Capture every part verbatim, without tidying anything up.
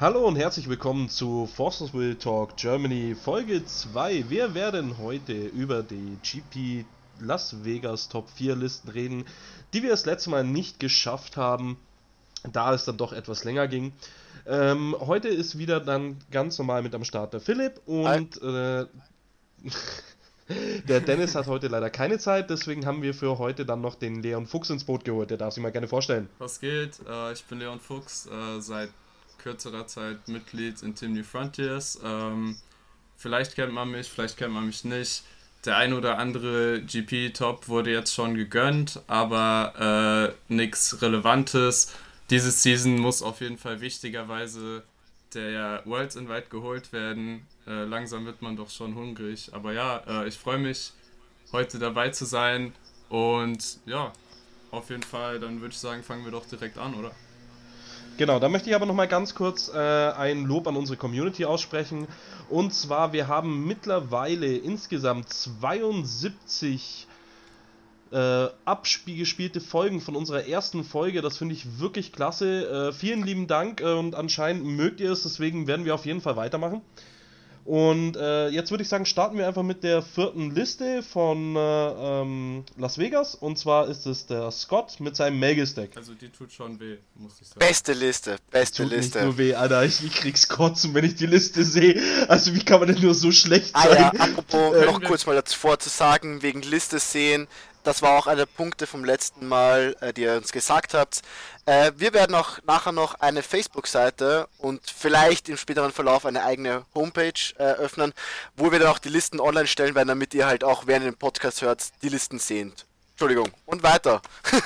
Hallo und herzlich willkommen zu Forces Will Talk Germany Folge zwei. Wir werden heute über die G P Las Vegas Top vier Listen reden, die wir das letzte Mal nicht geschafft haben, da es dann doch etwas länger ging. Ähm, heute ist wieder dann ganz normal mit am Start der Philipp und äh, der Dennis hat heute leider keine Zeit, deswegen haben wir für heute dann noch den Leon Fuchs ins Boot geholt. Der darf sich mal gerne vorstellen. Was geht? Äh, ich bin Leon Fuchs, äh, seit kürzerer Zeit Mitglied in Team New Frontiers. Ähm, vielleicht kennt man mich, vielleicht kennt man mich nicht. Der ein oder andere G P-Top wurde jetzt schon gegönnt, aber äh, nichts Relevantes. Diese Season muss auf jeden Fall wichtigerweise der Worlds Invite geholt werden. Äh, langsam wird man doch schon hungrig. Aber ja, äh, ich freue mich, heute dabei zu sein. Und ja, auf jeden Fall, dann würde ich sagen, fangen wir doch direkt an, oder? Genau, da möchte ich aber nochmal ganz kurz äh, ein Lob an unsere Community aussprechen. Und zwar, wir haben mittlerweile insgesamt zweiundsiebzig äh, abgespielte Folgen von unserer ersten Folge. Das finde ich wirklich klasse. Äh, vielen lieben Dank äh, und anscheinend mögt ihr es, deswegen werden wir auf jeden Fall weitermachen. Und äh, jetzt würde ich sagen, starten wir einfach mit der vierten Liste von äh, ähm, Las Vegas. Und zwar ist es der Scott mit seinem Magus-Deck. Also die tut schon weh, muss ich sagen. Beste Liste, beste Tut Liste. nicht nur weh, Alter. Ich, ich krieg's kotzen, wenn ich die Liste sehe. Also wie kann man denn nur so schlecht Ah sein? ja, apropos, Äh, noch kurz mal davor zu sagen, wegen Liste sehen, das war auch einer der Punkte vom letzten Mal, äh, die ihr uns gesagt habt. Äh, wir werden auch nachher noch eine Facebook-Seite und vielleicht im späteren Verlauf eine eigene Homepage äh, öffnen, wo wir dann auch die Listen online stellen werden, damit ihr halt auch, während ihr den Podcast hört, die Listen seht. Entschuldigung. Und weiter.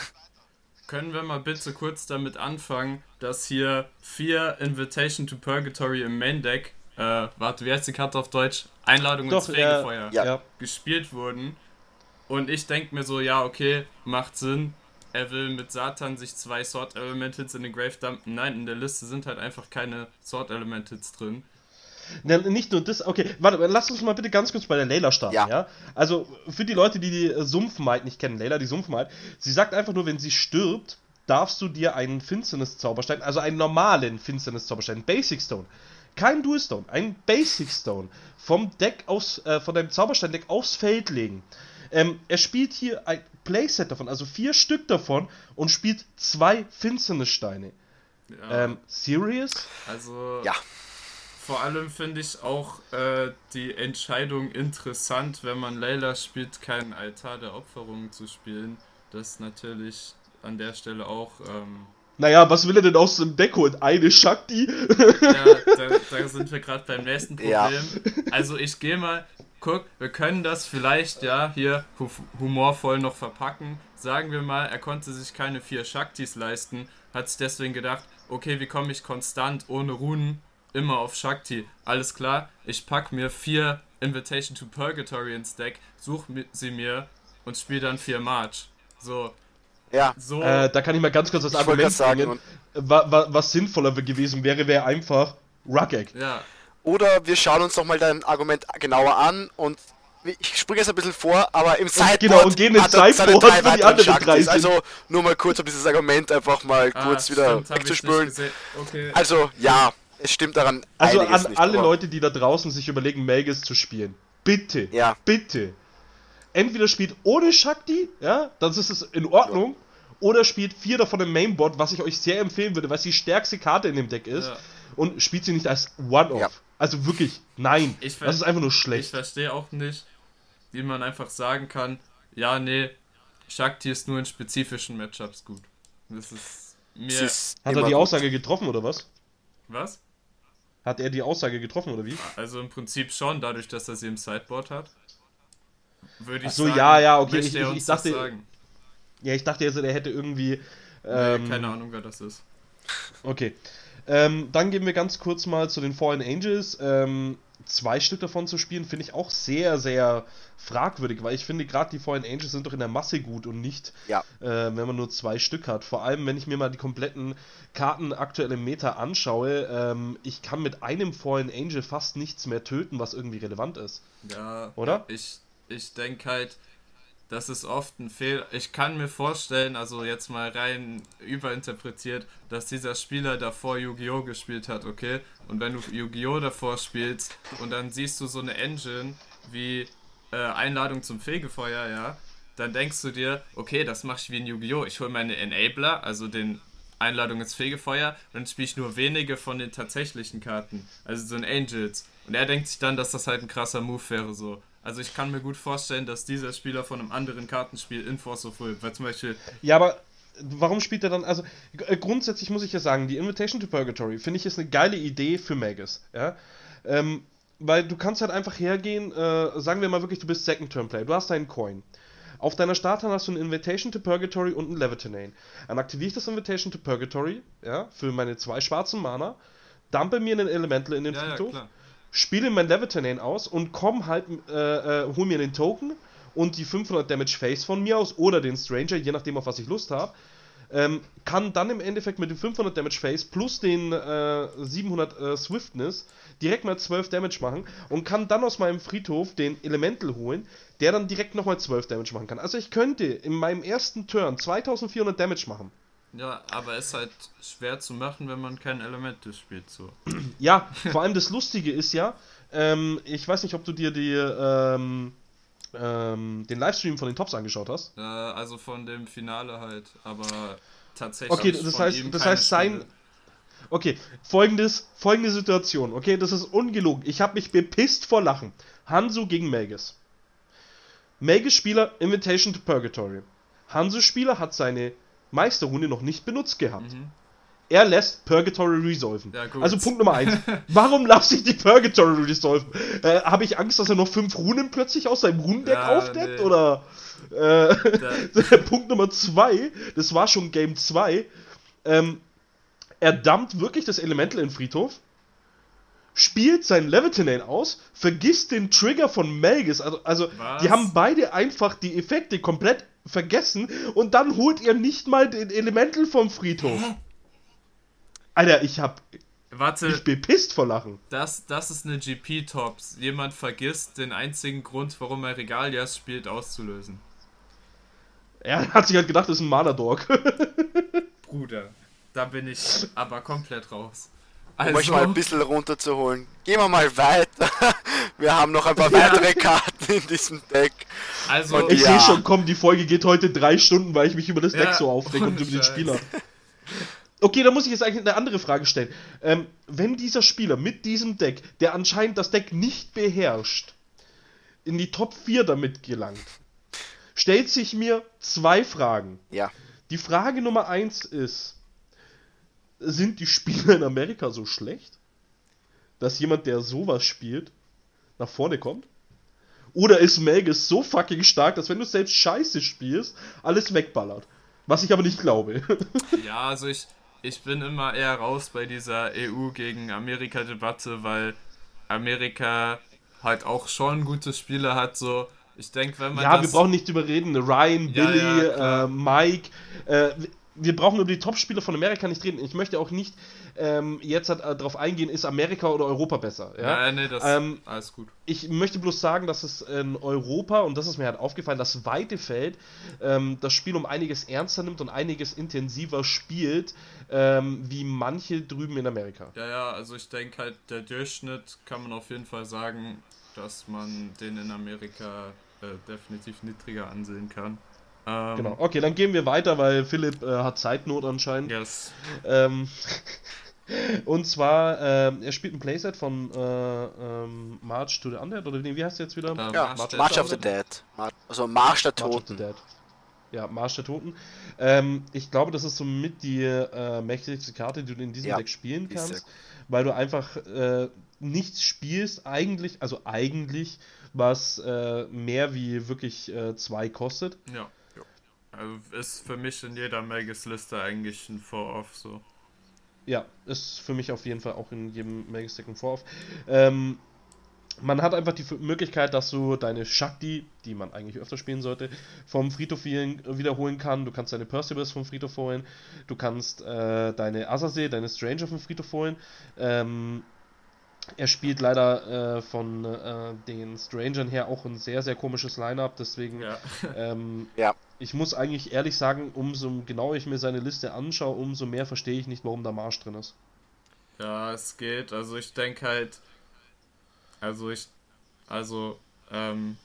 Können wir mal bitte kurz damit anfangen, dass hier vier Invitation to Purgatory im Main Deck, äh, warte, wie heißt die Karte auf Deutsch? Einladung Doch, ins äh, Fegefeuer, ja. ja. gespielt wurden. Und ich denke mir so, ja, okay, macht Sinn. Er will mit Satan sich zwei Sword Element Hits in den Grave dumpen. Nein, in der Liste sind halt einfach keine Sword Element Hits drin. Na, nicht nur das, okay, warte, lass uns mal bitte ganz kurz bei der Layla starten, ja? Ja. Also, für die Leute, die die Sumpfmaid nicht kennen, Layla, die Sumpfmaid, sie sagt einfach nur, wenn sie stirbt, darfst du dir einen Finsternis-Zauberstein, also einen normalen Finsternis-Zauberstein, Basic Stone, kein Dual Stone, einen Basic Stone vom Deck aus, äh, von deinem Zauberstein-Deck aufs Feld legen. Ähm, er spielt hier ein Playset davon, also vier Stück davon und spielt zwei Finsternissteine. Ja, Ähm, serious? also Ja. vor allem finde ich auch äh, die Entscheidung interessant, wenn man Layla spielt, keinen Altar der Opferung zu spielen. Das ist natürlich an der Stelle auch... Ähm, Naja, was will er denn aus dem Deck holen? Eine Shakti? ja, da, da sind wir gerade beim nächsten Problem. Ja. Also ich gehe mal... Guck, wir können das vielleicht, ja, hier hu- humorvoll noch verpacken. Sagen wir mal, er konnte sich keine vier Shaktis leisten, hat sich deswegen gedacht, okay, wie komme ich konstant ohne Runen immer auf Shakti? Alles klar, ich pack mir vier Invitation to Purgatory ins Deck, such mi- sie mir und spiele dann vier March. So, Ja. so, Äh, da kann ich mal ganz kurz das Ich wollte Argument grad sagen, bringen. Wa wa was sinnvoller gewesen wäre, wäre einfach Ruggek. ja, Oder wir schauen uns noch mal dein Argument genauer an und ich springe jetzt ein bisschen vor, aber im Sideboard genau, und gehen ins hat er seine Sideboard, drei wo die weiteren anderen Shaktis. drei sind. Also nur mal kurz, um dieses Argument einfach mal ah, kurz wieder stimmt, hab ich nicht wegzuspülen. gesehen. Okay. Also ja, es stimmt daran Also einiges an nicht, alle aber- Leute, die da draußen sich überlegen, Magus zu spielen. Bitte, Ja. bitte. Entweder spielt ohne Shakti, ja, dann ist es in Ordnung. Oder spielt vier davon im Mainboard, was ich euch sehr empfehlen würde, weil es die stärkste Karte in dem Deck ist. Ja. Und spielt sie nicht als One-Off. Ja. Also wirklich, nein. Ich ver- das ist einfach nur Ich schlecht. verstehe auch nicht, wie man einfach sagen kann, ja, nee, Shakti ist nur in spezifischen Matchups gut. Das ist mir... Es ist Hat er immer die gut. Aussage getroffen, oder was? Was? Hat er die Aussage getroffen, oder wie? Also im Prinzip schon, dadurch, dass er sie im Sideboard hat. Würde ich Ach so, sagen, ja, ja, okay, möchte ich- er ich- uns ich dachte- das sagen. Ja, ich dachte jetzt, er hätte irgendwie... Nee, Ähm, keine Ahnung, wer das ist. Okay. Ähm, dann gehen wir ganz kurz mal zu den Fallen Angels. Ähm, zwei Stück davon zu spielen, finde ich auch sehr, sehr fragwürdig, weil ich finde, gerade die Fallen Angels sind doch in der Masse gut und nicht, Ja. äh, wenn man nur zwei Stück hat. Vor allem, wenn ich mir mal die kompletten Karten aktuell im Meta anschaue, ähm, ich kann mit einem Fallen Angel fast nichts mehr töten, was irgendwie relevant ist. Ja, Oder? ich, ich denke halt, das ist oft ein Fehler. Ich kann mir vorstellen, also jetzt mal rein überinterpretiert, dass dieser Spieler davor Yu-Gi-Oh! Gespielt hat, okay? Und wenn du Yu-Gi-Oh! Davor spielst und dann siehst du so eine Engine wie äh, Einladung zum Fegefeuer, ja, dann denkst du dir, okay, das mache ich wie in Yu-Gi-Oh! Ich hole meine Enabler, also den Einladung ins Fegefeuer, und dann spiele ich nur wenige von den tatsächlichen Karten, also so ein Angels. Und er denkt sich dann, dass das halt ein krasser Move wäre, so. Also ich kann mir gut vorstellen, dass dieser Spieler von einem anderen Kartenspiel in Force of Will, weil zum Beispiel... Ja, aber warum spielt er dann, also g- grundsätzlich muss ich ja sagen, die Invitation to Purgatory finde ich ist eine geile Idee für Magus, ja, ähm, weil du kannst halt einfach hergehen, äh, sagen wir mal wirklich, du bist Second Turn Player, du hast deinen Coin. Auf deiner Starthand hast du ein Invitation to Purgatory und ein Levitinane. Dann aktiviere ich das Invitation to Purgatory, ja, für meine zwei schwarzen Mana, dumpe mir einen Elemental in den Ja, ja, Friedhof, klar. spiele mein Levitinane aus und komm halt, äh, äh, hol mir den Token und die fünfhundert Damage Face von mir aus oder den Stranger, je nachdem auf was ich Lust habe, ähm, kann dann im Endeffekt mit dem fünfhundert Damage Face plus den äh, siebenhundert äh, Swiftness direkt mal zwölf Damage machen und kann dann aus meinem Friedhof den Elemental holen, der dann direkt nochmal zwölf Damage machen kann. Also ich könnte in meinem ersten Turn zweitausendvierhundert Damage machen. Ja, aber ist halt schwer zu machen, wenn man kein Elemental spielt, so. Ja, vor allem das Lustige ist ja, ähm, ich weiß nicht, ob du dir die, ähm, ähm, den Livestream von den Tops angeschaut hast. Äh, also von dem Finale halt, aber tatsächlich Okay, das von heißt, ihm das keine heißt sein... Spiele. Okay, folgendes, folgende Situation, okay, das ist ungelogen. Ich habe mich bepisst vor Lachen. Hanzo gegen Magus. Magus-Spieler Invitation to Purgatory. Hanzo-Spieler hat seine Meisterrunde noch nicht benutzt gehabt. Mhm. Er lässt Purgatory resolven. Ja, gut. Also Punkt Nummer eins. Warum lasse ich die Purgatory resolven? Äh, habe ich Angst, dass er noch fünf Runen plötzlich aus seinem Runendeck Ja, aufdeckt? nee. Oder äh, Da- Punkt Nummer zwei, das war schon Game zwei, ähm, er dumpt wirklich das Elemental in den Friedhof, spielt sein Levitinane aus, vergisst den Trigger von Magus, also, also Was? die haben beide einfach die Effekte komplett vergessen und dann holt ihr nicht mal den Elemental vom Friedhof. Alter, ich hab Warte, mich bepisst vor Lachen. das, das ist eine G P-Tops. Jemand vergisst den einzigen Grund, warum er Regalias spielt, auszulösen. Er hat sich halt gedacht, das ist ein Mana-Dog. Bruder, da bin ich aber komplett raus. Um euch Also, mal ein bisschen runterzuholen. Gehen wir mal weiter. Wir haben noch ein paar Ja. weitere Karten in diesem Deck. also Und Ich Ja. sehe schon, komm, die Folge geht heute drei Stunden, weil ich mich über das Deck Ja, so aufrege und ohne über den Scheiß. Spieler. Okay, da muss ich jetzt eigentlich eine andere Frage stellen. Ähm, wenn dieser Spieler mit diesem Deck, der anscheinend das Deck nicht beherrscht, in die Top vier damit gelangt, stellt sich mir zwei Fragen. Ja. Die Frage Nummer eins ist, sind die Spieler in Amerika so schlecht, dass jemand, der sowas spielt, nach vorne kommt? Oder ist Magus so fucking stark, dass wenn du selbst Scheiße spielst, alles wegballert? Was ich aber nicht glaube. ja, also ich, ich bin immer eher raus bei dieser E U gegen Amerika-Debatte, weil Amerika halt auch schon gute Spieler hat, so. Ich denke, wenn man Ja, das... wir brauchen nicht drüber reden. Ryan, Ja, Billy, ja, klar. äh, Mike. Äh, wir brauchen über die Top-Spieler von Amerika nicht reden. Ich möchte auch nicht ähm, jetzt halt, äh, darauf eingehen, ist Amerika oder Europa besser. Ja? Ja, nee, das Ähm, alles gut. Ich möchte bloß sagen, dass es in Europa, und das ist mir halt aufgefallen, das weite Feld ähm, das Spiel um einiges ernster nimmt und einiges intensiver spielt, ähm, wie manche drüben in Amerika. Ja, ja, also ich denke halt, der Durchschnitt kann man auf jeden Fall sagen, dass man den in Amerika äh, definitiv niedriger ansehen kann. Ähm, Genau. Okay, dann gehen wir weiter, weil Philipp äh, hat Zeitnot anscheinend. Yes. Ähm, und zwar, ähm, er spielt ein Playset von äh, ähm, March to the Undead, oder nee, wie heißt der jetzt wieder? Ähm, Ja, March March, der of the Toten. Dead. Mar also Marsch der March of the Toten. Dead. Ja, Marsch der Toten. Ähm, ich glaube, das ist somit die äh, mächtigste Karte, die du in diesem Ja, Deck spielen die ist sehr kannst, weil du einfach äh, nichts spielst, eigentlich, also eigentlich, was äh, mehr wie wirklich äh, zwei kostet. Ja. Also ist für mich in jeder Magus-Liste eigentlich ein Four-Off so. Ja, ist für mich auf jeden Fall auch in jedem Magus-Deck ein Vorwurf. Ähm, man hat einfach die F- Möglichkeit, dass du deine Shakti, die man eigentlich öfter spielen sollte, vom Friedhof wielen- wiederholen kann. Du kannst deine Percivals vom Friedhof holen. Du kannst äh, deine Azazel, deine Stranger vom Friedhof holen. Ähm, Er spielt leider äh, von äh, den Strangern her auch ein sehr, sehr komisches Line-Up, deswegen Ja. ähm, Ja. ich muss eigentlich ehrlich sagen, umso genauer ich mir seine Liste anschaue, umso mehr verstehe ich nicht, warum da Marsch drin ist. Ja, es geht. Also ich denke halt, also ich, also, ähm,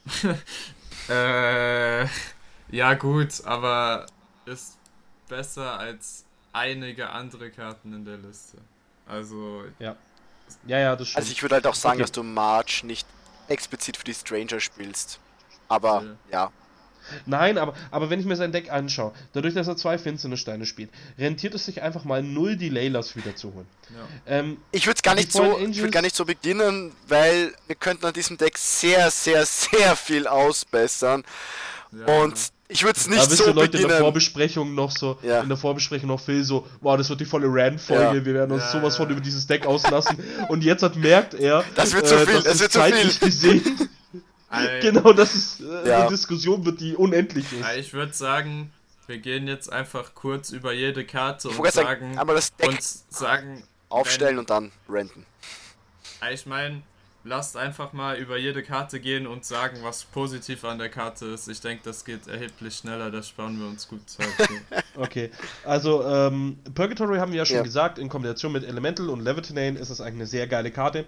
äh, ja gut, aber ist besser als einige andere Karten in der Liste. Also, Ja, ja, ja, das stimmt. Also ich würde halt auch sagen, Okay. dass du March nicht explizit für die Stranger spielst. Aber Ja. ja, Nein, aber, aber wenn ich mir sein Deck anschaue, dadurch, dass er zwei finsterne Steine spielt, rentiert es sich einfach mal null die Laylas wieder zu holen. ja. Ähm, ich würde gar Die nicht so, Fallen ich Angels- würde gar nicht so beginnen, weil wir könnten an diesem Deck sehr, sehr, sehr viel ausbessern. Ja, Und ich würde es nicht da wisst so ihr Leute in der beginnen. Vorbesprechung noch so, Ja. in der Vorbesprechung noch Phil so, wow, das wird die volle Rand-Folge, Ja. wir werden uns Ja, sowas ja. von über dieses Deck auslassen. Und jetzt hat merkt er, Das wird zu äh, viel, dass es es wird zu zeitlich viel. gesehen, Ei, genau, das ist äh, Ja. eine Diskussion wird, die unendlich ist. ei, ich würde sagen, wir gehen jetzt einfach kurz über jede Karte Ich und wollte sagen, sagen, aber das Deck und sagen, aufstellen wenn, und dann renten. ei, ich meine, lasst einfach mal über jede Karte gehen und sagen, was positiv an der Karte ist. Ich denke, das geht erheblich schneller, da sparen wir uns gut Zeit. Okay, also ähm, Purgatory haben wir ja schon Ja. gesagt, in Kombination mit Elemental und Levitinane ist das eigentlich eine sehr geile Karte.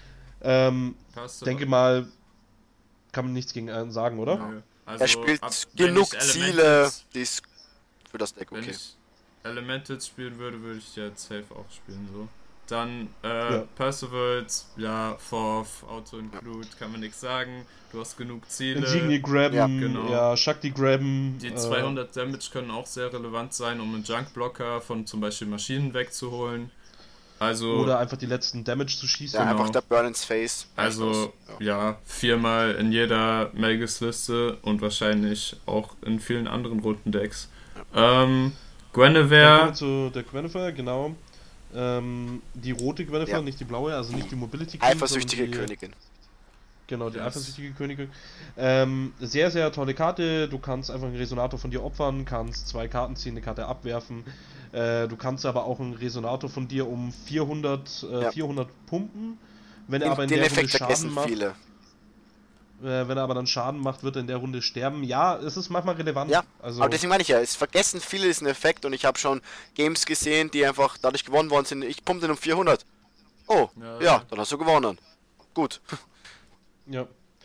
Ähm, Passt denke mal, kann man nichts gegen äh, sagen, oder? Nö. Also, Er spielt ab- wenn genug ich Ziele, Elementals- die ist für das Deck Wenn okay. ich Elementals spielen würde, würde ich jetzt safe auch spielen, so. Dann, äh, Ja. Percivals, ja, Forth, Auto-Include, kann man nichts sagen. Du hast genug Ziele. Insignia grabben, Ja, genau. ja, Shakti grabben. Die äh, zweihundert Damage können auch sehr relevant sein, um einen Junk-Blocker von zum Beispiel Maschinen wegzuholen. Also, Oder einfach die letzten Damage zu schießen. Ja, genau. einfach der Burn ins Face. also Ja. ja, viermal in jeder Magus-Liste und wahrscheinlich auch in vielen anderen roten Decks. Ähm, Dann kommen Guinevere, wir zu der Gwynethere, genau. Ähm, die rote Gwynethere, Ja. nicht die blaue, also nicht die Mobility Queen, Eifersüchtige sondern die, Königin. Genau, die Yes. eifersüchtige Königin. Ähm, sehr, sehr tolle Karte. Du kannst einfach einen Resonator von dir opfern, kannst zwei Karten ziehen, eine Karte abwerfen. Äh, du kannst aber auch einen Resonator von dir um vierhundert, äh, Ja. vierhundert pumpen. Wenn er Den, aber in den der Effekt Runde vergessen Schaden macht, viele. äh, wenn er aber dann Schaden macht, wird er in der Runde sterben. Ja, es ist manchmal relevant. Ja, also, aber deswegen meine ich ja, es vergessen viele diesen Effekt und ich habe schon Games gesehen, die einfach dadurch gewonnen worden sind. Ich pumpe den um vierhundert. Oh, Ja. ja, dann hast du gewonnen. Gut. ja.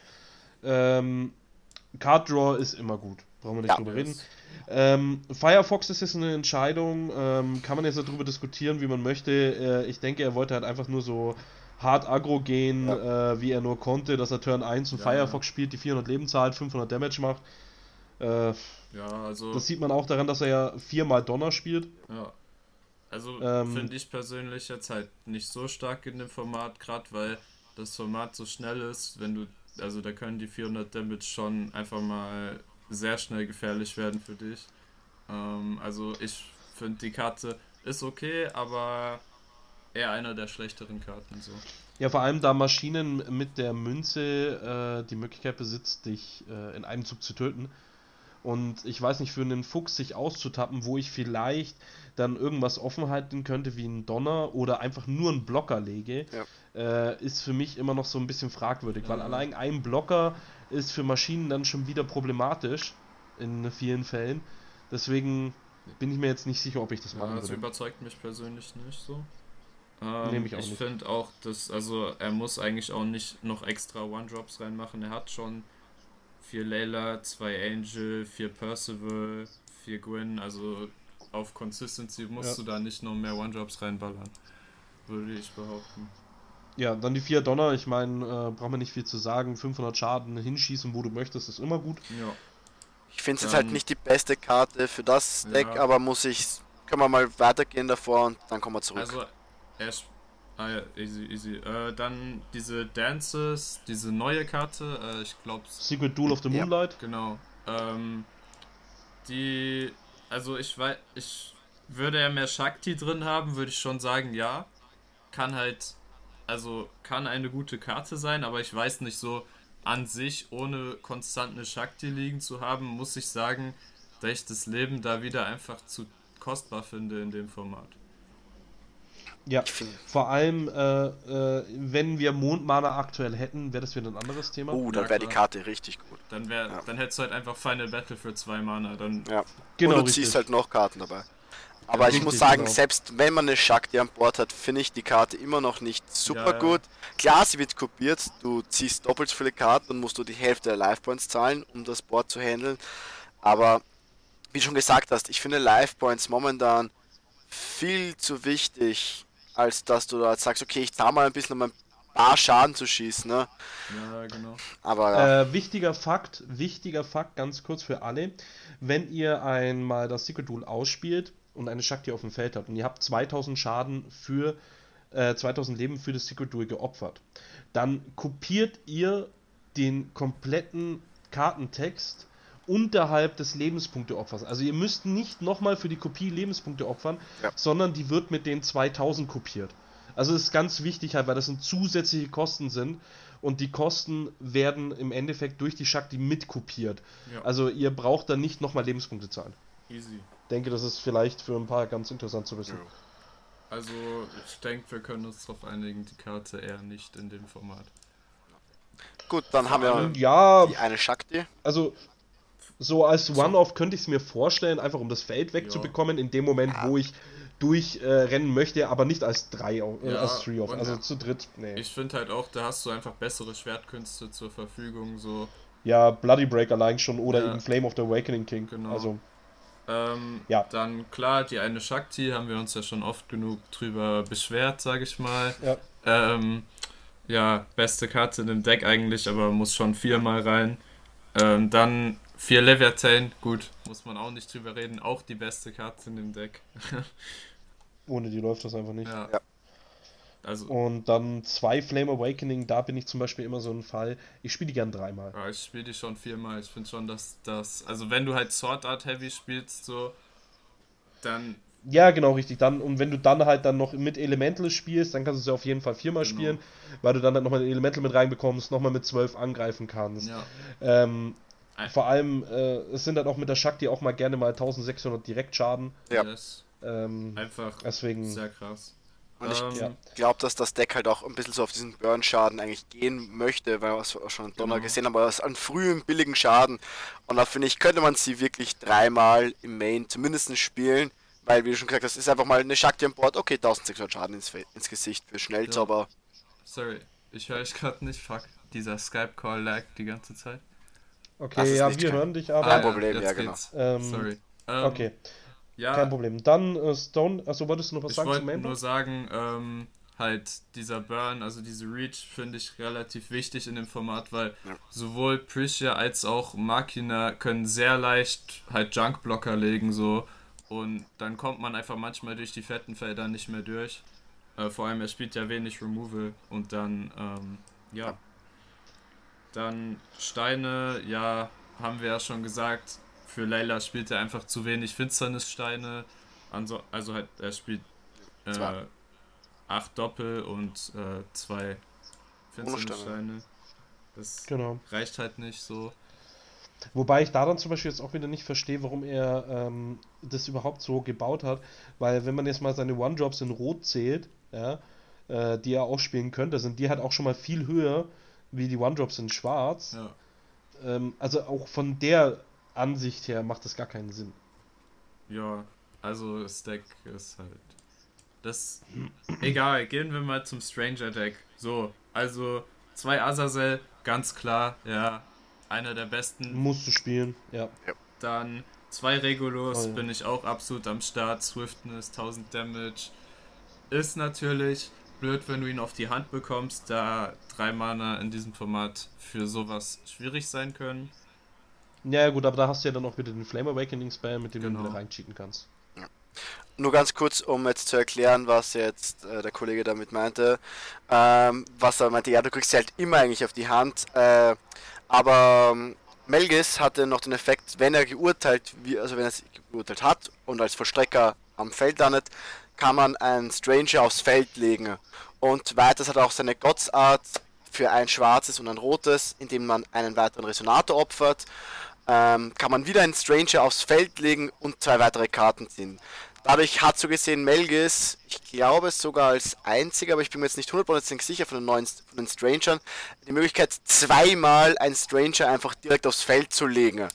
Ähm, Card Draw ist immer gut. Brauchen wir nicht Ja. drüber reden. Ähm, Firefox ist jetzt eine Entscheidung. Ähm, kann man jetzt darüber diskutieren, wie man möchte. Äh, ich denke, er wollte halt einfach nur so hart aggro gehen, äh, wie er nur konnte, dass er Turn eins und Ja. Firefox spielt, die vierhundert Leben zahlt, fünfhundert Damage macht. Äh, ja, also, das sieht man auch daran, dass er ja viermal Donner spielt. ja. Also Ähm, finde ich persönlich jetzt halt nicht so stark in dem Format, gerade weil das Format so schnell ist, wenn du, also da können die vierhundert Damage schon einfach mal sehr schnell gefährlich werden für dich. Ähm, also ich finde die Karte ist okay, aber eher einer der schlechteren Karten so. Ja, vor allem da Maschinen mit der Münze äh, die Möglichkeit besitzt, dich äh, in einem Zug zu töten. Und ich weiß nicht, für einen Fuchs sich auszutappen, wo ich vielleicht dann irgendwas offen halten könnte, wie ein Donner oder einfach nur einen Blocker lege, äh, ist für mich immer noch so ein bisschen fragwürdig. Weil Ja. allein ein Blocker ist für Maschinen dann schon wieder problematisch in vielen Fällen. Deswegen bin ich mir jetzt nicht sicher, ob ich das Ja, machen das würde. überzeugt mich persönlich nicht so. Ähm, Nee, mich auch ich nicht. finde auch, dass, also er muss eigentlich auch nicht noch extra One-Drops reinmachen. Er hat schon vier Layla, zwei Angel, vier Percival, vier Gwyn. Also auf Consistency musst Ja. du da nicht noch mehr One-Drops reinballern. Würde ich behaupten. Ja, dann die vier Donner, ich meine, äh, braucht man nicht viel zu sagen. fünfhundert Schaden hinschießen, wo du möchtest, ist immer gut. Ja. Ich finde es jetzt Dann- halt nicht die beste Karte für das Deck, Ja. aber muss ich, können wir mal weitergehen davor und dann kommen wir zurück. Also, er sp- ah ja, easy, easy. Äh, dann diese Dances, diese neue Karte, äh, ich glaube, Secret Duel of the Ja. Moonlight. genau. Ähm, die, also ich weiß, ich würde er mehr Shakti drin haben, würde ich schon sagen, ja. Kann halt, also kann eine gute Karte sein, aber ich weiß nicht so an sich, ohne konstant eine Shakti liegen zu haben, muss ich sagen, dass ich das Leben da wieder einfach zu kostbar finde in dem Format. Ja, Ich find, vor allem, äh, äh, wenn wir Mondmana aktuell hätten, wäre das wieder ein anderes Thema. oh, dann Ja, wäre die klar. Karte richtig gut. Dann wär, Ja. dann hättest du halt einfach Final Battle für zwei Mana. Dann Ja. Genau, Und du richtig. ziehst halt noch Karten dabei. Aber ich Richtig, muss sagen, genau. selbst wenn man eine Shakti an Bord hat, finde ich die Karte immer noch nicht super Ja, ja. gut. Klar, sie wird kopiert, du ziehst doppelt so viele Karten und musst du die Hälfte der Life Points zahlen, um das Board zu handeln. Aber wie du schon gesagt hast, ich finde Life Points momentan viel zu wichtig, als dass du da jetzt sagst, okay, ich zahle mal ein bisschen, um ein paar Schaden zu schießen, ne? ja, genau. Aber ja, Äh, wichtiger Fakt, wichtiger Fakt, ganz kurz für alle. Wenn ihr einmal das Secret Duel ausspielt und eine Shakti auf dem Feld habt und ihr habt zweitausend Schaden für, äh, zweitausend Leben für das Secret Duel geopfert, dann kopiert ihr den kompletten Kartentext unterhalb des Lebenspunkteopfers. Also ihr müsst nicht nochmal für die Kopie Lebenspunkte opfern, Ja. sondern die wird mit den zweitausend kopiert. Also das ist ganz wichtig halt, weil das sind zusätzliche Kosten sind und die Kosten werden im Endeffekt durch die Shakti mitkopiert. Ja. Also ihr braucht dann nicht nochmal Lebenspunkte zahlen. Easy. Ich denke, das ist vielleicht für ein paar ganz interessant zu wissen. Also, ich denke, wir können uns darauf einigen, die Karte eher nicht in dem Format. gut, dann haben wir Ja, die eine Shakti. also so als One-Off könnte ich es mir vorstellen, einfach um das Feld Ja. wegzubekommen, in dem Moment, wo ich durchrennen äh, möchte, aber nicht als drei, äh, Ja, als Three-Off, und also ja. zu dritt, nee. Ich finde halt auch, da hast du einfach bessere Schwertkünste zur Verfügung, so. Ja, Bloody Break allein schon oder Ja. eben Flame of the Awakening King. Genau. Also, Ähm, Ja. Dann klar, die eine Shakti haben wir uns ja schon oft genug drüber beschwert, sag ich mal. ja. Ähm, ja, beste Karte in dem Deck eigentlich, aber muss schon viermal rein. Ähm, dann vier Leviathan, gut, muss man auch nicht drüber reden, auch die beste Karte in dem Deck. Ohne die läuft das einfach nicht. Ja. Ja. Also, Und dann zwei Flame Awakening, da bin ich zum Beispiel immer so ein Fall. Ich spiele die gern dreimal. ja, ich spiele die schon viermal. Ich finde schon, dass das. Also, wenn du halt Sword Art Heavy spielst, so, dann. Ja, genau, richtig. Dann, und wenn du dann halt dann noch mit Elemental spielst, dann kannst du sie auf jeden Fall viermal Genau. spielen, weil du dann halt nochmal ein Elemental mit reinbekommst, nochmal mit zwölf angreifen kannst. Ja, Ähm, Ein- vor allem, äh, es sind dann auch mit der Shakti auch mal gerne mal eintausendsechshundert Direktschaden. Ja. yes. Ähm, Einfach deswegen, sehr krass. Und ich Ähm, ja. glaube, dass das Deck halt auch ein bisschen so auf diesen Burn-Schaden eigentlich gehen möchte, weil wir es auch schon in Donner Genau. gesehen haben, aber es ist an frühem, billigen Schaden. Und da finde ich, könnte man sie wirklich dreimal im Main zumindest spielen, weil, wie du schon gesagt hast, ist einfach mal eine Shakti an Bord, okay, eintausendsechshundert Schaden ins, Fe- ins Gesicht für Schnellzauber. Sorry, ich höre dich gerade nicht, fuck. Dieser Skype-Call lag die ganze Zeit. Das okay, ist ja, nicht wir kein- hören dich aber. Kein Problem, jetzt ja, genau. geht's. Ähm, Sorry. Ähm, Okay, Ja, kein Problem. Dann äh, Stone, achso, wolltest du noch was ich sagen zum wollte Mainboard? nur sagen, ähm, halt dieser Burn, also diese Reach finde ich relativ wichtig in dem Format, weil Ja. sowohl Prisha als auch Machina können sehr leicht halt Junkblocker legen so und dann kommt man einfach manchmal durch die fetten Felder nicht mehr durch. Äh, vor allem er spielt ja wenig Removal und dann, ähm, ja. Dann Steine, ja, haben wir ja schon gesagt, für Layla spielt er einfach zu wenig Finsternissteine, also, also halt er spielt äh, Zwei. acht Doppel und äh, zwei Finsternissteine. Das Genau. reicht halt nicht so. Wobei ich da dann zum Beispiel jetzt auch wieder nicht verstehe, warum er ähm, das überhaupt so gebaut hat, weil wenn man jetzt mal seine One-Drops in Rot zählt, ja, äh, die er ausspielen könnte, sind die halt auch schon mal viel höher wie die One-Drops in Schwarz. Ja. Ähm, also auch von der Ansicht her macht das gar keinen Sinn. Ja, also das Deck ist halt. Das. Egal, gehen wir mal zum Stranger Deck. So, also zwei Azazel, ganz klar, ja. Einer der besten. Musst du spielen, ja. Dann zwei Regulus, Oh ja. bin ich auch absolut am Start. Swiftness, tausend Damage. Ist natürlich blöd, wenn du ihn auf die Hand bekommst, da drei Mana in diesem Format für sowas schwierig sein können. Ja gut, aber da hast du ja dann auch wieder den Flame Awakening Spell, mit dem Genau. du wieder reincheaten kannst. Nur ganz kurz, um jetzt zu erklären, was jetzt äh, der Kollege damit meinte. Ähm, was er meinte, ja, du kriegst sie halt immer eigentlich auf die Hand. Äh, aber ähm, Melgis hatte noch den Effekt, wenn er geurteilt, wie, also wenn er es geurteilt hat und als Vollstrecker am Feld landet, kann man einen Stranger aufs Feld legen. Und weiters hat er auch seine Gods Art für ein schwarzes und ein rotes, indem man einen weiteren Resonator opfert. Ähm, kann man wieder einen Stranger aufs Feld legen und zwei weitere Karten ziehen. dadurch hat so gesehen Melgis, ich glaube sogar als einziger, aber ich bin mir jetzt nicht hundertprozentig sicher von den neuen von den Strangern, die Möglichkeit zweimal einen Stranger einfach direkt aufs Feld zu legen.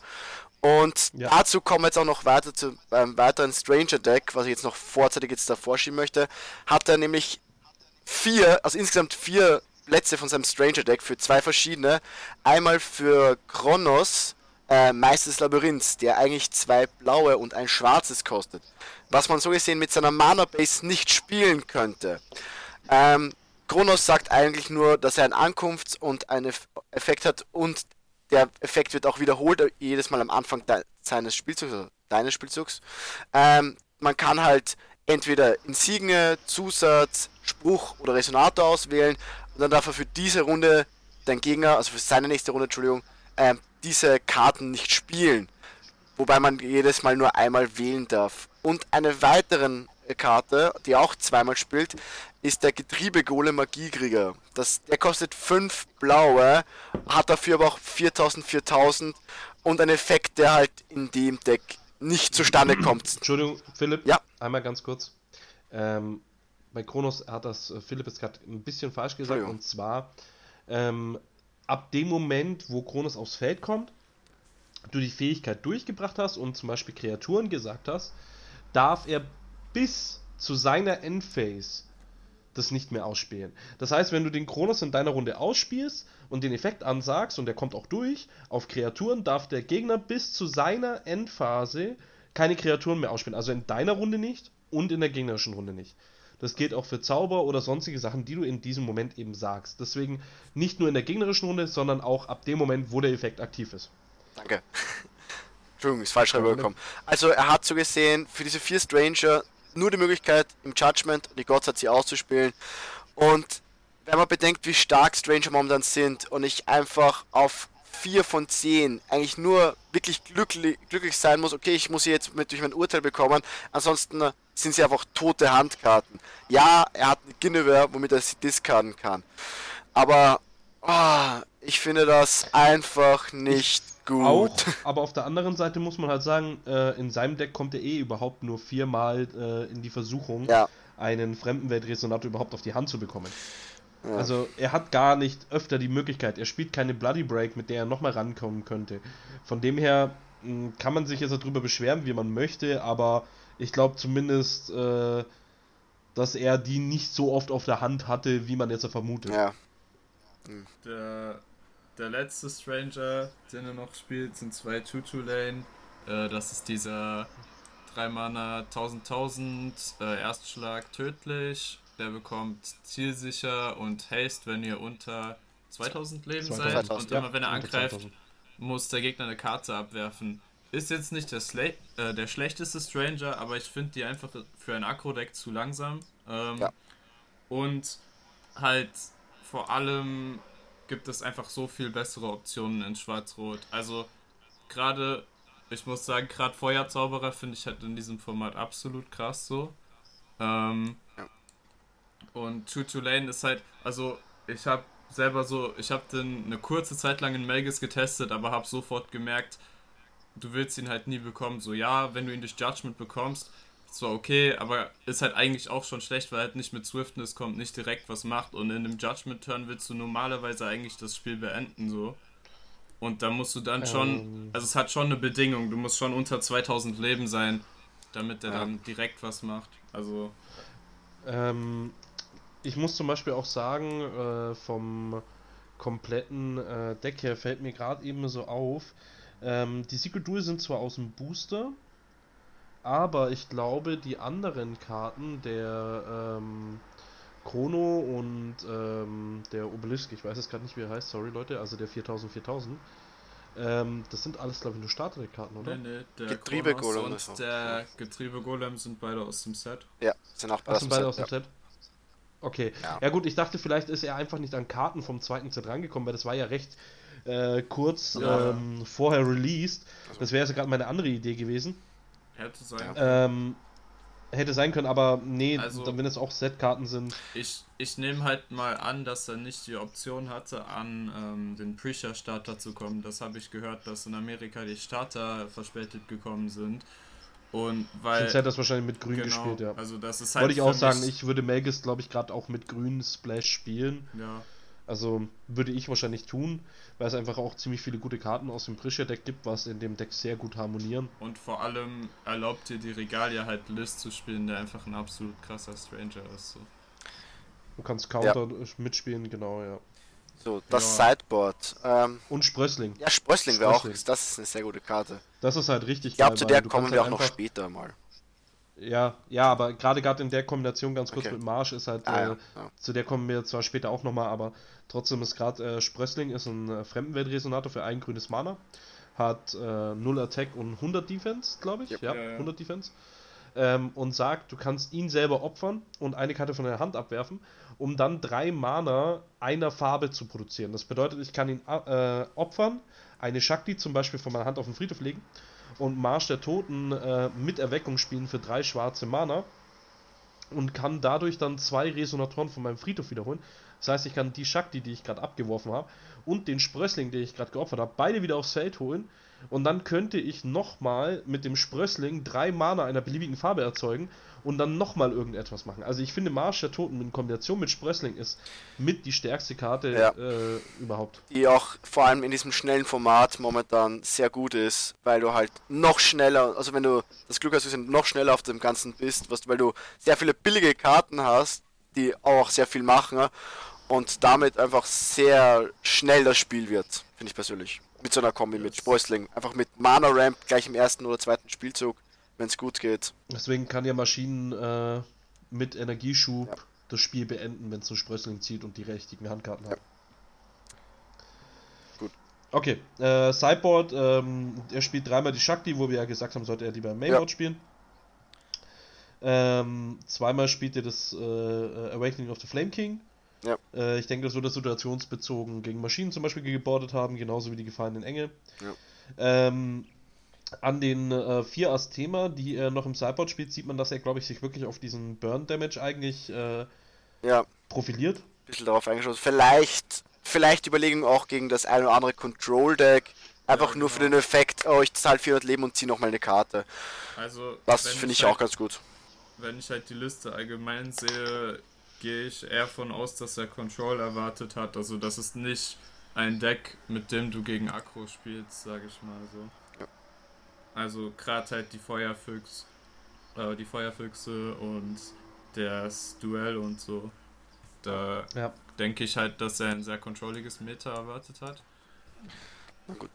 Und ja. dazu kommen wir jetzt auch noch weiter zu einem weiteren Stranger Deck, was ich jetzt noch vorzeitig jetzt da vorschieben möchte, hat er nämlich vier, also insgesamt vier Plätze von seinem Stranger Deck für zwei verschiedene. Einmal für Kronos, äh, Meister des Labyrinths, der eigentlich zwei blaue und ein schwarzes kostet. Was man so gesehen mit seiner Mana Base nicht spielen könnte. Ähm, Kronos sagt eigentlich nur, dass er einen Ankunfts- und einen Effekt hat und der Effekt wird auch wiederholt jedes Mal am Anfang de- seines Spielzugs, also deines Spielzugs. Ähm, man kann halt entweder Insigne, Zusatz, Spruch oder Resonator auswählen und dann darf er für diese Runde den Gegner, also für seine nächste Runde, Entschuldigung, ähm, diese Karten nicht spielen. Wobei man jedes Mal nur einmal wählen darf. Und eine weitere Karte, die auch zweimal spielt, ist der Getriebegolem Magiekrieger. Das, der kostet fünf blaue, hat dafür aber auch viertausend, viertausend und ein Effekt, der halt in dem Deck nicht zustande kommt. Entschuldigung, Philipp, ja? einmal ganz kurz. Ähm, bei Kronos hat das Philipp jetzt gerade ein bisschen falsch gesagt, und zwar ähm, ab dem Moment, wo Kronos aufs Feld kommt, du die Fähigkeit durchgebracht hast und zum Beispiel Kreaturen gesagt hast, darf er bis zu seiner Endphase das nicht mehr ausspielen. Das heißt, wenn du den Kronos in deiner Runde ausspielst und den Effekt ansagst und der kommt auch durch, auf Kreaturen darf der Gegner bis zu seiner Endphase keine Kreaturen mehr ausspielen. Also in deiner Runde nicht und in der gegnerischen Runde nicht. Das gilt auch für Zauber oder sonstige Sachen, die du in diesem Moment eben sagst. Deswegen nicht nur in der gegnerischen Runde, sondern auch ab dem Moment, wo der Effekt aktiv ist. Danke. Entschuldigung, ist falsch rübergekommen. Also er hat so gesehen für diese vier Stranger nur die Möglichkeit im Judgment und die Gods hat sie auszuspielen. Und wenn man bedenkt, wie stark Stranger momentan sind und ich einfach auf vier von zehn eigentlich nur wirklich glücklich, glücklich sein muss, okay, ich muss sie jetzt mit durch mein Urteil bekommen, ansonsten sind sie einfach tote Handkarten. Ja, er hat eine Guinevere, womit er sie discarden kann. Aber oh, ich finde das einfach nicht gut. Auch, aber auf der anderen Seite muss man halt sagen, äh, in seinem Deck kommt er eh überhaupt nur viermal äh, in die Versuchung, ja. einen Fremdenwelt-Resonator überhaupt auf die Hand zu bekommen. Ja. Also er hat gar nicht öfter die Möglichkeit, er spielt keine Bloody Break, mit der er nochmal rankommen könnte. Von dem her mh, kann man sich jetzt darüber beschweren, wie man möchte, aber ich glaube zumindest, äh, dass er die nicht so oft auf der Hand hatte, wie man jetzt vermutet. Ja. Mhm. Der, der letzte Stranger, den er noch spielt, sind zwei Tutu-Lane. Äh, das ist dieser drei Mana tausend tausend, äh, Erstschlag tödlich. Der bekommt zielsicher und Haste, wenn ihr unter zweitausend Leben seid. Und immer wenn er angreift, muss der Gegner eine Karte abwerfen. Ist jetzt nicht der, Sle- äh, der schlechteste Stranger, aber ich finde die einfach für ein Aggro-Deck zu langsam. Ähm, ja. Und halt vor allem gibt es einfach so viel bessere Optionen in Schwarz-Rot. Also gerade, ich muss sagen, gerade Feuerzauberer finde ich halt in diesem Format absolut krass so. Ähm, ja. Und Tutu Lane ist halt, also ich habe selber so, ich habe den eine kurze Zeit lang in Melgis getestet, aber habe sofort gemerkt, du willst ihn halt nie bekommen. So ja, wenn du ihn durch Judgment bekommst, zwar okay, aber ist halt eigentlich auch schon schlecht, weil halt nicht mit Swiftness kommt, nicht direkt was macht und in einem Judgment-Turn willst du normalerweise eigentlich das Spiel beenden, so. Und da musst du dann schon, ähm. also es hat schon eine Bedingung, du musst schon unter zweitausend Leben sein, damit der ja. dann direkt was macht, also... Ähm, ich muss zum Beispiel auch sagen, äh, vom kompletten äh, Deck her fällt mir gerade eben so auf, ähm, die Secret Duel sind zwar aus dem Booster, aber ich glaube, die anderen Karten, der ähm, Chrono und ähm, der Obelisk, ich weiß jetzt gerade nicht, wie er heißt, sorry Leute, also der viertausend viertausend, ähm, das sind alles, glaube ich, nur Starterdeck-Karten, oder? Nee, nee, der Getriebegolem und der Getriebegolem sind beide aus dem Set. Ja, sind auch beide, Ach, sind beide aus dem Set. Set. Okay, ja. ja ja gut, ich dachte, vielleicht ist er einfach nicht an Karten vom zweiten Set rangekommen, weil das war ja recht äh, kurz ja. ähm, vorher released. Also. Das wäre jetzt gerade meine andere Idee gewesen. Hätte sein ähm, Hätte sein können, aber nee, also, wenn es auch Set-Karten sind. Ich, ich nehme halt mal an, dass er nicht die Option hatte, an ähm, den Pre-Starter zu kommen. Das habe ich gehört, dass in Amerika die Starter verspätet gekommen sind. Und weil... Sonst hätte das wahrscheinlich mit grün genau, gespielt, ja. Also das ist halt Wollte ich auch für sagen, mich- ich würde Melgis, glaube ich, gerade auch mit grün Splash Wollte ich auch spielen. sagen, ich würde Melgis, glaube ich, gerade auch mit grün Splash spielen. Ja. Also würde ich wahrscheinlich tun, weil es einfach auch ziemlich viele gute Karten aus dem Prisha-Deck gibt, was in dem Deck sehr gut harmonieren. Und vor allem erlaubt dir die Regalia halt List zu spielen, der einfach ein absolut krasser Stranger ist. So. Du kannst Counter ja. mitspielen, genau, ja. So, das ja. Sideboard. Ähm, Und Sprössling. Ja, Sprössling wäre auch, das ist eine sehr gute Karte. Das ist halt richtig geil. Ich glaube, zu der du kommen wir halt auch noch später mal. Ja, ja, aber gerade gerade in der Kombination ganz kurz okay. mit Marsch ist halt, ah, äh, ja. Ja. zu der kommen wir zwar später auch nochmal, aber trotzdem ist gerade äh, Sprössling ist ein äh, Fremdenweltresonator für ein grünes Mana, hat äh, null Attack und hundert Defense, glaube ich, yep. ja, ja, ja, hundert Defense, ähm, und sagt, du kannst ihn selber opfern und eine Karte von der Hand abwerfen, um dann drei Mana einer Farbe zu produzieren. Das bedeutet, ich kann ihn äh, opfern, eine Shakti zum Beispiel von meiner Hand auf den Friedhof legen und Marsch der Toten äh, mit Erweckung spielen für drei schwarze Mana und kann dadurch dann zwei Resonatoren von meinem Friedhof wiederholen. Das heißt, ich kann die Shakti, die ich gerade abgeworfen habe, und den Sprössling, den ich gerade geopfert habe, beide wieder aufs Feld holen. Und dann könnte ich nochmal mit dem Sprössling drei Mana einer beliebigen Farbe erzeugen und dann nochmal irgendetwas machen. Also ich finde, Marsch der Toten in Kombination mit Sprössling ist mit die stärkste Karte ja. äh, überhaupt. Die auch vor allem in diesem schnellen Format momentan sehr gut ist, weil du halt noch schneller, also wenn du das Glück hast, dass du noch schneller auf dem Ganzen bist, was, weil du sehr viele billige Karten hast, die auch sehr viel machen und damit einfach sehr schnell das Spiel wird, finde ich persönlich. Mit so einer Kombi yes. mit Sprössling. Einfach mit Mana Ramp gleich im ersten oder zweiten Spielzug, wenn es gut geht. Deswegen kann ja Maschinen äh, mit Energieschub ja. das Spiel beenden, wenn es einen Sprössling zieht und die richtigen Handkarten ja. hat. Gut. Okay, äh, Sideboard, ähm, er spielt dreimal die Shakti, wo wir ja gesagt haben, sollte er die beim Mainboard ja. spielen. Ähm, zweimal spielt er das äh, Awakening of the Flame King. Ja. Äh, ich denke, das wird das situationsbezogen gegen Maschinen zum Beispiel gebordet haben, genauso wie die gefallenen Engel. Ja. Ähm, an den äh, vier Asthema, die er noch im Sideboard spielt, sieht man, dass er, glaube ich, sich wirklich auf diesen Burn Damage eigentlich äh, ja. profiliert. Ein bisschen darauf eingeschossen. Vielleicht, vielleicht überlegen auch gegen das ein oder andere Control-Deck. Einfach ja, genau. nur für den Effekt, oh, ich zahle vierhundert Leben und ziehe nochmal eine Karte. Also, das finde ich, ich halt, auch ganz gut. Wenn ich halt die Liste allgemein sehe, gehe ich eher von aus, dass er Control erwartet hat. Also das ist nicht ein Deck, mit dem du gegen Aggro spielst, sage ich mal so. Ja. Also gerade halt die Feuerfüchse, äh, die Feuerfüchse und das Duell und so. Da ja. denke ich halt, dass er ein sehr controlliges Meta erwartet hat. Na gut.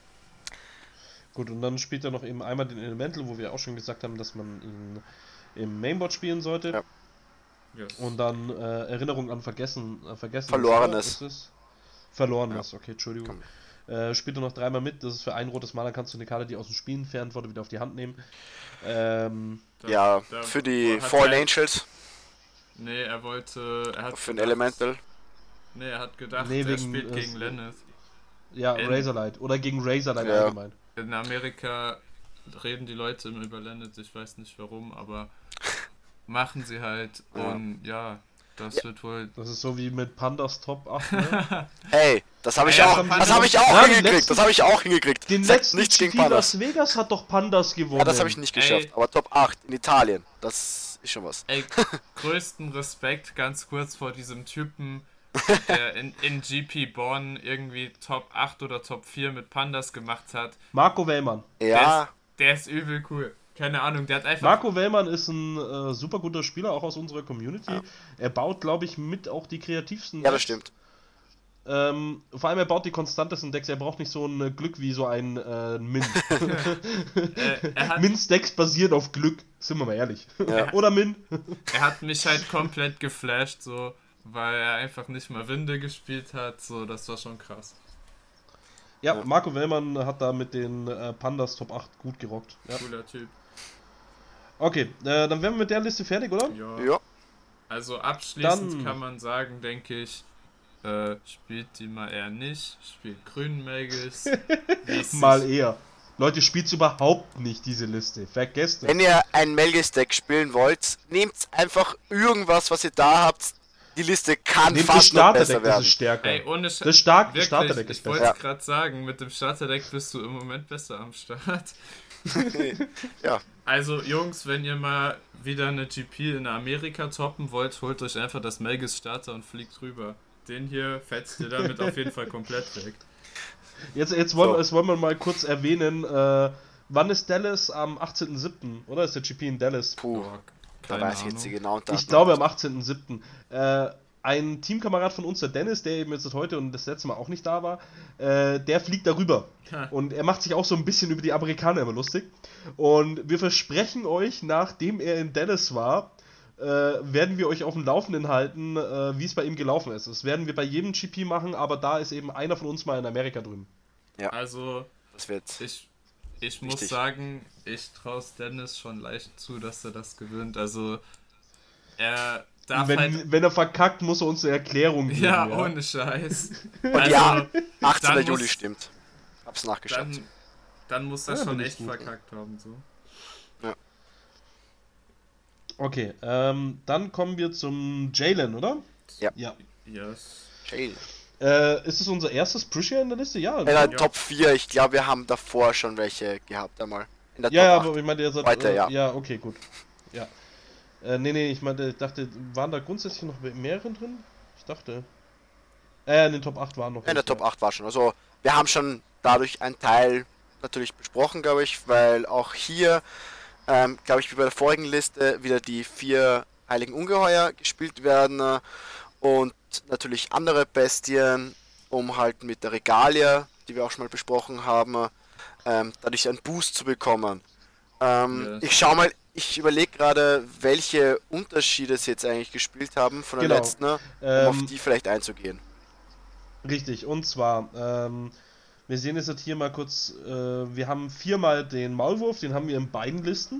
Gut, und dann spielt er noch eben einmal den Elemental, wo wir auch schon gesagt haben, dass man ihn im Mainboard spielen sollte. Ja. Yes. Und dann äh, Erinnerung an Vergessen. Äh, vergessen Verlorenes. Ist Verlorenes, ja. Okay, Entschuldigung. Äh, spielt er noch dreimal mit. Das ist für ein rotes Mana, kannst du eine Karte, die aus dem Spiel entfernt wurde, wieder auf die Hand nehmen. Ähm, da, ja, da, für die Fallen Angels. Nee, er wollte... Er hat für ein Elemental. Nee, er hat gedacht, nee, er wegen, spielt äh, gegen Lenneth. Ja, in, Razorlight. Oder gegen Razorlight ja. allgemein. In Amerika reden die Leute immer über Lenneth, ich weiß nicht warum, aber... machen sie halt ja. und ja, das ja. wird wohl... Das ist so wie mit Pandas Top acht, ne? Hey, das habe ich, ja, auch, das hab ich auch ja, hingekriegt, letzten, das habe ich auch hingekriegt. Den Sag letzten nichts gegen Las Vegas hat doch Pandas gewonnen. Ja, das habe ich nicht geschafft, Ey. aber Top acht in Italien, das ist schon was. Ey, größten Respekt ganz kurz vor diesem Typen, der in, in G P Bonn irgendwie Top acht oder Top vier mit Pandas gemacht hat. Marco Wellmann. Ja. Der ist, der ist übel cool. Keine Ahnung, der hat einfach... Marco Wellmann ist ein äh, super guter Spieler, auch aus unserer Community. Ja. Er baut, glaube ich, mit auch die kreativsten Decks. Ja, das stimmt. Ähm, vor allem, er baut die konstantesten Decks. Er braucht nicht so ein Glück wie so ein äh, Min. äh, Min-Decks basiert auf Glück, sind wir mal ehrlich. Ja. Oder Min. Er hat mich halt komplett geflasht, so, weil er einfach nicht mal Winde gespielt hat. So, das war schon krass. Ja, Marco Wellmann hat da mit den äh, Pandas Top acht gut gerockt. Ja. Cooler Typ. Okay, äh, dann wären wir mit der Liste fertig, oder? Ja. ja. Also abschließend dann kann man sagen, denke ich, äh, spielt die mal eher nicht. Spielt grünen Melgis. mal eher. Leute, spielt überhaupt nicht diese Liste. Vergesst es. Wenn ihr ein Melgis-Deck spielen wollt, nehmt einfach irgendwas, was ihr da habt. Die Liste kann Nehmt fast das noch besser Starterdeck, werden. das ist stärker. Ey, ohne Sch- das Stark- wirklich, Starterdeck ist ich besser. wollte es gerade sagen, mit dem Starterdeck bist du im Moment besser am Start. Ja. Also Jungs, wenn ihr mal wieder eine G P in Amerika toppen wollt, holt euch einfach das Melges Starter und fliegt rüber. Den hier fetzt ihr damit auf jeden Fall komplett weg. Jetzt, jetzt, wollen, So. jetzt wollen wir mal kurz erwähnen, äh, wann ist Dallas? Am achtzehnten siebten oder ist der G P in Dallas? Puh, Boah, da keine weiß ich jetzt die Ahnung. genauen Daten. Ich glaube am achtzehnten siebten Äh, ein Teamkamerad von uns, der Dennis, der eben jetzt heute und das letzte Mal auch nicht da war, äh, der fliegt darüber. Ha. Und er macht sich auch so ein bisschen über die Amerikaner immer lustig. Und wir versprechen euch, nachdem er in Dallas war, äh, werden wir euch auf dem Laufenden halten, äh, wie es bei ihm gelaufen ist. Das werden wir bei jedem G P machen, aber da ist eben einer von uns mal in Amerika drüben. Also, Das wird. ich, ich muss Richtig. sagen, ich traue Dennis schon leicht zu, dass er das gewinnt. Also, er darf Wenn, halt... wenn er verkackt, muss er uns eine Erklärung geben. Ja, ohne Scheiß. Und Also, ja, achtzehnten dann Juli muss- stimmt. Hab's nachgeschaut. Dann, dann muss er Ja, schon bin ich echt gut. verkackt haben. So. Okay, ähm, dann kommen wir zum Jalen, oder? Ja. Ja. Yes. Jalen. Äh, ist es unser erstes Pusher in der Liste? Ja. In oder? der Ja. Top vier, ich glaube, wir haben davor schon welche gehabt einmal. In der Ja, ja, Top acht. aber ich meinte, ihr seid, Weiter, äh, ja. ja, okay, gut. Ja. Äh, nee, nee, ich meinte, ich dachte, waren da grundsätzlich noch mehrere drin? Ich dachte. Äh, in den Top acht waren noch. In der welche, Top ja. acht war schon. Also, wir haben schon dadurch einen Teil natürlich besprochen, glaube ich, weil auch hier, ähm, glaube ich, wie bei der vorigen Liste wieder die vier Heiligen Ungeheuer gespielt werden äh, und natürlich andere Bestien, um halt mit der Regalia, die wir auch schon mal besprochen haben, ähm, dadurch einen Boost zu bekommen. Ähm, Yes. Ich schau mal, ich überlege gerade, welche Unterschiede sie jetzt eigentlich gespielt haben von der Genau. letzten, ne, um Ähm, auf die vielleicht einzugehen. Richtig, und zwar, ähm, wir sehen jetzt hier mal kurz, äh, wir haben viermal den Maulwurf, den haben wir in beiden Listen.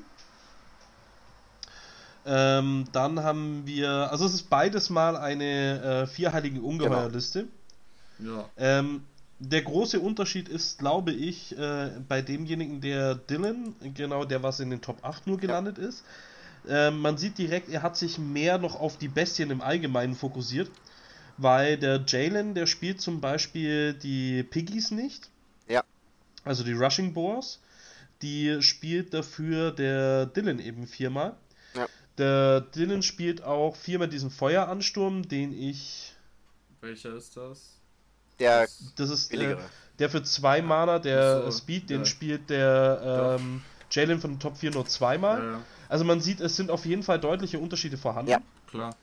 Ähm, dann haben wir, also es ist beides mal eine äh, vierheiligen Ungeheuer-Liste. Ja. Ähm, der große Unterschied ist, glaube ich, äh, bei demjenigen, der Dylan, genau, der was in den Top acht nur gelandet ist. Ähm, man sieht direkt, er hat sich mehr noch auf die Bestien im Allgemeinen fokussiert, weil der Jalen, der spielt zum Beispiel die Piggies nicht. Ja. Also die Rushing Boars. Die spielt dafür der Dylan eben viermal. Ja. Der Dylan spielt auch viermal diesen Feueransturm, den ich. Welcher ist das? Der Das ist äh, billigere. der für zwei Mana, der Ach so, Speed, den ja. spielt der ähm, Jalen von den Top vier nur zweimal. Ja, Also man sieht, es sind auf jeden Fall deutliche Unterschiede vorhanden. Ja. klar.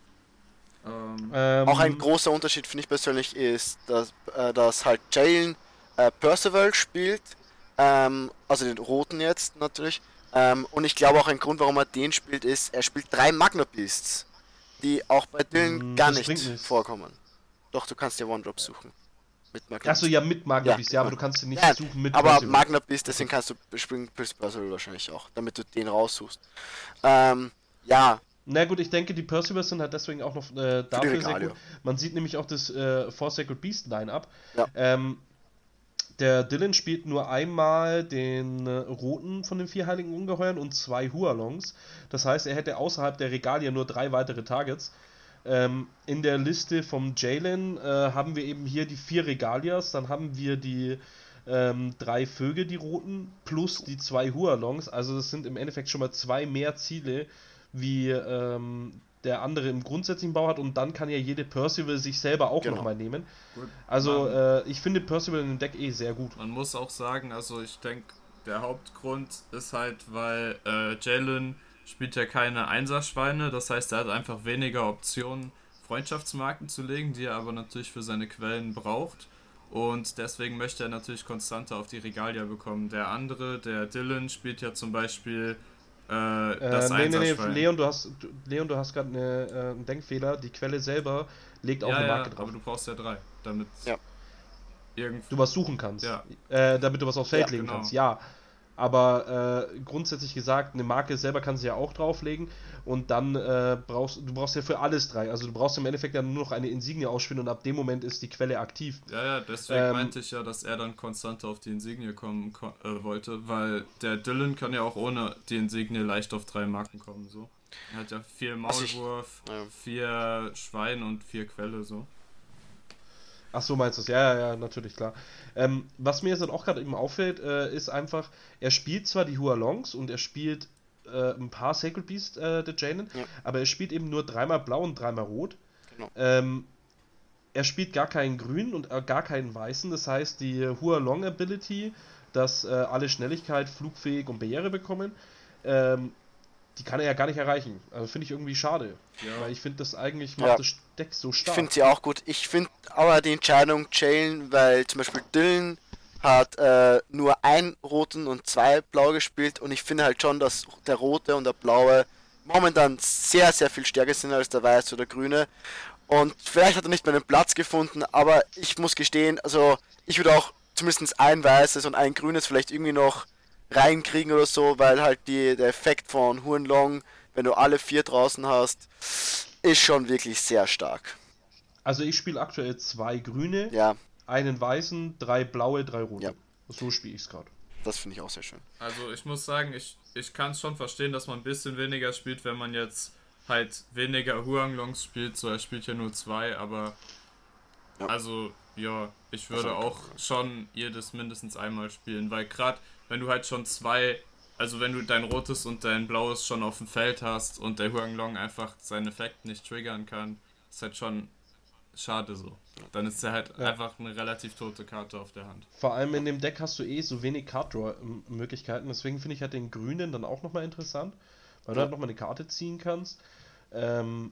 Ähm, Ähm, Auch ein großer Unterschied finde ich persönlich ist, dass, äh, dass halt Jalen äh, Percival spielt, ähm, also den roten jetzt natürlich. Ähm, und ich glaube auch ein Grund, warum er den spielt, ist, er spielt drei Magna Beasts, die auch bei Dylan Mm, gar das nicht, bringt nichts. vorkommen. Doch, du kannst dir One-Drop suchen. Mit Magna Achso, ja, mit Magna Ja, Beast, ja, aber ja. du kannst ihn nicht Ja, suchen mit aber Percival. Magna Beast, deswegen kannst du springen Percival wahrscheinlich auch, damit du den raussuchst. Ähm, ja, Na gut, ich denke, die Percivals sind halt deswegen auch noch äh, dafür sehr Regalia. gut. Man sieht nämlich auch das äh, Four Sacred Beast Line-Up. Ja. Ähm, der Dylan spielt nur einmal den äh, roten von den vier heiligen Ungeheuern und zwei Hualongs. Das heißt, er hätte außerhalb der Regalia nur drei weitere Targets. Ähm, in der Liste vom Jalen äh, haben wir eben hier die vier Regalias, dann haben wir die ähm, drei Vögel, die roten, plus die zwei Hualongs. Also das sind im Endeffekt schon mal zwei mehr Ziele, wie ähm, der andere im grundsätzlichen Bau hat, und dann kann ja jede Percival sich selber auch Genau. nochmal nehmen. gut. Also Man- äh, ich finde Percival in dem Deck eh sehr gut. Man muss auch sagen, also ich denke, der Hauptgrund ist halt, weil äh, Jalen spielt ja keine Einserschweine, das heißt, er hat einfach weniger Optionen, Freundschaftsmarken zu legen, die er aber natürlich für seine Quellen braucht. Und deswegen möchte er natürlich konstanter auf die Regalia bekommen. Der andere, der Dylan, spielt ja zum Beispiel äh, das Äh, nee, nee, nee, Einserschwein. Leon, du hast, du- Leon, du hast gerade eine, äh, einen Denkfehler. Die Quelle selber legt auch ja, eine ja, Marke drauf. aber du brauchst ja drei, damit Ja. irgend Du was suchen kannst. Ja. Äh, damit du was aufs Feld Ja, legen genau. kannst. Ja. Aber äh, grundsätzlich gesagt, eine Marke selber kannst du ja auch drauflegen, und dann äh, brauchst du brauchst ja für alles drei. Also du brauchst im Endeffekt ja nur noch eine Insignie ausspielen, und ab dem Moment ist die Quelle aktiv. Ja, ja, deswegen Ähm, meinte ich ja, dass er dann konstanter auf die Insignie kommen ko äh, wollte, weil der Dylan kann ja auch ohne die Insignie leicht auf drei Marken kommen, so. Er hat ja vier Was ich- Maulwurf, ja. vier Schwein und vier Quelle, so. Ach so, meinst du es? Ja, ja, ja, natürlich, klar. Ähm, was mir jetzt dann auch gerade eben auffällt, äh, ist einfach, er spielt zwar die Hualongs und er spielt äh, ein paar Sacred Beast, äh, der Janen, Ja. aber er spielt eben nur dreimal blau und dreimal rot. Genau. Ähm, er spielt gar keinen grünen und äh, gar keinen weißen, das heißt, die Hualong Ability, dass äh, alle Schnelligkeit, flugfähig und Barriere bekommen, ähm, die kann er ja gar nicht erreichen. Also finde ich irgendwie schade. Ja. Weil ich finde, das eigentlich Ja. macht das Deck so Ich stark. finde sie auch gut. Ich finde aber die Entscheidung Jalen, weil zum Beispiel Dylan hat äh, nur einen roten und zwei blau gespielt und ich finde halt schon, dass der rote und der blaue momentan sehr, sehr viel stärker sind als der weiße oder grüne. Und vielleicht hat er nicht mehr den Platz gefunden, aber ich muss gestehen, also ich würde auch zumindest ein weißes und ein grünes vielleicht irgendwie noch reinkriegen oder so, weil halt die, der Effekt von Huanlong, wenn du alle vier draußen hast, ist schon wirklich sehr stark. Also ich spiele aktuell zwei grüne, Ja, einen weißen, drei blaue, drei rote. Ja. So spiele ich es gerade. das finde ich auch sehr schön. Also ich muss sagen, ich, ich kann es schon verstehen, dass man ein bisschen weniger spielt, wenn man jetzt halt weniger Huanglongs spielt. So, er spielt ja nur zwei, aber Ja. also ja, ich würde Also, auch schon jedes mindestens einmal spielen, weil gerade wenn du halt schon zwei, also wenn du dein rotes und dein blaues schon auf dem Feld hast und der Huanglong einfach seinen Effekt nicht triggern kann, ist halt schon schade so. Dann ist er halt Ja. einfach eine relativ tote Karte auf der Hand. Vor allem in dem Deck hast du eh so wenig Card-Draw-Möglichkeiten, deswegen finde ich halt den grünen dann auch nochmal interessant, weil du Ja. halt nochmal eine Karte ziehen kannst. Ähm,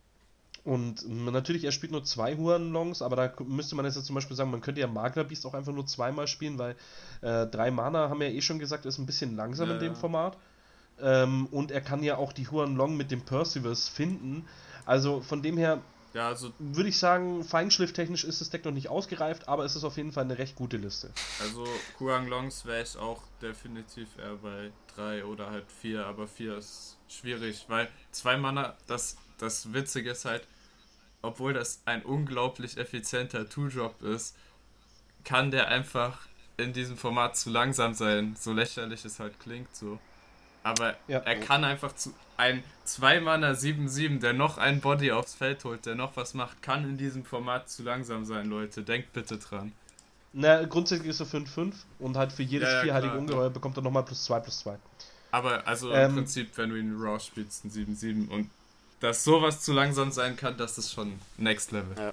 und natürlich, er spielt nur zwei Huanlongs, aber da müsste man jetzt ja zum Beispiel sagen, man könnte ja Magna Beast auch einfach nur zweimal spielen, weil äh, drei Mana, haben wir ja eh schon gesagt, ist ein bisschen langsam Ja, in dem ja. Format. Ähm, und er kann ja auch die Huanlong mit dem Perseverus finden. Also von dem her Ja, also würde ich sagen, feinschlifttechnisch ist das Deck noch nicht ausgereift, aber es ist auf jeden Fall eine recht gute Liste. Also Huanglongs wäre ich auch definitiv eher bei drei oder halt vier, aber vier ist schwierig, weil zwei Mana, das, das Witzige ist halt, obwohl das ein unglaublich effizienter Two-Drop ist, kann der einfach in diesem Format zu langsam sein, so lächerlich es halt klingt so. Aber Ja. er kann einfach zu ein zwei Mana sieben sieben, der noch ein Body aufs Feld holt, der noch was macht, kann in diesem Format zu langsam sein, Leute. Denkt bitte dran. Na, grundsätzlich ist er fünf fünf und halt für jedes Ja, ja, vierheilige klar, Ungeheuer bekommt er nochmal plus zwei plus zwei. Aber also Ähm, im Prinzip, wenn du ihn Raw spielst, ein sieben sieben und dass sowas zu langsam sein kann, das ist schon Next Level. Ja.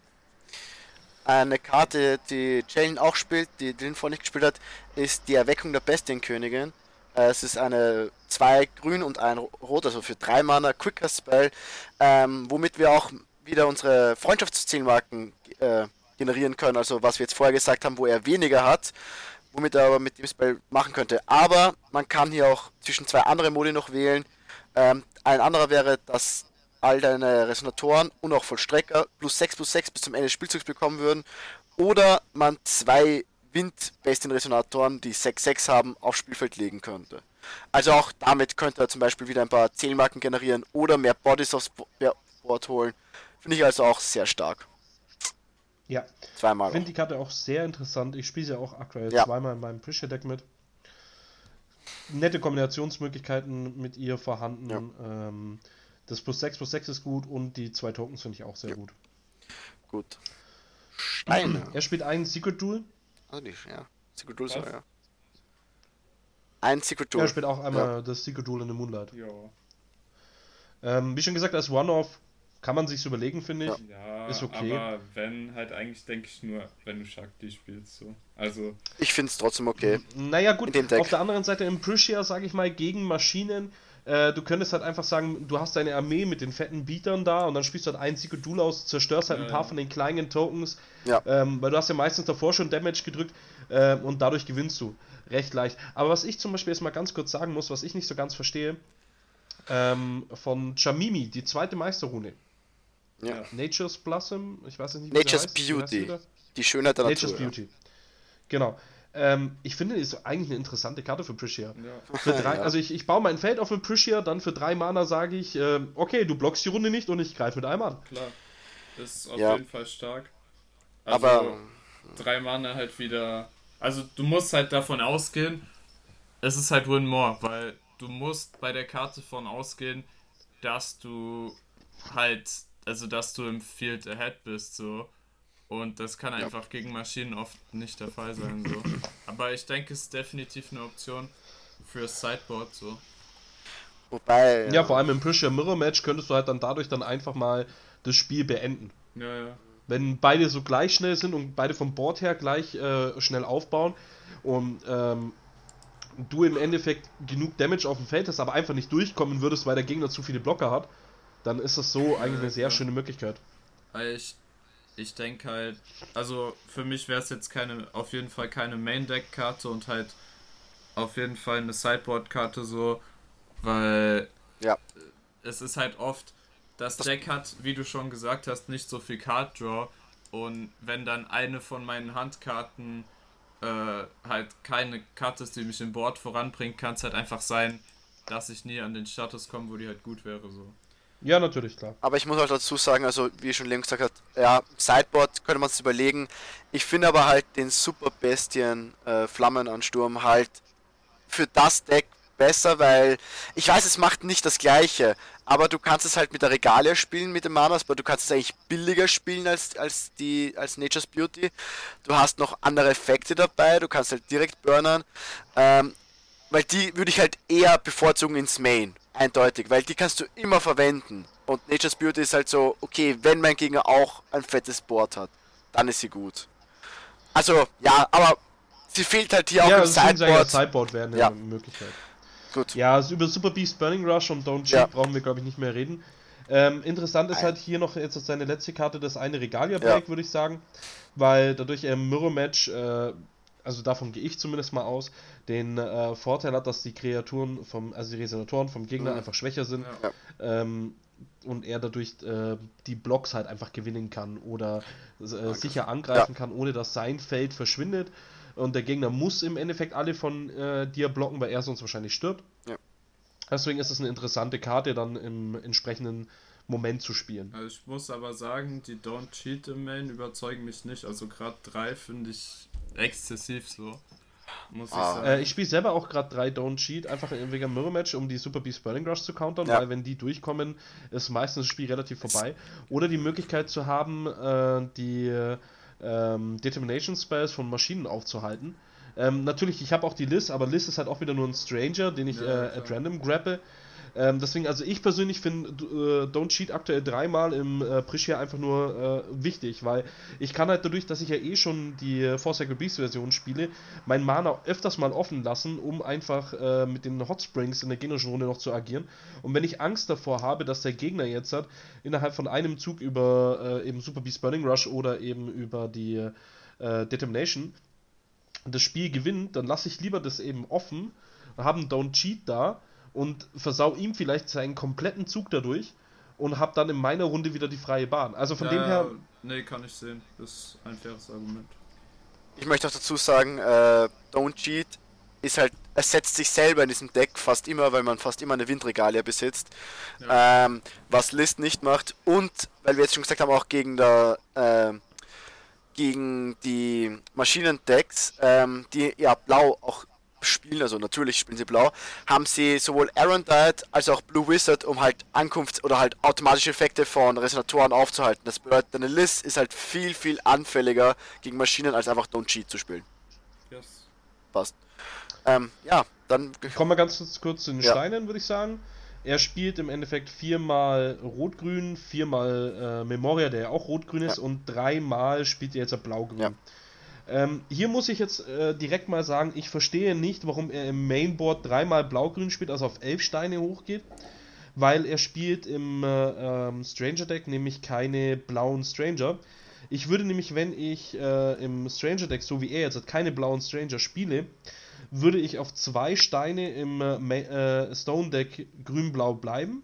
Eine Karte, die Jalen auch spielt, die Dylan vorhin nicht gespielt hat, ist die Erweckung der Bestienkönigin. Äh, Es ist eine zwei grün und ein rot, also für drei Mana Quicker Spell, ähm, womit wir auch wieder unsere Freundschaftszielmarken äh, generieren können, also was wir jetzt vorher gesagt haben, wo er weniger hat, womit er aber mit dem Spell machen könnte. Aber man kann hier auch zwischen zwei andere Modi noch wählen. Ähm, ein anderer wäre, dass all deine Resonatoren und auch Vollstrecker plus sechs plus sechs bis zum Ende des Spielzugs bekommen würden. Oder man zwei Wind-Bastion-Resonatoren, die sechs sechs haben, aufs Spielfeld legen könnte. Also auch damit könnte er zum Beispiel wieder ein paar Zählmarken generieren oder mehr Bodies aufs Bo- ja, Board holen. Finde ich also auch sehr stark. Ja, Zweimal. ich finde Auch. die Karte auch sehr interessant. Ich spiele sie auch aktuell Ja. zweimal in meinem Pressure-Deck mit. Nette Kombinationsmöglichkeiten mit ihr vorhanden. Ja. Ähm, das plus sechs plus sechs ist gut und die zwei Tokens finde ich auch sehr Ja. gut. Gut. Steine. Er spielt einen Secret Duel. Also nicht, ja. Secret Duel, Was? ja. Ein Secret Er Duel. spielt auch einmal das Secret Duel in the Moonlight. Ja. Ähm, wie schon gesagt, als One-Off kann man sich's überlegen, finde ich. Ja, Ist okay. aber wenn, halt eigentlich denke ich nur, wenn du Shakti spielst, so. Also, Ich finde es trotzdem okay. Naja In gut, dem Deck. auf der anderen Seite im Prussia, sage ich mal, gegen Maschinen, äh, du könntest halt einfach sagen, du hast deine Armee mit den fetten Beatern da und dann spielst du halt ein Secret Duel aus, zerstörst halt Ja, ein paar ja. von den kleinen Tokens, Ja. ähm, weil du hast ja meistens davor schon Damage gedrückt äh, und dadurch gewinnst du recht leicht. Aber was ich zum Beispiel jetzt mal ganz kurz sagen muss, was ich nicht so ganz verstehe, ähm, von Chamimi, die zweite Meisterrune, Ja. Nature's Blossom, ich weiß jetzt nicht, wie Nature's sie heißt. Wie heißt sie Beauty. wieder? Die Schönheit der Nature's Natur. Beauty. Genau. Ähm, ich finde, ist eigentlich eine interessante Karte für Prussia. ja. Für drei, Ja. Also ich, ich baue mein Feld auf eine Prussia, dann für drei Mana sage ich, ähm, okay, du blockst die Runde nicht und ich greife mit einem an. Klar. Ist auf Ja. jeden Fall stark. Also, Aber drei Mana halt wieder. Also, du musst halt davon ausgehen, es ist halt Win More, weil du musst bei der Karte von ausgehen, dass du halt, also dass du im Field ahead bist, so. Und das kann einfach gegen Maschinen oft nicht der Fall sein. So. Aber ich denke, es ist definitiv eine Option fürs Sideboard. So. Wobei. Ja, vor allem im Pressure Mirror Match könntest du halt dann dadurch dann einfach mal das Spiel beenden. Ja, ja. Wenn beide so gleich schnell sind und beide vom Board her gleich äh, schnell aufbauen und ähm, du im Endeffekt genug Damage auf dem Feld hast, aber einfach nicht durchkommen würdest, weil der Gegner zu viele Blocker hat, dann ist das so eigentlich eine sehr ja. schöne Möglichkeit. Ich, ich denke halt, also für mich wäre es jetzt keine, auf jeden Fall keine Main-Deck-Karte und halt auf jeden Fall eine Sideboard-Karte so, weil ja. es ist halt oft, das Deck hat, wie du schon gesagt hast, nicht so viel Card-Draw und wenn dann eine von meinen Handkarten äh, halt keine Karte ist, die mich im Board voranbringt, kann es halt einfach sein, dass ich nie an den Status komme, wo die halt gut wäre so. Ja, natürlich, klar. Aber ich muss halt dazu sagen, also wie schon Leon gesagt hat, ja, Sideboard könnte man sich überlegen. Ich finde aber halt den Super Bestien äh, Flammenansturm halt für das Deck besser, weil ich weiß, es macht nicht das gleiche, aber du kannst es halt mit der Regalia spielen, mit dem Mana Spell, du kannst es eigentlich billiger spielen als, als die als Nature's Beauty. Du hast noch andere Effekte dabei, du kannst halt direkt burnen, ähm, weil die würde ich halt eher bevorzugen ins Main, eindeutig, weil die kannst du immer verwenden und Nature's Beauty ist halt so, okay, wenn mein Gegner auch ein fettes Board hat, dann ist sie gut. Also, ja, aber sie fehlt halt hier ja, auch im Sideboard. Ja, Sideboard wäre eine ja. Möglichkeit. Gut. Ja, also über Super Beast Burning Rush und Don't Cheat ja. brauchen wir, glaube ich, nicht mehr reden. Ähm, interessant ist halt hier noch jetzt seine letzte Karte, das eine Regalia-Break, ja. würde ich sagen, weil dadurch er im Mirror-Match, äh, also davon gehe ich zumindest mal aus, den äh, Vorteil hat, dass die Kreaturen, vom, also die Resonatoren vom Gegner mhm. einfach schwächer sind ja. ähm, und er dadurch äh, die Blocks halt einfach gewinnen kann oder äh, sicher angreifen ja. kann, ohne dass sein Feld verschwindet. Und der Gegner muss im Endeffekt alle von äh, dir blocken, weil er sonst wahrscheinlich stirbt. Ja. Deswegen ist es eine interessante Karte, dann im entsprechenden Moment zu spielen. Also ich muss aber sagen, die Don't Cheat im Main überzeugen mich nicht. Also gerade drei finde ich exzessiv so. Muss ah. ich sagen. Äh, ich spiele selber auch gerade drei Don't Cheat, einfach wegen Mirror Match, um die Super Beast Burning Rush zu countern, ja. weil wenn die durchkommen, ist meistens das Spiel relativ vorbei. Oder die Möglichkeit zu haben, äh, die Ähm, Determination Spells von Maschinen aufzuhalten. Ähm, natürlich, ich habe auch die Liz, aber Liz ist halt auch wieder nur ein Stranger, den ich ja, äh, at random grabbe. Ähm, deswegen, also ich persönlich finde äh, Don't Cheat aktuell dreimal im äh, Prishia einfach nur äh, wichtig, weil ich kann halt dadurch, dass ich ja eh schon die Forsaken Beast Version spiele, mein Mana öfters mal offen lassen, um einfach äh, mit den Hot Springs in der gegnerischen Runde noch zu agieren. Und wenn ich Angst davor habe, dass der Gegner jetzt hat, innerhalb von einem Zug über äh, eben Super Beast Burning Rush oder eben über die äh, Determination das Spiel gewinnt, dann lasse ich lieber das eben offen, habe einen Don't Cheat da und versau ihm vielleicht seinen kompletten Zug dadurch und hab dann in meiner Runde wieder die freie Bahn. Also von ja, dem her... Nee, kann ich sehen. Das ist ein faires Argument. Ich möchte auch dazu sagen, äh, Don't Cheat ist halt, ersetzt sich selber in diesem Deck fast immer, weil man fast immer eine Windregalia besitzt. Ja. Ähm, was List nicht macht. Und, weil wir jetzt schon gesagt haben, auch gegen der... Äh, gegen die Maschinendecks, ähm, die ja blau auch spielen, also natürlich spielen sie blau, haben sie sowohl Arendite als auch Blue Wizard, um halt Ankunfts- oder halt automatische Effekte von Resonatoren aufzuhalten. Das bedeutet, deine List ist halt viel, viel anfälliger gegen Maschinen, als einfach Don't Cheat zu spielen. Yes. Passt. Ähm, ja, dann... Kommen wir ganz kurz zu den ja. Steinen, würde ich sagen. Er spielt im Endeffekt viermal Rot-Grün, viermal äh, Memoria, der ja auch Rot-Grün ist, ja. und dreimal spielt er jetzt Blau-Grün. Ja. Ähm, hier muss ich jetzt äh, direkt mal sagen, ich verstehe nicht, warum er im Mainboard dreimal Blau-Grün spielt, also auf elf Steine hochgeht, weil er spielt im äh, ähm, Stranger-Deck nämlich keine blauen Stranger. Ich würde nämlich, wenn ich äh, im Stranger-Deck, so wie er jetzt, keine blauen Stranger spiele, würde ich auf zwei Steine im äh, Stone-Deck grün-blau bleiben.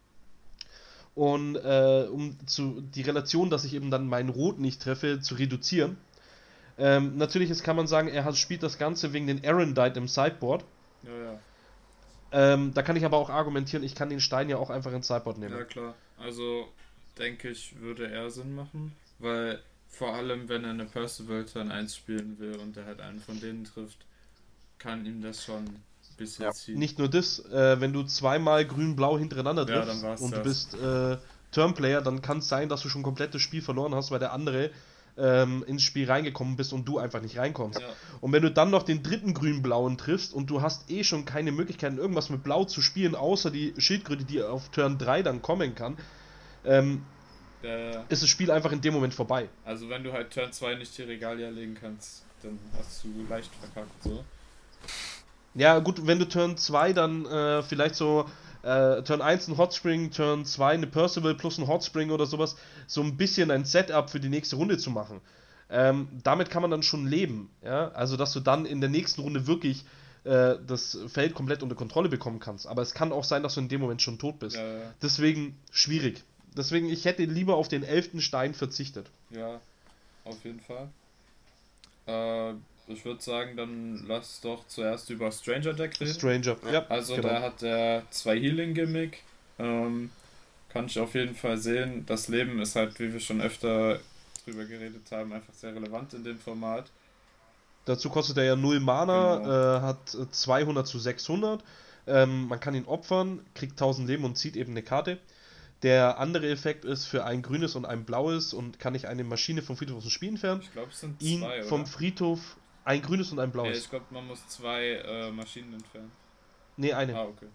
Und äh, um zu, die Relation, dass ich eben dann mein Rot nicht treffe, zu reduzieren. Ähm, natürlich ist, kann man sagen, er hat, spielt das Ganze wegen den Arendite im Sideboard. Ja, ja. Ähm, da kann ich aber auch argumentieren, ich kann den Stein ja auch einfach ins Sideboard nehmen. Ja, klar. Also, denke ich, würde er Sinn machen. Weil, vor allem, wenn er eine Percival Turn eins spielen will und er halt einen von denen trifft, kann ihm das schon ein bisschen ja. ziehen. Nicht nur das, äh, wenn du zweimal grün-blau hintereinander triffst ja, und das. du bist äh, Turnplayer, dann kann es sein, dass du schon komplett das Spiel verloren hast, weil der andere ähm, ins Spiel reingekommen bist und du einfach nicht reinkommst. Ja. Und wenn du dann noch den dritten grün-blauen triffst und du hast eh schon keine Möglichkeiten, irgendwas mit Blau zu spielen, außer die Schildkröte, die auf Turn drei dann kommen kann, ähm, Äh, ist das Spiel einfach in dem Moment vorbei. also wenn du halt Turn zwei nicht die Regalia legen kannst, dann hast du leicht verkackt, so. Ja, gut, wenn du Turn zwei dann äh, vielleicht so äh, Turn eins ein Hotspring, Turn zwei eine Percival plus ein Hotspring oder sowas, so ein bisschen ein Setup für die nächste Runde zu machen. Ähm, damit kann man dann schon leben, ja, also dass du dann in der nächsten Runde wirklich äh, das Feld komplett unter Kontrolle bekommen kannst. Aber es kann auch sein, dass du in dem Moment schon tot bist. Ja, ja. Deswegen schwierig. Deswegen, ich hätte lieber auf den elften Stein verzichtet. Ja, auf jeden Fall. Äh, ich würde sagen, dann lass doch zuerst über Stranger Deck reden. Stranger, ja. Also genau. da hat er zwei Healing-Gimmick. Ähm, kann ich auf jeden Fall sehen. Das Leben ist halt, wie wir schon öfter drüber geredet haben, einfach sehr relevant in dem Format. Dazu kostet er ja null Mana, Genau. äh, hat zweihundert zu sechshundert. Ähm, man kann ihn opfern, kriegt tausend Leben und zieht eben eine Karte. Der andere Effekt ist für ein grünes und ein blaues und kann ich eine Maschine vom Friedhof aus dem Spiel entfernen. Ich glaube, es sind Ihn zwei, vom oder? Friedhof, ein grünes und ein Ja, blaues. ich glaube, man muss zwei äh, Maschinen entfernen. Nee, eine. Ah, okay.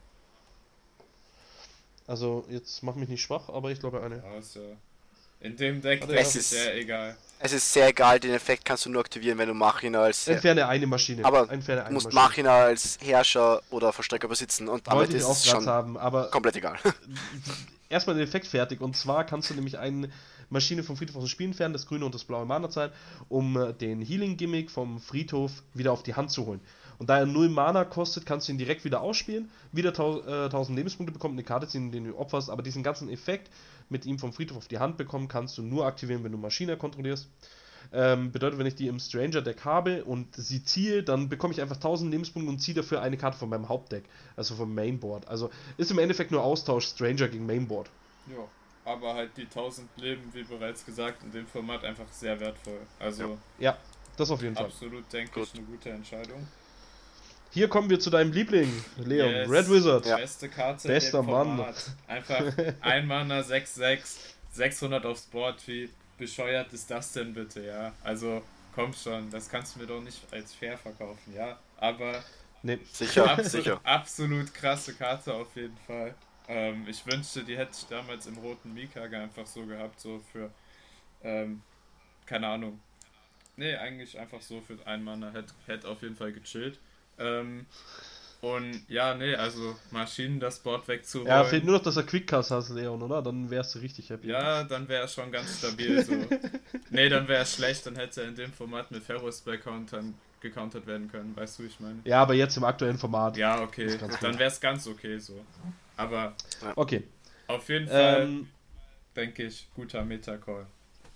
Also, jetzt mach mich nicht schwach, aber ich glaube eine. Ja, ist ja... In dem Deck, Warte, denke es ich, ist- sehr egal. Es ist sehr egal, den Effekt kannst du nur aktivieren, wenn du Machina als Entferne eine Maschine. Aber Entferne du eine musst Maschine. Machina als Herrscher oder Verstrecker besitzen und damit Wollte ich ist auch es gerade schon haben, aber komplett egal. erstmal den Effekt fertig. Und zwar kannst du nämlich eine Maschine vom Friedhof aus dem Spiel entfernen, das grüne und das blaue Mana sein, um äh, den Healing-Gimmick vom Friedhof wieder auf die Hand zu holen. Und da er null Mana kostet, kannst du ihn direkt wieder ausspielen, wieder tau- äh, tausend Lebenspunkte bekommen, eine Karte ziehen, den du opferst, aber diesen ganzen Effekt mit ihm vom Friedhof auf die Hand bekommen, kannst du nur aktivieren, wenn du Maschine kontrollierst. Ähm, bedeutet, wenn ich die im Stranger-Deck habe und sie ziehe, dann bekomme ich einfach tausend Lebenspunkte und ziehe dafür eine Karte von meinem Hauptdeck, also vom Mainboard. Also ist im Endeffekt nur Austausch Stranger gegen Mainboard. Ja, aber halt die tausend Leben, wie bereits gesagt, in dem Format einfach sehr wertvoll. Also Ja, das auf jeden Fall. absolut, denke Gut. ich, eine gute Entscheidung. Hier kommen wir zu deinem Liebling, Leon. Yes. Red Wizard. Ja. Beste Karte Bester in dem Mann. Format. Einfach ein Mana, sechs sechs, sechshundert aufs Board. Wie bescheuert ist das denn bitte, ja? Also, komm schon, das kannst du mir doch nicht als fair verkaufen, ja? Aber Nee. Sicher, absolut, sicher. absolut krasse Karte auf jeden Fall. Ähm, ich wünschte, die hätte ich damals im roten Mikage einfach so gehabt, so für, ähm, keine Ahnung. Nee, eigentlich einfach so für ein Mana, hätte hätt auf jeden Fall gechillt. Ähm, und ja, nee, also Maschinen das Board wegzuholen. Ja, fehlt nur noch, dass er Quickcast hast, Leon, oder? Dann wärst du richtig happy. Ja, dann wäre er schon ganz stabil so. Nee, dann wäre er schlecht, dann hätte er in dem Format mit Ferrospell countern gecountert werden können, weißt du, wie ich meine? Ja, aber jetzt im aktuellen Format. Ja, okay, ist ganz dann gut. wäre es ganz okay so. Aber Okay. auf jeden Fall, Ähm, denke ich, guter Meta-Call.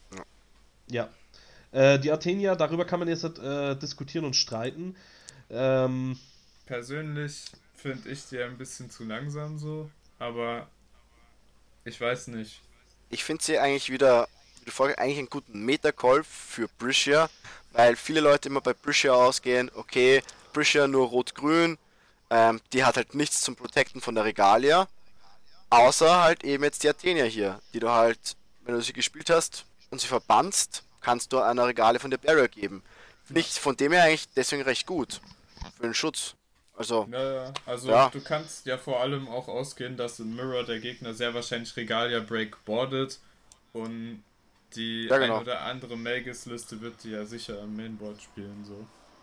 ja. Äh, die Athenia, darüber kann man jetzt äh, diskutieren und streiten. Ähm, Persönlich finde ich die ein bisschen zu langsam so, aber ich weiß nicht. Ich finde sie eigentlich wieder, wie du vorher, eigentlich einen guten Meta-Call für Briscia, weil viele Leute immer bei Briscia ausgehen, okay, Briscia nur rot-grün, ähm, die hat halt nichts zum Protecten von der Regalia, außer halt eben jetzt die Athenia hier, die du halt, wenn du sie gespielt hast und sie verbannst, kannst du einer Regalia von der Barrier geben. Finde ich von dem her eigentlich deswegen recht gut, für den Schutz. Also, Naja, also Ja. du kannst ja vor allem auch ausgehen, dass im Mirror der Gegner sehr wahrscheinlich Regalia Break boardet und die Ja, genau. ein oder andere Magus-Liste wird die ja sicher am Mainboard spielen, so.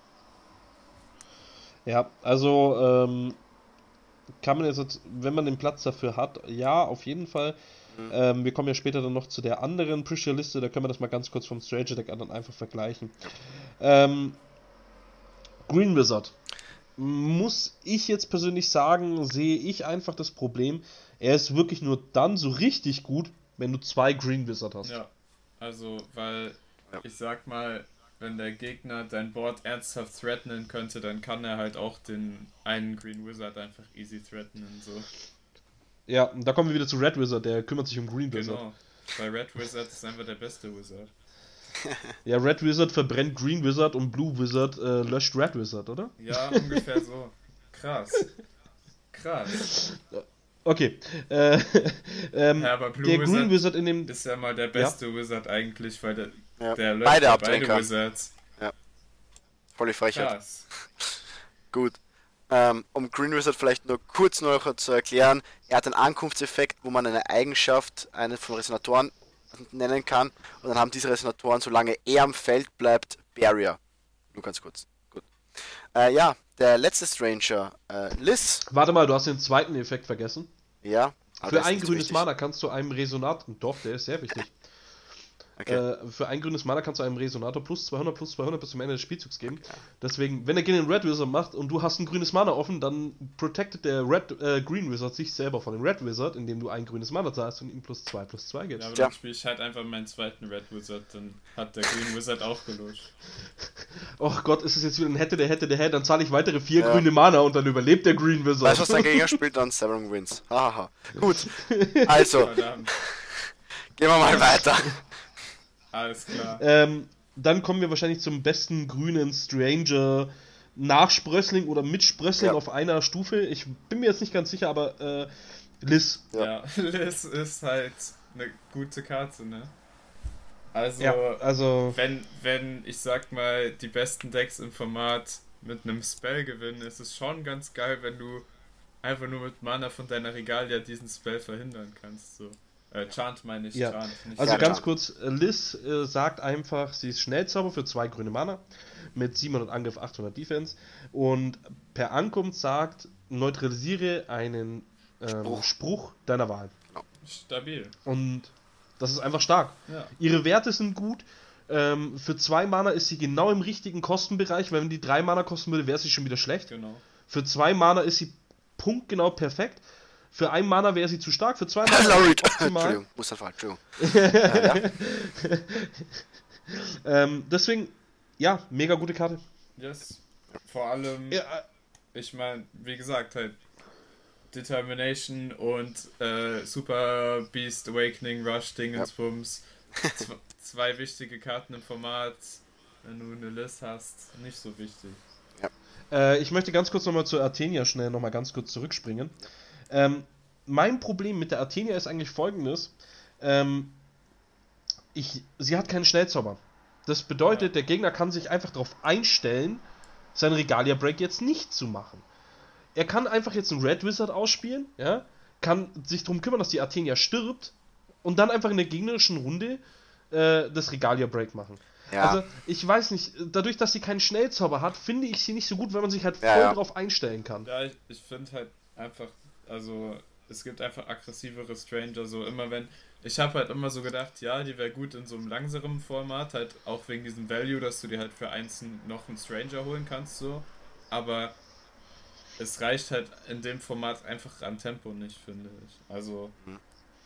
ja, also ähm, kann man jetzt, wenn man den Platz dafür hat, ja, auf jeden Fall. Mhm. Ähm, wir kommen ja später dann noch zu der anderen Pressure-Liste, da können wir das mal ganz kurz vom Stranger Deck an dann einfach vergleichen. Ähm, Green Wizard. Muss ich jetzt persönlich sagen, sehe ich einfach das Problem, er ist wirklich nur dann so richtig gut, wenn du zwei Green Wizard hast. Ja, also, weil Ja. ich sag mal, wenn der Gegner dein Board ernsthaft threatenen könnte, dann kann er halt auch den einen Green Wizard einfach easy threatenen, so. Ja, und da kommen wir wieder zu Red Wizard, der kümmert sich um Green Wizard. Genau. Weil Red Wizard ist einfach der beste Wizard. Ja, Red Wizard verbrennt Green Wizard und Blue Wizard äh, löscht Red Wizard, oder? Ja, ungefähr so. Krass. Krass. Okay. Äh, ähm, Ja, aber Blue der Wizard Green Wizard in dem... ist ja mal der beste Wizard eigentlich, weil der, Ja. der löscht Beide ja abdrehen beide kann. Wizards. Volle Frechheit. Krass. Gut. Ähm, um Green Wizard vielleicht nur kurz noch zu erklären, er hat einen Ankunftseffekt, wo man eine Eigenschaft eines von Resonatoren nennen kann und dann haben diese Resonatoren, solange er am Feld bleibt, Barrier. Nur ganz kurz. Gut. Äh, ja, der letzte Stranger, äh, Liz. Warte mal, du hast den zweiten Effekt vergessen. Ja. aber Für das ist ein nicht grünes wichtig. Mana kannst du einem Resonator... Doch, der ist sehr wichtig. Okay. Äh, für ein grünes Mana kannst du einem Resonator plus zweihundert plus zweihundert bis zum Ende des Spielzugs geben. Deswegen, wenn er gegen den Red Wizard macht und du hast ein grünes Mana offen, dann protectet der Red äh, Green Wizard sich selber von dem Red Wizard, indem du ein grünes Mana zahlst und ihm plus zwei plus zwei Ja, gibst. aber Ja. dann spiele ich halt einfach meinen zweiten Red Wizard, dann hat der Green Wizard auch gelöscht. Och Gott, ist es jetzt wieder ein hätte, der hätte, der hätte, dann zahle ich weitere vier Ja. grüne Mana und dann überlebt der Green Wizard. Weißt du, was dein Gegner spielt? Dann Seven Wins. Hahaha. Gut. Also, Verdammt. gehen wir mal weiter. Alles klar. Ähm, dann kommen wir wahrscheinlich zum besten grünen Stranger nach Sprössling oder mit Sprössling Ja. auf einer Stufe. Ich bin mir jetzt nicht ganz sicher, aber äh, Liz. Ja, Liz ist halt eine gute Karte, ne? Also, Ja, also wenn, wenn, ich sag mal, die besten Decks im Format mit einem Spell gewinnen, ist es schon ganz geil, wenn du einfach nur mit Mana von deiner Regalia diesen Spell verhindern kannst, so. Äh, Chant meine ich, Ja. Chant, nicht Also Ja, ganz klar. kurz, äh, Liz äh, sagt einfach, sie ist Schnellzauber für zwei grüne Mana mit siebenhundert Angriff, achthundert Defense und per Ankunft sagt, neutralisiere einen ähm, Spruch. Spruch. deiner Wahl. Stabil. Und das ist einfach stark. Ja. Ihre Werte sind gut. Ähm, für zwei Mana ist sie genau im richtigen Kostenbereich. Wenn die drei Mana kosten würde, wäre sie schon wieder schlecht. Genau. Für zwei Mana ist sie punktgenau perfekt. Für ein Mana wäre sie zu stark. Für zwei Mana Sorry. ist sie optimal. Entschuldigung, muss dann falsch. Entschuldigung. Ja, ja. Ähm, deswegen, ja, mega gute Karte. Yes. Vor allem, Ja, äh, ich meine, wie gesagt, halt Determination und äh, Super Beast Awakening, Rush, Dingensbums. Zw- zwei wichtige Karten im Format. Wenn du eine List hast, nicht so wichtig. Äh, ich möchte ganz kurz nochmal zur Athenia schnell nochmal ganz kurz zurückspringen. Ähm, mein Problem mit der Athenia ist eigentlich folgendes. Ähm, ich, sie hat keinen Schnellzauber. Das bedeutet, Ja. der Gegner kann sich einfach darauf einstellen, seinen Regalia Break jetzt nicht zu machen. Er kann einfach jetzt einen Red Wizard ausspielen, ja, kann sich darum kümmern, dass die Athenia stirbt und dann einfach in der gegnerischen Runde äh, das Regalia Break machen. Ja. Also, ich weiß nicht, dadurch, dass sie keinen Schnellzauber hat, finde ich sie nicht so gut, wenn man sich halt voll Ja, ja. drauf einstellen kann. Ja, ich, ich finde halt einfach, also es gibt einfach aggressivere Stranger, so immer wenn, ich habe halt immer so gedacht, ja, die wäre gut in so einem langsamen Format, halt auch wegen diesem Value, dass du dir halt für eins noch einen Stranger holen kannst, so, aber es reicht halt in dem Format einfach an Tempo nicht, finde ich, also, Mhm.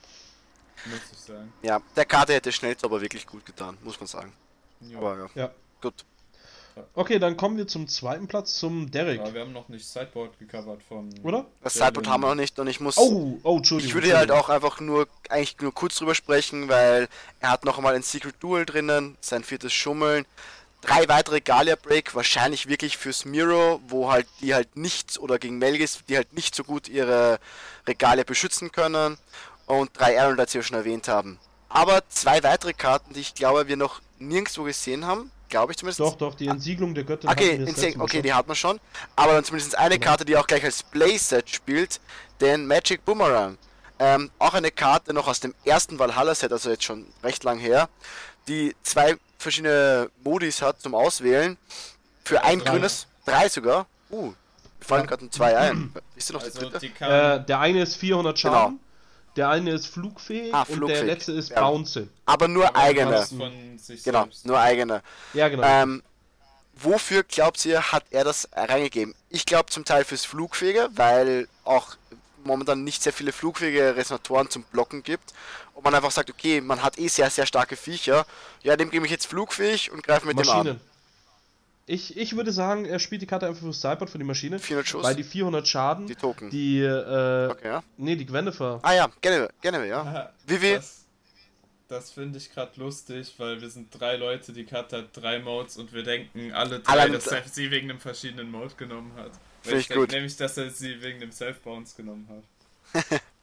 muss ich sagen. Ja, der Karte hätte Schnellzauber wirklich gut getan, muss man sagen. Ja. Aber ja, Ja. gut. Okay, dann kommen wir zum zweiten Platz, zum Derek. Aber wir haben noch nicht Sideboard gecovert von... Oder? Das Ja, Sideboard wenn- haben wir noch nicht und ich muss... Oh, oh, Entschuldigung. Ich würde halt Entschuldigung. auch einfach nur, eigentlich nur kurz drüber sprechen, weil er hat noch einmal ein Secret Duel drinnen, sein viertes Schummeln, drei weitere Galia Break, wahrscheinlich wirklich fürs Miro, wo halt die halt nicht, oder gegen Melgis, die halt nicht so gut ihre Regalia beschützen können, und drei Aaron, als wir schon erwähnt haben. Aber zwei weitere Karten, die ich glaube, wir noch nirgendwo gesehen haben, glaube ich zumindest. Doch, doch, die Entsiegelung der Göttin Okay, hatten wir das Instinct, letzte Mal okay, schon. die hat man schon. Aber dann zumindest eine Genau. Karte, die auch gleich als Playset spielt, den Magic Boomerang. Ähm, auch eine Karte noch aus dem ersten Valhalla-Set, also jetzt schon recht lang her, die zwei verschiedene Modis hat zum Auswählen. Für ein drei. grünes, drei sogar. Uh, mir fallen Ja. gerade zwei ein. Wisst ihr noch das Also dritte? die kann... Äh, der eine ist vierhundert Schaden, Genau. der eine ist flugfähig Ah, und der flugfähig. letzte ist Ja. Bounce. Aber nur aber eigene. das von sich Genau, selbst. nur eigene. Ja, genau. Ähm, wofür glaubt ihr, hat er das reingegeben? Ich glaube zum Teil fürs Flugfähige, weil auch momentan nicht sehr viele flugfähige Resonatoren zum Blocken gibt. Und man einfach sagt, okay, man hat eh sehr, sehr starke Viecher. Ja, dem gebe ich jetzt flugfähig und greife mit dem Maschinen. an. Ich, ich würde sagen, er spielt die Karte einfach für Sideboard, für die Maschine. vierhundert Schuss, Weil die vierhundert Schaden, die Token. die, äh, Okay, ja. nee, die Gwennifer. Ah ja, gerne, gerne, ja. Aha, Wie viel? Das, das finde ich gerade lustig, weil wir sind drei Leute, die Kat hat drei Modes und wir denken alle drei, Alle- dass er sie wegen einem verschiedenen Mode genommen hat. Weil Finde ich denke gut. nämlich, dass er sie wegen dem Self-Bounce genommen hat.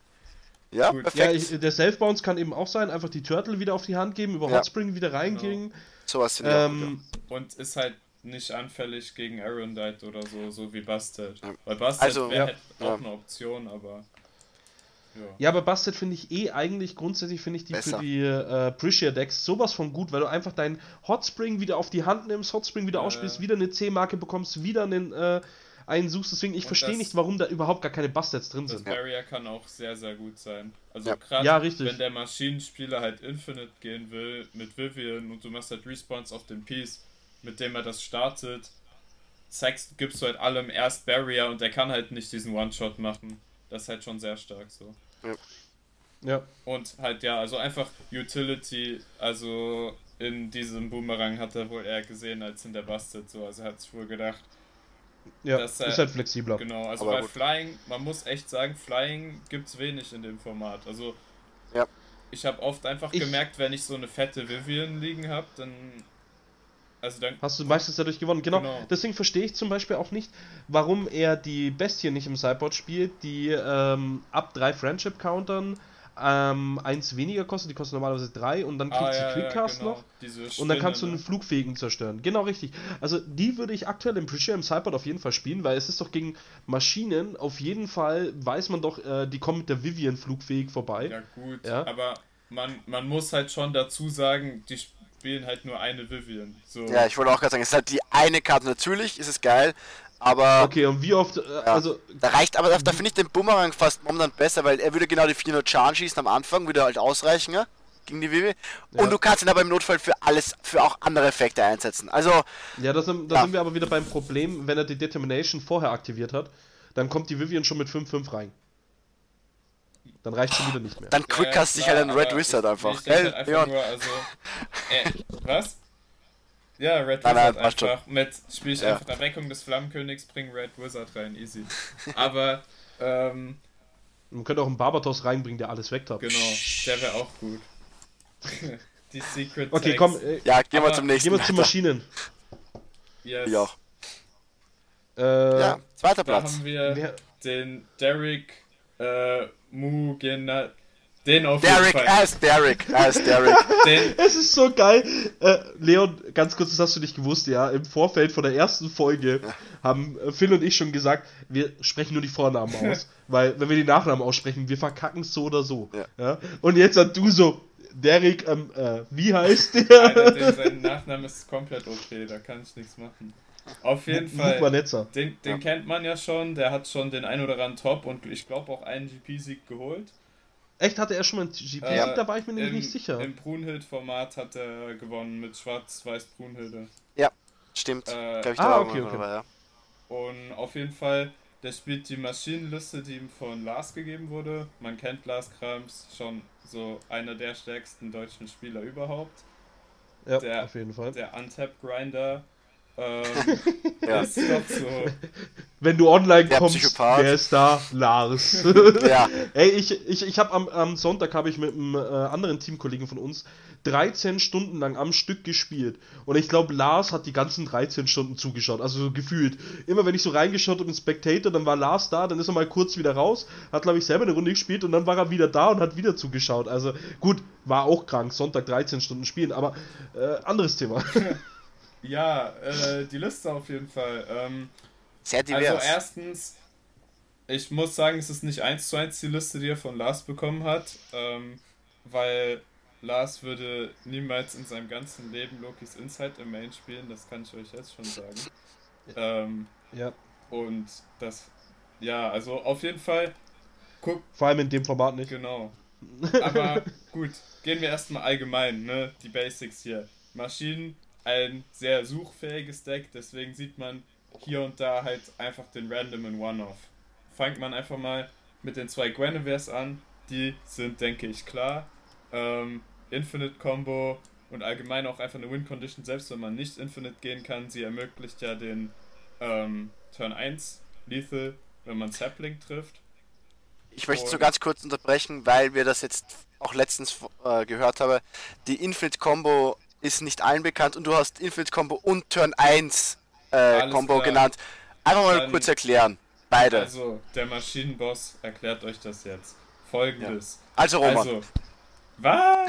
Ja, Gut. perfekt. Ja, ich, der Self-Bounce kann eben auch sein, einfach die Turtle wieder auf die Hand geben, über Ja. Hotspring wieder reingehen. Sowas finde ich auch gut, Ähm, Und ist halt nicht anfällig gegen Arrondite oder so, so wie Busted. Ja. Weil Busted Also, wäre ja. halt auch Ja. eine Option, aber ja. Ja, aber Busted finde ich eh eigentlich grundsätzlich finde ich die Besser. für die äh, Prisha-Decks sowas von gut, weil du einfach deinen Hotspring wieder auf die Hand nimmst, Hotspring wieder Ja, ausspielst, ja. wieder eine C-Marke bekommst, wieder einen, äh, einen suchst. Deswegen, ich Und verstehe das- nicht, warum da überhaupt gar keine Busteds drin Das sind. Barrier kann auch sehr, sehr gut sein. Also Ja. gerade Ja, richtig. wenn der Maschinenspieler halt Infinite gehen will mit Vivian und du machst halt Response auf den Piece, mit dem er das startet, zeigst, gibst du halt allem erst Barrier und der kann halt nicht diesen One-Shot machen. Das ist halt schon sehr stark so. Ja. Und halt ja, also einfach Utility, also in diesem Boomerang hat er wohl eher gesehen als in der Busted so, also er hat sich wohl gedacht, Ja, Das, ist äh, halt flexibler. genau, also Aber bei gut. Flying, man muss echt sagen, Flying gibt's wenig in dem Format, also Ja. ich habe oft einfach Ich- gemerkt, wenn ich so eine fette Vivian liegen habe, dann, also dann, Hast du meistens dadurch gewonnen. Genau. Genau. Deswegen verstehe ich zum Beispiel auch nicht, warum er die Bestie nicht im Sideboard spielt, die ähm, ab drei Friendship-Countern ähm, eins weniger kostet. Die kostet normalerweise drei und dann kriegt ah, sie ja, ja, Quickcast genau, noch. diese Und dann kannst du Spinne, einen Flugfähigen zerstören. Genau, richtig. Also die würde ich aktuell im Prisha im Sideboard auf jeden Fall spielen, weil es ist doch gegen Maschinen, auf jeden Fall weiß man doch, äh, die kommen mit der Vivian flugfähig vorbei. Ja gut, Ja. aber man, man muss halt schon dazu sagen, die spielen halt nur eine Vivian. So. Ja, ich wollte auch gerade sagen, es ist halt die eine Karte. Natürlich ist es geil, aber Okay, und wie oft, äh, also, da reicht, aber da, da finde ich den Boomerang fast momentan besser, weil er würde genau die vierhundert Chargen schießen am Anfang, würde halt ausreichen, ja, gegen die Vivi. Ja. Und du kannst ihn aber im Notfall für alles, für auch andere Effekte einsetzen. Also, ja, da, sind, da Ja. sind wir aber wieder beim Problem, wenn er die Determination vorher aktiviert hat, dann kommt die Vivian schon mit fünf fünf rein. Dann reicht schon wieder nicht mehr. dann Ja, quickcast sich klar, halt ein Red aber Wizard ich, einfach. Ich denke Gell, halt einfach Leon? nur, also, äh, was? Ja, Red Nein, nein, Wizard passt schon. einfach. Mit spiele ich Ja. einfach Erweckung des Flammenkönigs, bring Red Wizard rein, easy. Aber, ähm, Man könnte auch einen Barbatos reinbringen, der alles wegtappt. genau, der wäre auch gut. Die Secret Okay, Tags. komm, äh, Ja, gehen wir Aber zum nächsten. gehen wir zu Maschinen. Yes. Ja. Äh, Ja, zweiter Da Platz. haben wir wer, den Derek äh, Mugena. Den auf Derek, jeden er Fall. ist Derek, er ist Derek. Den, es ist so geil. Äh, Leon, ganz kurz, das hast du nicht gewusst, ja. Im Vorfeld von der ersten Folge haben äh, Phil und ich schon gesagt, wir sprechen nur die Vornamen aus. Weil, wenn wir die Nachnamen aussprechen, wir verkacken es so oder so. Ja. Ja? Und jetzt hat du so, Derek, ähm, äh, wie heißt Alter, der? den, sein Nachname ist komplett okay, da kann ich nichts machen. Auf jeden Fall. Vanessa. Den, den Ja. kennt man ja schon, der hat schon den ein oder anderen Top und ich glaube auch einen G P-Sieg geholt. Echt, hatte er schon mal einen G P? Äh, Da war ich mir nämlich Im, nicht sicher. Im Brunhild-Format hat er gewonnen mit Schwarz-Weiß Brunhilde. Stimmt, Äh, glaube ich, ah, da okay, okay. aber, ja. Und auf jeden Fall, der spielt die Maschinenliste, die ihm von Lars gegeben wurde. Man kennt Lars Krams, schon so einer der stärksten deutschen Spieler überhaupt. Ja, der- auf jeden Fall. Der Untap-Grinder. Ähm, Ja. ist doch so. Wenn du online Der kommst, Psychopath. wer ist da? Lars. Ja, Ey, ich, ich, ich habe am, am Sonntag habe ich mit einem äh, anderen Teamkollegen von uns dreizehn Stunden lang am Stück gespielt. Und ich glaube, Lars hat die ganzen dreizehn Stunden zugeschaut, also so gefühlt. Immer wenn ich so reingeschaut habe im Spectator, dann war Lars da, dann ist er mal kurz wieder raus, hat glaube ich selber eine Runde gespielt und dann war er wieder da und hat wieder zugeschaut. Also gut, war auch krank, Sonntag dreizehn Stunden spielen, aber äh, anderes Thema. Ja, äh, die Liste auf jeden Fall. Ähm, sehr also divers. erstens, ich muss sagen, es ist nicht eins zu eins die Liste, die er von Lars bekommen hat, ähm, weil Lars würde niemals in seinem ganzen Leben Lokis Insight im Main spielen, das kann ich euch jetzt schon sagen. Ähm, Ja, und das, ja, also auf jeden Fall, guck, vor allem in dem Format nicht. genau. Aber gut, gehen wir erstmal allgemein, ne, die Basics hier. Maschinen, ein sehr suchfähiges Deck, deswegen sieht man hier und da halt einfach den Random in One-Off. Fangt man einfach mal mit den zwei Guineveres an, die sind, denke ich, klar. Ähm, Infinite Combo und allgemein auch einfach eine Win-Condition, selbst wenn man nicht Infinite gehen kann, sie ermöglicht ja den ähm, Turn eins Lethal, wenn man Sapling trifft. Ich möchte so Und- ganz kurz unterbrechen, weil wir das jetzt auch letztens äh, gehört haben. Die Infinite Combo ist nicht allen bekannt und du hast Infinite Combo und Turn eins äh, Alles Combo klar. genannt. Einfach mal Dann- kurz erklären. Beide. Also, der Maschinenboss erklärt euch das jetzt. folgendes. Ja. Also Roman. Also, was?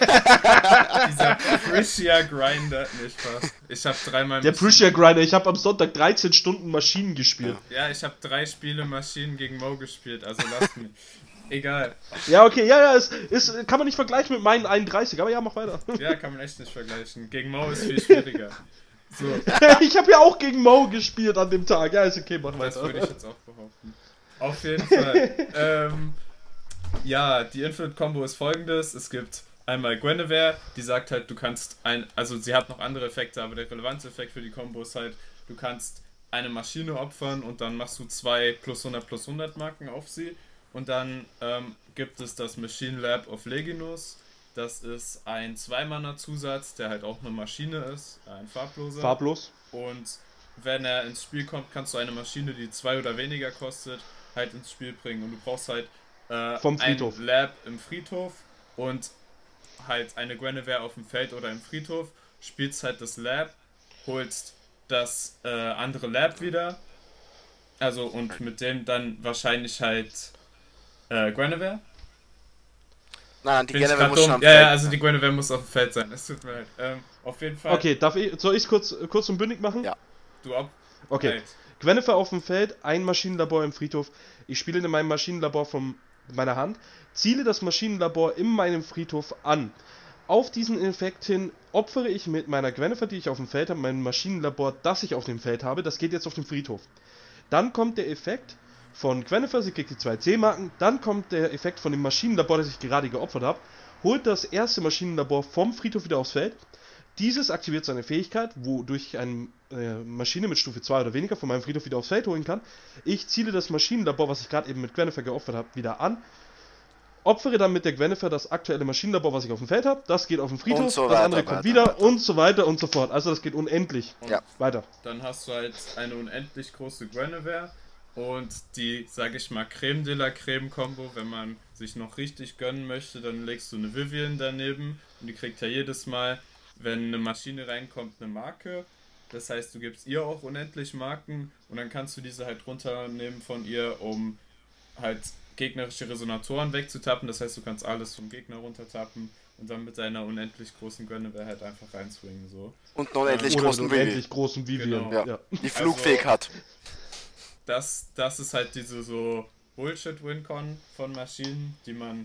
Dieser Prussia Grinder, nicht fast. Ich habe dreimal... Der Prussia Grinder, ich habe am Sonntag dreizehn Stunden Maschinen gespielt. Ja, ich habe drei Spiele Maschinen gegen Mo gespielt, also lass mich. Egal. Ja, okay, ja, ja, es ist, kann man nicht vergleichen mit meinen einunddreißig, aber ja, mach weiter. Ja, kann man echt nicht vergleichen. Gegen Mo ist viel schwieriger. So. Ich habe ja auch gegen Mo gespielt an dem Tag. Ja, ist okay, mach weiter. Das würde ich jetzt auch behaupten. Auf jeden Fall. ähm, ja, die Infinite Combo ist folgendes. Es gibt einmal Guinevere, die sagt halt, du kannst ein, also sie hat noch andere Effekte, aber der relevante Effekt für die Combo ist halt, du kannst eine Maschine opfern und dann machst du zwei plus hundert plus hundert Marken auf sie. Und dann ähm, gibt es das Machine Lab of Leginus. Das ist ein Zwei-Mana-Zusatz, der halt auch eine Maschine ist, ein farbloser. Farblos. Und wenn er ins Spiel kommt, kannst du eine Maschine, die zwei oder weniger kostet, halt ins Spiel bringen. Und du brauchst halt äh, Vom Friedhof. ein Lab im Friedhof und halt eine Guinevere auf dem Feld oder im Friedhof. Spielst halt das Lab, holst das äh, andere Lab wieder. Also und mit dem dann wahrscheinlich halt äh, Guinevere. Nein, die Bin ich Guinevere grad muss schon dumm? am Ja, Feld. ja, also die Guinevere muss auf dem Feld sein. Es tut mir leid. Ähm, auf jeden Fall. Okay, darf ich, soll ich es kurz, kurz und bündig machen? Ja. Du ab. Okay. Halt. Guinevere auf dem Feld, ein Maschinenlabor im Friedhof. Ich spiele in meinem Maschinenlabor von meiner Hand, ziele das Maschinenlabor in meinem Friedhof an. Auf diesen Effekt hin opfere ich mit meiner Guinevere, die ich auf dem Feld habe, mein Maschinenlabor, das ich auf dem Feld habe, das geht jetzt auf den Friedhof. Dann kommt der Effekt von Guinevere, sie kriegt die zwei C-Marken, dann kommt der Effekt von dem Maschinenlabor, das ich gerade geopfert habe, holt das erste Maschinenlabor vom Friedhof wieder aufs Feld. Dieses aktiviert seine Fähigkeit, wodurch ich eine äh, Maschine mit Stufe zwei oder weniger von meinem Friedhof wieder aufs Feld holen kann. Ich ziele das Maschinenlabor, was ich gerade eben mit Guinevere geopfert habe, wieder an. Opfere dann mit der Guinevere das aktuelle Maschinenlabor, was ich auf dem Feld habe. Das geht auf den Friedhof, Und so das weiter, andere kommt weiter, wieder weiter. und so weiter und so fort. Also das geht unendlich. Und Ja. Weiter. dann hast du halt eine unendlich große Guinevere und die, sag ich mal, Creme de la Creme Combo, wenn man sich noch richtig gönnen möchte, dann legst du eine Vivian daneben und die kriegt ja jedes Mal, wenn eine Maschine reinkommt, eine Marke. Das heißt, du gibst ihr auch unendlich Marken und dann kannst du diese halt runternehmen von ihr, um halt gegnerische Resonatoren wegzutappen. Das heißt, du kannst alles vom Gegner runtertappen und dann mit deiner unendlich großen Guinevere halt einfach reinswingen, so. Und einen unendlich Oder großen einen Vivi, unendlich großen Vivian. Genau. Ja. Ja. die flugfähig hat. Das, das ist halt diese so Bullshit-Wincon von Maschinen, die man.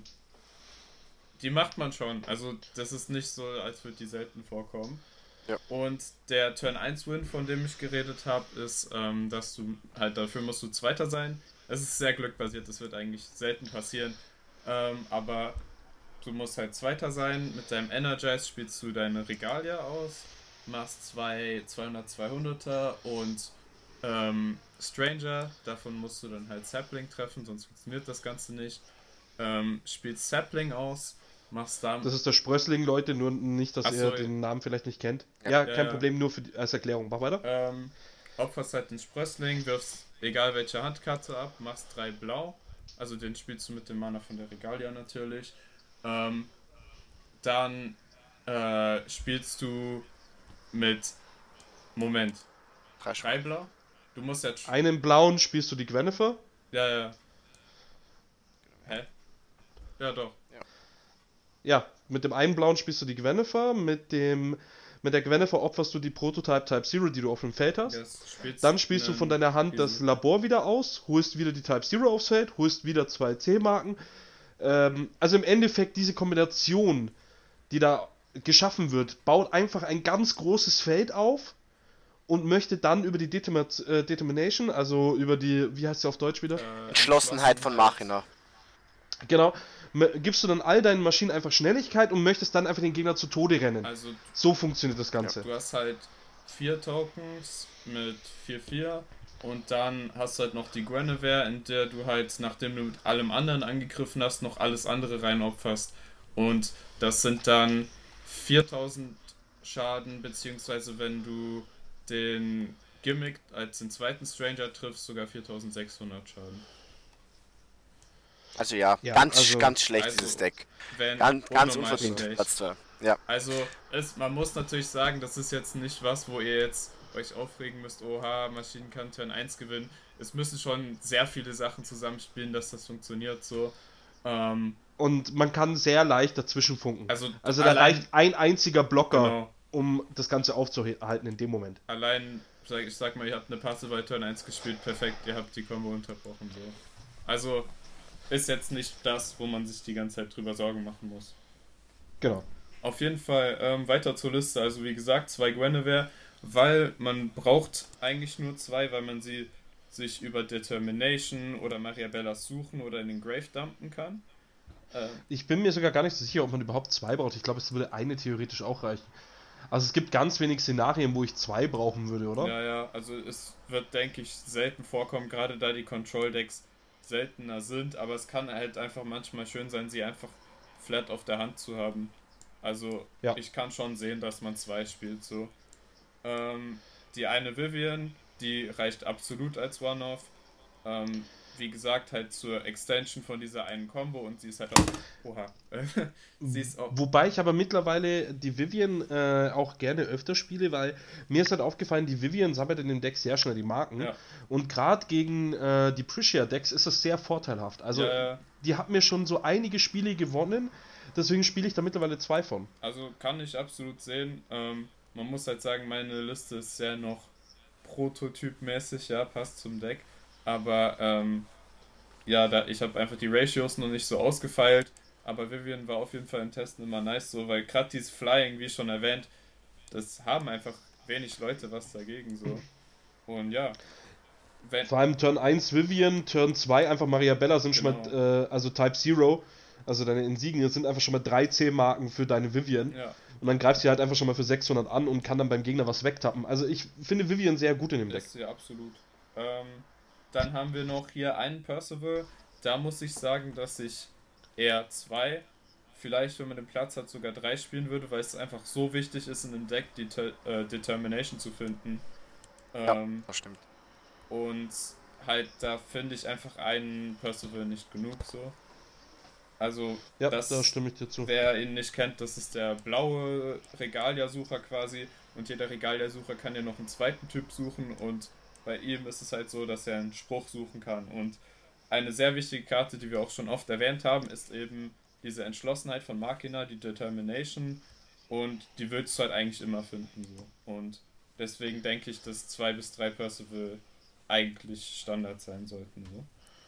Die macht man schon. Also, das ist nicht so, als würde die selten vorkommen. Ja. Und der Turn eins Win, von dem ich geredet habe, ist, ähm, dass du halt dafür musst du Zweiter sein. Es ist sehr glückbasiert, das wird eigentlich selten passieren. Ähm, aber du musst halt Zweiter sein. Mit deinem Energize spielst du deine Regalia aus, machst zwei zweihundert zweihunderter und ähm, Stranger, davon musst du dann halt Sapling treffen, sonst funktioniert das Ganze nicht. Ähm, spielst Sapling aus, machst da. Das ist der Sprössling, Leute, nur nicht, dass Ach ihr so, den Namen vielleicht nicht kennt. Ja. Ja, Ja, kein ja. Problem, nur für die, als Erklärung. Mach weiter. Ähm, opferst halt den Sprössling, wirfst egal welche Handkarte ab, machst drei blau. Also den spielst du mit dem Mana von der Regalia natürlich. Ähm, dann äh, spielst du mit. Moment. Drei Sch- Drei blau? Du musst ja. tr- Einen blauen spielst du die Guinevere. Ja, ja. Hä? Ja, doch. Ja, mit dem einen blauen spielst du die Guinevere, mit dem mit der Guinevere opferst du die Prototype Type Zero, die du auf dem Feld hast. Jetzt spielst Dann spielst du einen von deiner Hand das Riesen- Labor wieder aus, holst wieder die Type Zero aufs Feld, holst wieder zwei C-Marken. Ähm, also im Endeffekt diese Kombination, die da geschaffen wird, baut einfach ein ganz großes Feld auf und möchte dann über die Determin- äh, Determination, also über die, wie heißt sie auf Deutsch wieder? äh, Entschlossenheit von Machina. Genau, m- gibst du dann all deinen Maschinen einfach Schnelligkeit und möchtest dann einfach den Gegner zu Tode rennen. Also So funktioniert das Ganze. du hast halt vier Tokens mit vier vier und dann hast du halt noch die Guinevere, in der du halt, nachdem du mit allem anderen angegriffen hast, noch alles andere reinopferst. Und das sind dann viertausend Schaden, beziehungsweise wenn du den Gimmick als den zweiten Stranger triffst, sogar viertausendsechshundert Schaden. Also ja, Ja, ganz, also- ganz schlecht also- dieses Deck. Wenn Ganz, ganz unnormal unverdient, schlecht. Platz zwei. Ja. Also, es, man muss natürlich sagen, das ist jetzt nicht was, wo ihr jetzt euch aufregen müsst, oha, Maschinen kann Turn eins gewinnen. Es müssen schon sehr viele Sachen zusammenspielen, dass das funktioniert so. Ähm, Und man kann sehr leicht dazwischen funken. Also, also da allein- reicht ein einziger Blocker, genau. um das Ganze aufzuhalten in dem Moment. Allein, sag, ich sag mal, ihr habt eine Passe bei Turn eins gespielt, perfekt, ihr habt die Combo unterbrochen. So. Also ist jetzt nicht das, wo man sich die ganze Zeit drüber Sorgen machen muss. Genau. Auf jeden Fall ähm, weiter zur Liste. Also wie gesagt, zwei Guinevere, weil man braucht eigentlich nur zwei, weil man sie sich über Determination oder Maria Bellas suchen oder in den Grave dumpen kann. Äh, Ich bin mir sogar gar nicht so sicher, ob man überhaupt zwei braucht. Ich glaube, es würde eine theoretisch auch reichen. Also es gibt ganz wenig Szenarien, wo ich zwei brauchen würde, oder? Ja, ja, also es wird, denke ich, selten vorkommen, gerade da die Control-Decks seltener sind, aber es kann halt einfach manchmal schön sein, sie einfach flat auf der Hand zu haben. Also Ja. ich kann schon sehen, dass man zwei spielt so. Ähm, die eine Vivian, die reicht absolut als One-Off. Ähm, wie gesagt, halt zur Extension von dieser einen Combo und sie ist halt auch... Oha. sie ist auch... Wobei ich aber mittlerweile die Vivian äh, auch gerne öfter spiele, weil mir ist halt aufgefallen, die Vivian sammelt in dem Deck sehr schnell die Marken. Ja. Und gerade gegen äh, die Prisia-Decks ist das sehr vorteilhaft. Also Ja, ja. die hat mir schon so einige Spiele gewonnen, deswegen spiele ich da mittlerweile zwei von. Also kann ich absolut sehen. Ähm, man muss halt sagen, meine Liste ist sehr noch prototypmäßig, ja, passt zum Deck. Aber ähm, ja, da, ich habe einfach die Ratios noch nicht so ausgefeilt. Aber Vivian war auf jeden Fall im Testen immer nice so, weil gerade dieses Flying, wie schon erwähnt, das haben einfach wenig Leute was dagegen so. Und ja, wenn, Vor allem Turn eins Vivian, Turn zwei einfach Maria Bella sind schon Genau. mal, äh, also Type Zero, also deine Insignien sind einfach schon mal drei C-Marken für deine Vivian. ja, Und dann greift sie halt einfach schon mal für sechshundert an und kann dann beim Gegner was wegtappen. Also ich finde Vivian sehr gut in dem Deck. ist ja absolut. Ähm, dann haben wir noch hier einen Percival. Da muss ich sagen, dass ich eher zwei, vielleicht wenn man den Platz hat, sogar drei spielen würde, weil es einfach so wichtig ist, in dem Deck die äh, Determination zu finden. Ähm, Ja, das stimmt. Und halt, da finde ich einfach einen Percival nicht genug so. Also, Ja, das, da stimme ich dir zu. wer ihn nicht kennt, das ist der blaue Regalia-Sucher quasi. Und jeder Regalia-Sucher kann ja noch einen zweiten Typ suchen. Und bei ihm ist es halt so, dass er einen Spruch suchen kann. Und eine sehr wichtige Karte, die wir auch schon oft erwähnt haben, ist eben diese Entschlossenheit von Machina, die Determination. Und die willst du halt eigentlich immer finden. So. Und deswegen denke ich, dass zwei bis drei Percival eigentlich Standard sein sollten. So.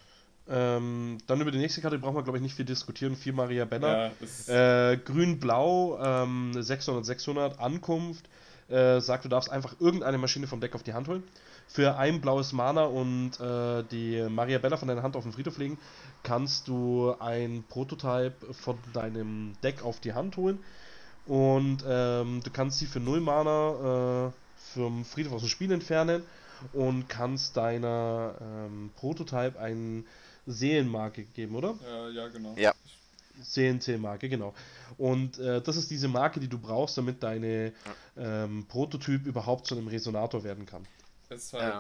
Ähm, dann über die nächste Karte brauchen wir, glaube ich, nicht viel diskutieren. vier Maria Bella. Ja, ist, Äh, Grün-Blau, ähm, sechshundert, sechshundert, Ankunft. Äh, sagt, du darfst einfach irgendeine Maschine vom Deck auf die Hand holen. Für ein blaues Mana und äh, die Maria Bella von deiner Hand auf den Friedhof legen, kannst du ein Prototype von deinem Deck auf die Hand holen. Und ähm, du kannst sie für null Mana äh, vom Friedhof aus dem Spiel entfernen und kannst deiner ähm, Prototype eine Seelenmarke geben, oder? äh, ja, genau. Ja. Seelen-Marke, genau. Und äh, das ist diese Marke, die du brauchst, damit deine ähm, Prototyp überhaupt zu einem Resonator werden kann. Ist halt,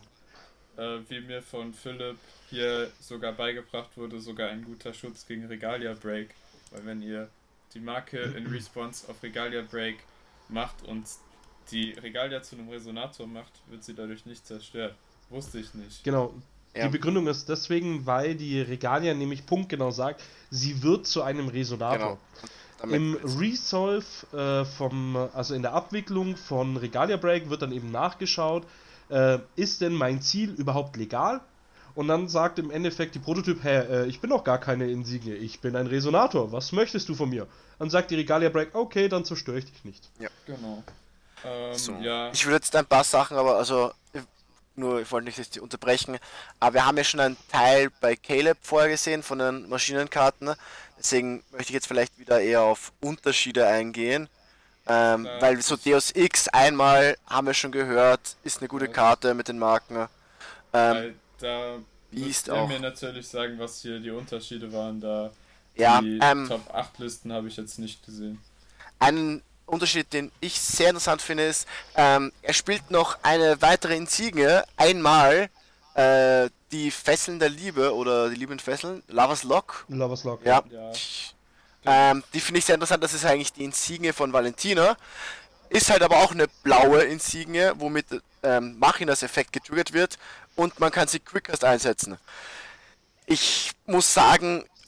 Äh, äh, wie mir von Philipp hier sogar beigebracht wurde, sogar ein guter Schutz gegen Regalia Break. Weil wenn ihr die Marke in Response auf Regalia Break macht und die Regalia zu einem Resonator macht, wird sie dadurch nicht zerstört. Wusste ich nicht. Genau. Ja. Die Begründung ist deswegen, weil die Regalia nämlich punktgenau sagt, sie wird zu einem Resonator. Genau. Damit Im wird's. Resolve äh, vom, also in der Abwicklung von Regalia Break wird dann eben nachgeschaut, äh, ist denn mein Ziel überhaupt legal? Und dann sagt im Endeffekt die Prototyp, hä, äh, ich bin doch gar keine Insigne, ich bin ein Resonator, was möchtest du von mir? Dann sagt die Regalia Break, okay, dann zerstöre ich dich nicht. Genau. Ähm, So. ja, Ich würde jetzt ein paar Sachen, aber also nur, ich wollte nicht jetzt unterbrechen, aber wir haben ja schon einen Teil bei Caleb vorgesehen von den Maschinenkarten, deswegen möchte ich jetzt vielleicht wieder eher auf Unterschiede eingehen, ähm, Ja, weil so Deus Ex einmal, haben wir schon gehört, ist eine gute Ja. Karte mit den Marken. Ähm, weil da Beast müsst ihr auch. mir natürlich sagen, was hier die Unterschiede waren. Da Ja, die ähm, Top acht Listen habe ich jetzt nicht gesehen. Einen Unterschied, den ich sehr interessant finde, ist, ähm, er spielt noch eine weitere Insigne, einmal äh, die Fesseln der Liebe oder die liebenden Fesseln, Lovers Lock. Lovers Lock. Ja. Ja, Ähm, die finde ich sehr interessant, das ist eigentlich die Insigne von Valentina. Ist halt aber auch eine blaue Insigne, womit ähm, Machinas Effekt getriggert wird und man kann sie Quickcast einsetzen. Ich muss sagen,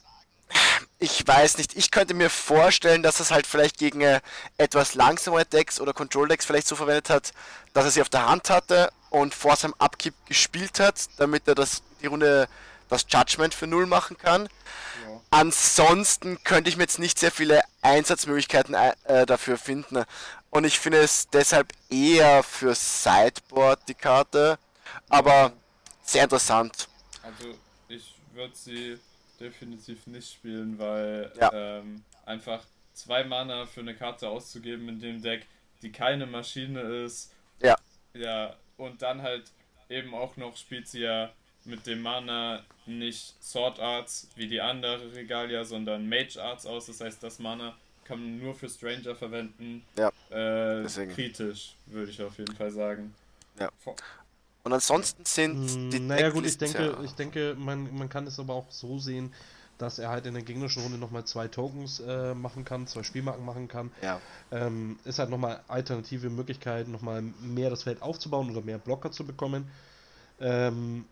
Ich weiß nicht, ich könnte mir vorstellen, dass es halt vielleicht gegen äh, etwas langsamere Decks oder Control-Decks vielleicht so verwendet hat, dass er sie auf der Hand hatte und vor seinem Upkeep gespielt hat, damit er das, die Runde das Judgment für null machen kann. Ja. Ansonsten könnte ich mir jetzt nicht sehr viele Einsatzmöglichkeiten äh, dafür finden. Und ich finde es deshalb eher für Sideboard die Karte. Aber sehr interessant. Also ich würde sie definitiv nicht spielen, weil Ja. ähm, einfach zwei Mana für eine Karte auszugeben in dem Deck, die keine Maschine ist. Ja. Ja, und dann halt eben auch noch spielt sie ja mit dem Mana nicht Sword Arts wie die andere Regalia, sondern Mage Arts aus. Das heißt, das Mana kann man nur für Stranger verwenden. Ja, Äh, deswegen. kritisch, würde ich auf jeden Fall sagen. Ja. Vor- Und ansonsten sind Mm, die Naja gut, ich Decklisten denke, ja- ich denke, man, man kann es aber auch so sehen, dass er halt in der gegnerischen Runde nochmal zwei Tokens äh, machen kann, zwei Spielmarken machen kann. Ja, Ähm, ist halt nochmal alternative Möglichkeit, nochmal mehr das Feld aufzubauen oder mehr Blocker zu bekommen. Ähm,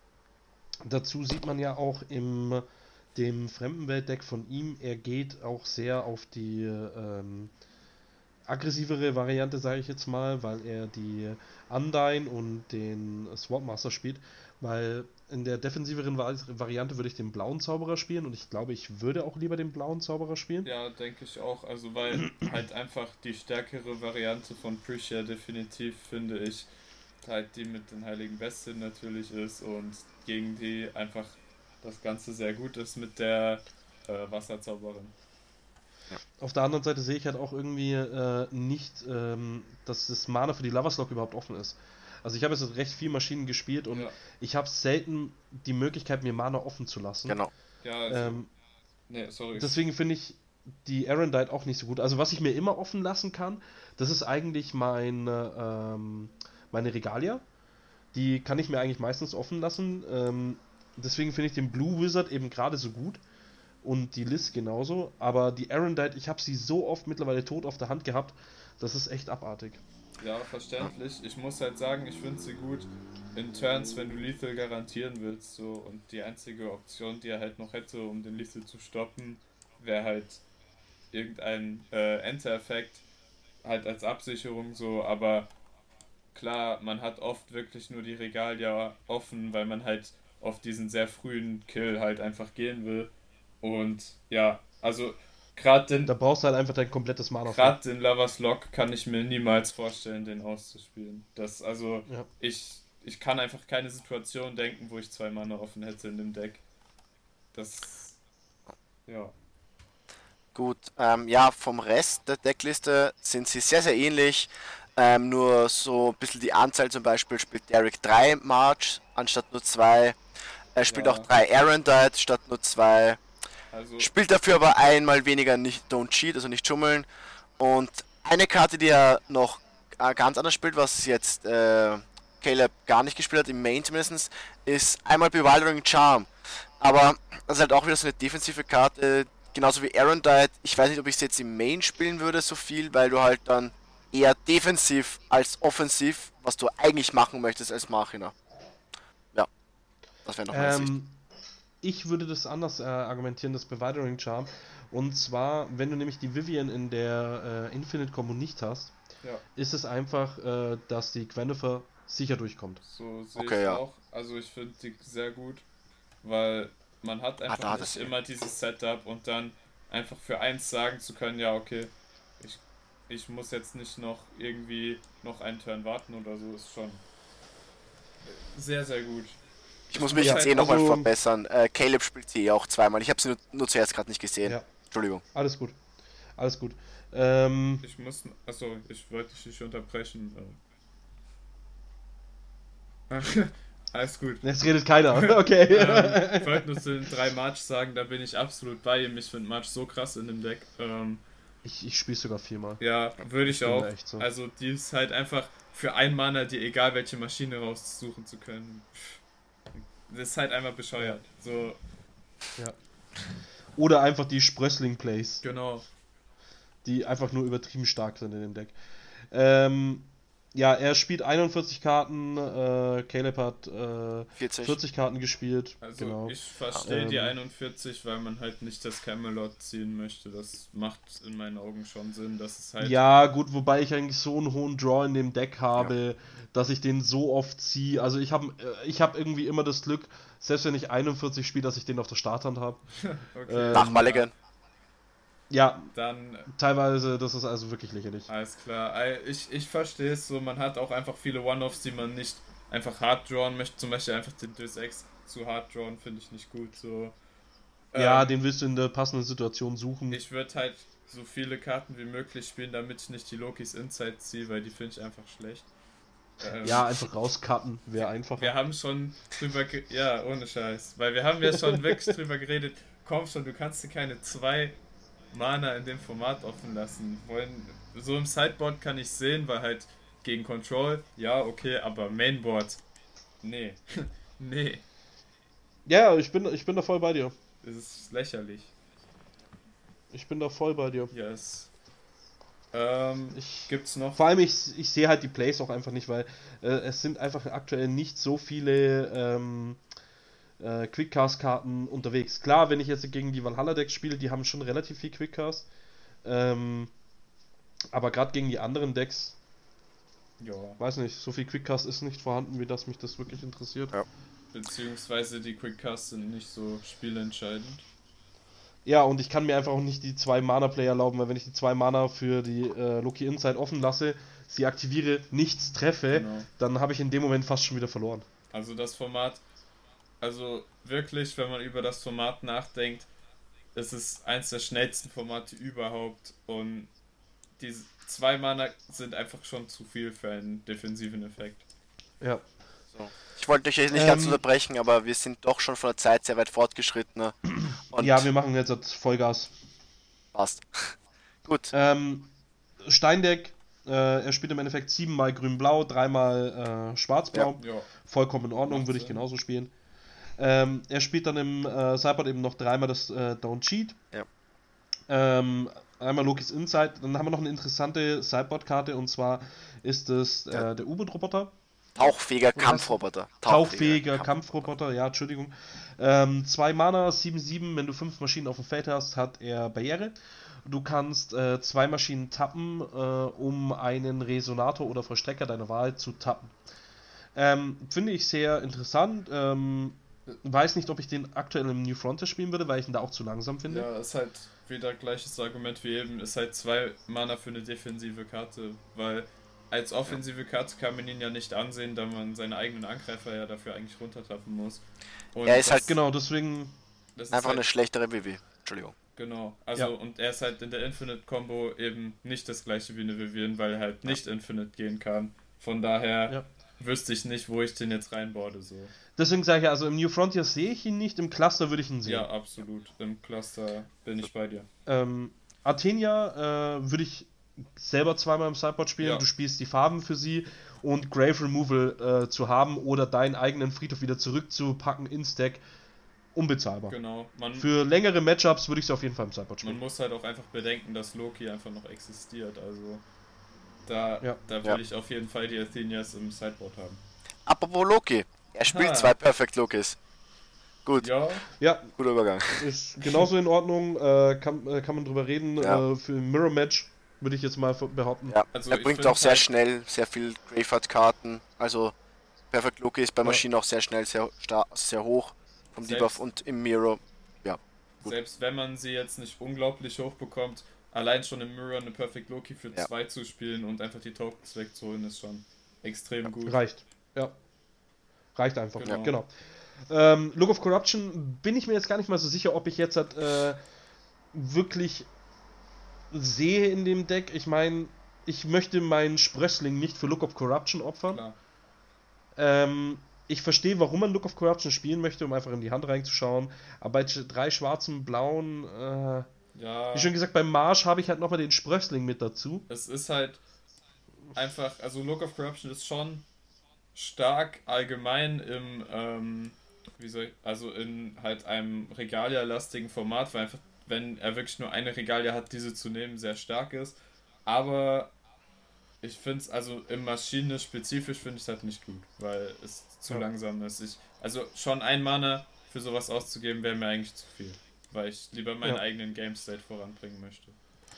dazu sieht man ja auch im dem Fremdenwelt-Deck von ihm, er geht auch sehr auf die ähm, aggressivere Variante, sage ich jetzt mal, weil er die Undyne und den Swordmaster spielt, weil in der defensiveren Vari- Variante würde ich den blauen Zauberer spielen und ich glaube, ich würde auch lieber den blauen Zauberer spielen. Ja, denke ich auch. Also weil halt einfach die stärkere Variante von Prisha definitiv, finde ich, halt die mit den Heiligen Bestien natürlich ist und gegen die einfach das Ganze sehr gut ist mit der äh, Wasserzauberin. Auf der anderen Seite sehe ich halt auch irgendwie äh, nicht, ähm, dass das Mana für die Lover's-Lock überhaupt offen ist. Also ich habe jetzt recht viel Maschinen gespielt und Ja, ich habe selten die Möglichkeit, mir Mana offen zu lassen. genau. ja also, Ähm, nee, sorry. deswegen finde ich die Erendite auch nicht so gut. Also was ich mir immer offen lassen kann, das ist eigentlich meine, ähm, meine Regalia. Die kann ich mir eigentlich meistens offen lassen. Ähm, deswegen finde ich den Blue Wizard eben gerade so gut. Und die Liz genauso. Aber die Erendite, ich habe sie so oft mittlerweile tot auf der Hand gehabt. Das ist echt abartig. Ja, verständlich. Ich muss halt sagen, ich finde sie gut in Turns, wenn du Lethal garantieren willst. So. Und die einzige Option, die er halt noch hätte, um den Lethal zu stoppen, wäre halt irgendein äh, Enter-Effekt, halt als Absicherung so. Aber klar, man hat oft wirklich nur die Regalia offen, weil man halt auf diesen sehr frühen Kill halt einfach gehen will. Und ja, also gerade den Da brauchst du halt einfach dein komplettes Mana für. Gerade den Lovers Lock kann ich mir niemals vorstellen, den auszuspielen. Das, also, Ja. ich, ich kann einfach keine Situation denken, wo ich zwei Mana offen hätte in dem Deck. Das, ja. Gut, ähm, ja, vom Rest der Deckliste sind sie sehr, sehr ähnlich. Ähm, nur so ein bisschen die Anzahl, zum Beispiel spielt Derek drei March anstatt nur zwei. Er spielt Ja. auch drei Erendite statt nur zwei. Also, Spielt dafür aber einmal weniger nicht Don't Cheat, also nicht schummeln. Und eine Karte, die er noch äh, ganz anders spielt, was jetzt äh, Caleb gar nicht gespielt hat, im Main zumindest, ist einmal Bewildering Charm. Aber das ist halt auch wieder so eine defensive Karte, genauso wie Erendite. Ich weiß nicht, ob ich es jetzt im Main spielen würde so viel, weil du halt dann eher defensiv als offensiv, was du eigentlich machen möchtest als Machina. Ja, das wäre noch meine Sicht. Ähm, ich würde das anders äh, argumentieren, das Bewildering Charm. Und zwar, wenn du nämlich die Vivian in der äh, Infinite Combo nicht hast, ja, ist es einfach, äh, dass die Gwyneth sicher durchkommt. so sehe Okay, ich ja. auch. Also, ich finde die sehr gut, weil man hat einfach da hat nicht es- immer dieses Setup und dann einfach für eins sagen zu können, ja, okay, ich, ich muss jetzt nicht noch irgendwie noch einen Turn warten oder so, ist schon sehr, sehr gut. Ich muss mich Ja, jetzt eh nochmal also- verbessern. Äh, Caleb spielt sie eh auch zweimal. Ich habe sie nur, nur zuerst gerade nicht gesehen. Ja, Entschuldigung. alles gut. Alles gut. Ähm, Ich muss, achso, ich wollte dich nicht unterbrechen. äh. Alles gut. jetzt redet keiner. Okay. ähm, ich wollte nur zu den drei March sagen, da bin ich absolut bei ihm. Ich finde March so krass in dem Deck. Ähm, Ich, ich spiele sogar viermal. ja, würde ich bin auch. da echt so. Also die ist halt einfach für ein Mana dir egal welche Maschine raussuchen zu können. Das ist halt einfach bescheuert. So, Oder einfach die Sprössling-Plays, genau. die einfach nur übertrieben stark sind in dem Deck. Ähm, Ja, er spielt einundvierzig Karten, äh, Caleb hat äh, vierzig. vierzig Karten gespielt. Also genau. ich verstehe Ähm, die einundvierzig, weil man halt nicht das Camelot ziehen möchte. Das macht in meinen Augen schon Sinn, dass es halt... Ja, gut, wobei ich eigentlich so einen hohen Draw in dem Deck habe, dass ich den so oft ziehe. Also ich habe ich hab irgendwie immer das Glück, selbst wenn ich einundvierzig spiele, dass ich den auf der Starthand habe. Okay, ähm, Nach Mulligan. Ja, dann teilweise, das ist also wirklich lächerlich. alles klar. Ei, Ich, ich verstehe es so, man hat auch einfach viele One-Offs, die man nicht einfach hard drawn möchte. Zum Beispiel einfach den Deus Ex zu hard drawn, finde ich nicht gut. So. Ja, Ähm, den willst du in der passenden Situation suchen. Ich würde halt so viele Karten wie möglich spielen, damit ich nicht die Lokis Inside ziehe, weil die finde ich einfach schlecht. Ähm, Ja, einfach rauscutten, wäre einfacher. Wir haben schon drüber ge ja, ohne Scheiß. Weil wir haben ja schon wirklich drüber geredet, komm schon, du kannst dir keine zwei Mana in dem Format offen lassen. Wollen, so im Sideboard kann ich sehen, weil halt gegen Control, ja, okay, aber Mainboard, nee. nee. Ja, ich bin, ich bin da voll bei dir. Das ist lächerlich. Ich bin da voll bei dir. Yes. Ähm, Ich, gibt's noch? vor allem, ich, ich sehe halt die Plays auch einfach nicht, weil äh, es sind einfach aktuell nicht so viele ähm, äh, Quickcast-Karten unterwegs. Klar, wenn ich jetzt gegen die Valhalla-Decks spiele, die haben schon relativ viel Quickcast. Ähm, aber gerade gegen die anderen Decks, Ja. weiß nicht, so viel Quickcast ist nicht vorhanden, wie das mich das wirklich interessiert. Ja. Beziehungsweise die Quickcasts sind nicht so spielentscheidend. Ja, und ich kann mir einfach auch nicht die zwei Mana-Play erlauben, weil wenn ich die zwei Mana für die äh, Loki Inside offen lasse, sie aktiviere, nichts treffe, Genau. dann habe ich in dem Moment fast schon wieder verloren. Also das Format, also wirklich, wenn man über das Format nachdenkt, es ist eins der schnellsten Formate überhaupt und die zwei Mana sind einfach schon zu viel für einen defensiven Effekt. Ja. So. Ich wollte euch nicht Ähm, ganz unterbrechen, aber wir sind doch schon von der Zeit sehr weit fortgeschritten. ne? Und Ja, wir machen jetzt halt Vollgas. passt. Gut. Ähm, Steindeck, äh, er spielt im Endeffekt siebenmal grün-blau, dreimal äh, schwarz-blau. Ja, Vollkommen in Ordnung, Macht würde ich Sinn. genauso spielen. Ähm, er spielt dann im äh, Sideboard eben noch dreimal das äh, Don't Cheat. Ja. Ähm, einmal Lokis Inside. Dann haben wir noch eine interessante Sideboard-Karte und zwar ist es äh, Ja. der U-Boot-Roboter. Tauchfähiger Was? Kampfroboter. Tauchfähiger Kampfroboter, ja, Entschuldigung. Ähm, zwei Mana, sieben sieben, wenn du fünf Maschinen auf dem Feld hast, hat er Barriere. Du kannst äh, zwei Maschinen tappen, äh, um einen Resonator oder Vollstrecker deiner Wahl zu tappen. Ähm, finde ich sehr interessant. Ähm, weiß nicht, ob ich den aktuell im New Frontier spielen würde, weil ich ihn da auch zu langsam finde. Ja, ist halt wieder gleiches Argument wie eben, ist halt zwei Mana für eine defensive Karte, weil als offensive Karte kann man ihn ja nicht ansehen, da man seine eigenen Angreifer ja dafür eigentlich runtertappen muss. Und Er ist halt Genau, deswegen. das ist einfach halt, eine schlechtere W W. Entschuldigung. Genau, also Ja. und er ist halt in der Infinite-Combo eben nicht das gleiche wie eine Vivian, weil er halt nicht Infinite gehen kann. Von daher Ja. wüsste ich nicht, wo ich den jetzt reinboarde so. Deswegen sage ich ja, also im New Frontier sehe ich ihn nicht, im Cluster würde ich ihn sehen. Ja, absolut. Im Cluster bin ich bei dir. Ähm, Athenia äh, würde ich selber zweimal im Sideboard spielen. Ja. Du spielst die Farben für sie und Grave Removal äh, zu haben oder deinen eigenen Friedhof wieder zurückzupacken ins Deck. Unbezahlbar. Genau. Man, Für längere Matchups würde ich sie auf jeden Fall im Sideboard man spielen. muss halt auch einfach bedenken, dass Loki einfach noch existiert. Also da, Ja. da will Ja. ich auf jeden Fall die Athenias im Sideboard haben. Apropos Loki. Er spielt Ah. zwei Perfect Lokis. Gut, Ja, Ja, guter Übergang. ist genauso in Ordnung. Äh, kann, äh, kann man drüber reden. Ja. Äh, für ein Mirror Match würde ich jetzt mal behaupten. Ja, Also er ich bringt find auch sehr halt- schnell sehr viel Graveyard-Karten. Also Perfect Loki ist bei Ja. Maschinen auch sehr schnell, sehr, star sehr hoch vom Selbst- Debuff und im Mirror. Gut. selbst wenn man sie jetzt nicht unglaublich hoch bekommt, allein schon im Mirror eine Perfect Loki für Ja. zwei zu spielen und einfach die Tokens wegzuholen, ist schon extrem gut. Reicht. Ja. Reicht einfach. Genau. Genau. Ähm, Look of Corruption bin ich mir jetzt gar nicht mal so sicher, ob ich jetzt halt, äh, wirklich sehe in dem Deck. Ich meine, ich möchte meinen Sprössling nicht für Look of Corruption opfern. Klar. Ähm, ich verstehe, warum man Look of Corruption spielen möchte, um einfach in die Hand reinzuschauen. Aber bei drei schwarzen, blauen, äh, Ja, wie schon gesagt, beim Marsch habe ich halt nochmal den Sprössling mit dazu. es ist halt einfach, also Look of Corruption ist schon stark allgemein im, ähm, wie soll ich, also in halt einem Regalia-lastigen Format, weil einfach, wenn er wirklich nur eine Regalia hat, diese zu nehmen, sehr stark ist. Aber ich finde es, also im Maschine spezifisch finde ich es halt nicht gut, weil es zu Ja. langsam ist. Ich, also schon ein Mana für sowas auszugeben, wäre mir eigentlich zu viel, weil ich lieber meinen Ja. eigenen Game State voranbringen möchte.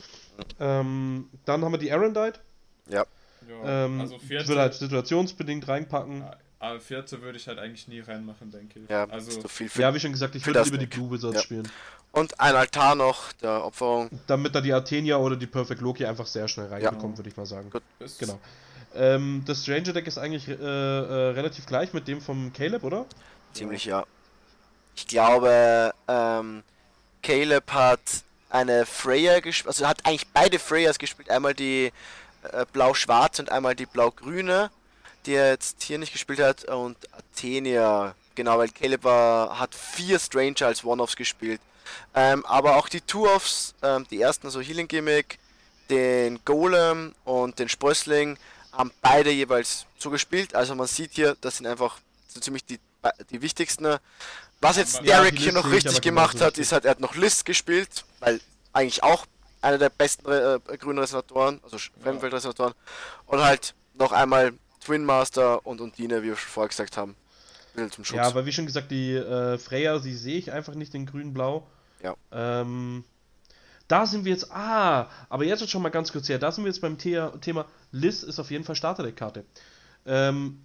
Ähm, dann haben wir die Erendite. Ja. Ja, Ähm, also ich vierte, würde halt situationsbedingt reinpacken. aber vierte würde ich halt eigentlich nie reinmachen, denke ich. Ja, also ist zu viel für Ja, wie schon gesagt, ich für würde das lieber die Deck. Blue Wizards Ja. spielen. Und ein Altar noch, der Opferung. Damit da die Athenia oder die Perfect Loki einfach sehr schnell reinbekommt, Ja. würde ich mal sagen. Gut. ist, Genau. Ähm, das Stranger Deck ist eigentlich äh, äh, relativ gleich mit dem vom Caleb, oder? Ziemlich, ja. Ich glaube, ähm, Caleb hat eine Freya gespielt, also hat eigentlich beide Freyas gespielt. Einmal die äh, blau-schwarze und einmal die blau-grüne, die er jetzt hier nicht gespielt hat. Und Athenia, genau, weil Caleb war, hat vier Stranger als One-Offs gespielt. Ähm, aber auch die Two-Offs, ähm, die ersten, also Healing Gimmick, den Golem und den Sprössling, haben beide jeweils so gespielt. Also man sieht hier, das sind einfach so ziemlich die, die wichtigsten. Was jetzt Ja, Derek die hier List noch sehe ich richtig aber gemacht genauso hat, richtig. ist halt, er hat noch List gespielt, weil eigentlich auch einer der besten äh, grünen Resonatoren, also Fremdwelt-Resonatoren. Und halt noch einmal Twin Master und Undine, wie wir schon vorher gesagt haben. Ein bisschen zum Schutz. Ja, aber wie schon gesagt, die äh, Freya, die sehe ich einfach nicht in grün-blau. Ja. Ähm, da sind wir jetzt, ah, aber jetzt schon mal ganz kurz her, da sind wir jetzt beim The Thema, Liz ist auf jeden Fall Starterdeck-Karte. Ähm,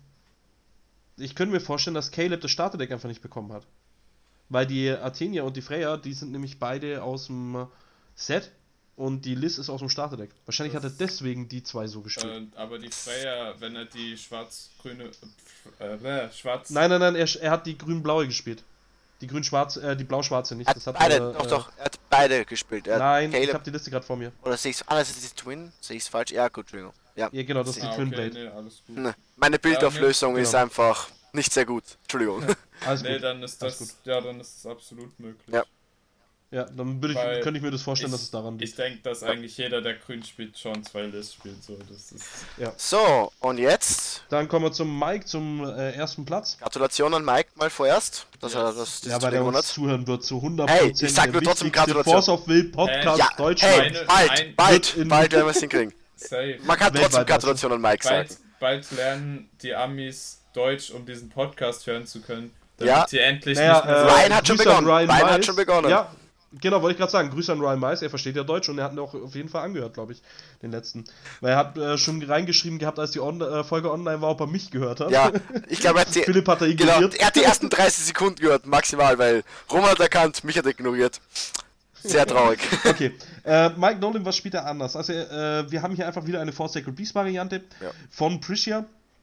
ich könnte mir vorstellen, dass Caleb das Starterdeck einfach nicht bekommen hat. Weil die Athenia und die Freya, die sind nämlich beide aus dem Set und die Liz ist aus dem Starterdeck. Wahrscheinlich Das- hat er deswegen die zwei so gespielt. Äh, aber die Freya, wenn er die schwarz-grüne, äh, äh, schwarz... Nein, nein, nein, er, er hat die grün-blaue gespielt. Die grün-schwarze, äh, die blau-schwarze nicht. er hat Das hat beide, er, doch, äh, doch, er hat beide gespielt. Er hat Nein, ich Caleb, habe die Liste gerade vor mir. oder sehe ich es, ah, das ist die Twin? Sehe ich es falsch? Ja, gut, Entschuldigung. Ja. Ja, genau, das ist die Ah, Twin okay, Blade. nee, alles gut. Ne, meine Bildauflösung Ja, nee, ist genau. einfach nicht sehr gut. Entschuldigung. Alles Nee, gut. dann ist Alles das, ja, dann ist das absolut möglich. Ja. Ja, dann würde ich, Weil könnte ich mir das vorstellen, ich, dass es daran Ich liegt. denke, dass eigentlich jeder, der grün spielt, schon zwei Lists spielt. So, das ist So, und jetzt Dann kommen wir zum Mike, zum äh, ersten Platz. Gratulation an Mike mal vorerst, dass er Yes. das Ja, dieses weil er gewonnen uns hat. zuhören wird zu hundert Hey, Prozent ich sag der nur trotzdem wichtigste Gratulation. Force of Will Podcast Ja, Deutschland. hey, Eine- bald, ein- bald, wird in- bald werden wir es hinkriegen. safe. Man kann trotzdem Weltweit, Gratulation an Mike sagen. Bald, bald lernen die Amis Deutsch, um diesen Podcast hören zu können. Damit Ja. sie endlich Naja, nicht mehr so... äh, Ryan hat schon Grüße an begonnen. Ryan Ryan hat Mice. schon begonnen. Ja, genau, wollte ich gerade sagen. Grüße an Ryan Mice. Er versteht ja Deutsch und er hat ihn auch auf jeden Fall angehört, glaube ich, den letzten. Weil er hat äh, schon reingeschrieben gehabt, als die On äh, Folge online war, ob er mich gehört hat. Ja, ich glaube, er hat die, Philipp hat er genau, ignoriert. er hat die ersten dreißig Sekunden gehört, maximal, weil Roman hat erkannt, mich hat er ignoriert. Sehr traurig. Okay, äh, Mike Nolan, was spielt er anders? Also, äh, wir haben hier einfach wieder eine Four Sacred Beast Variante Ja. von Priscia.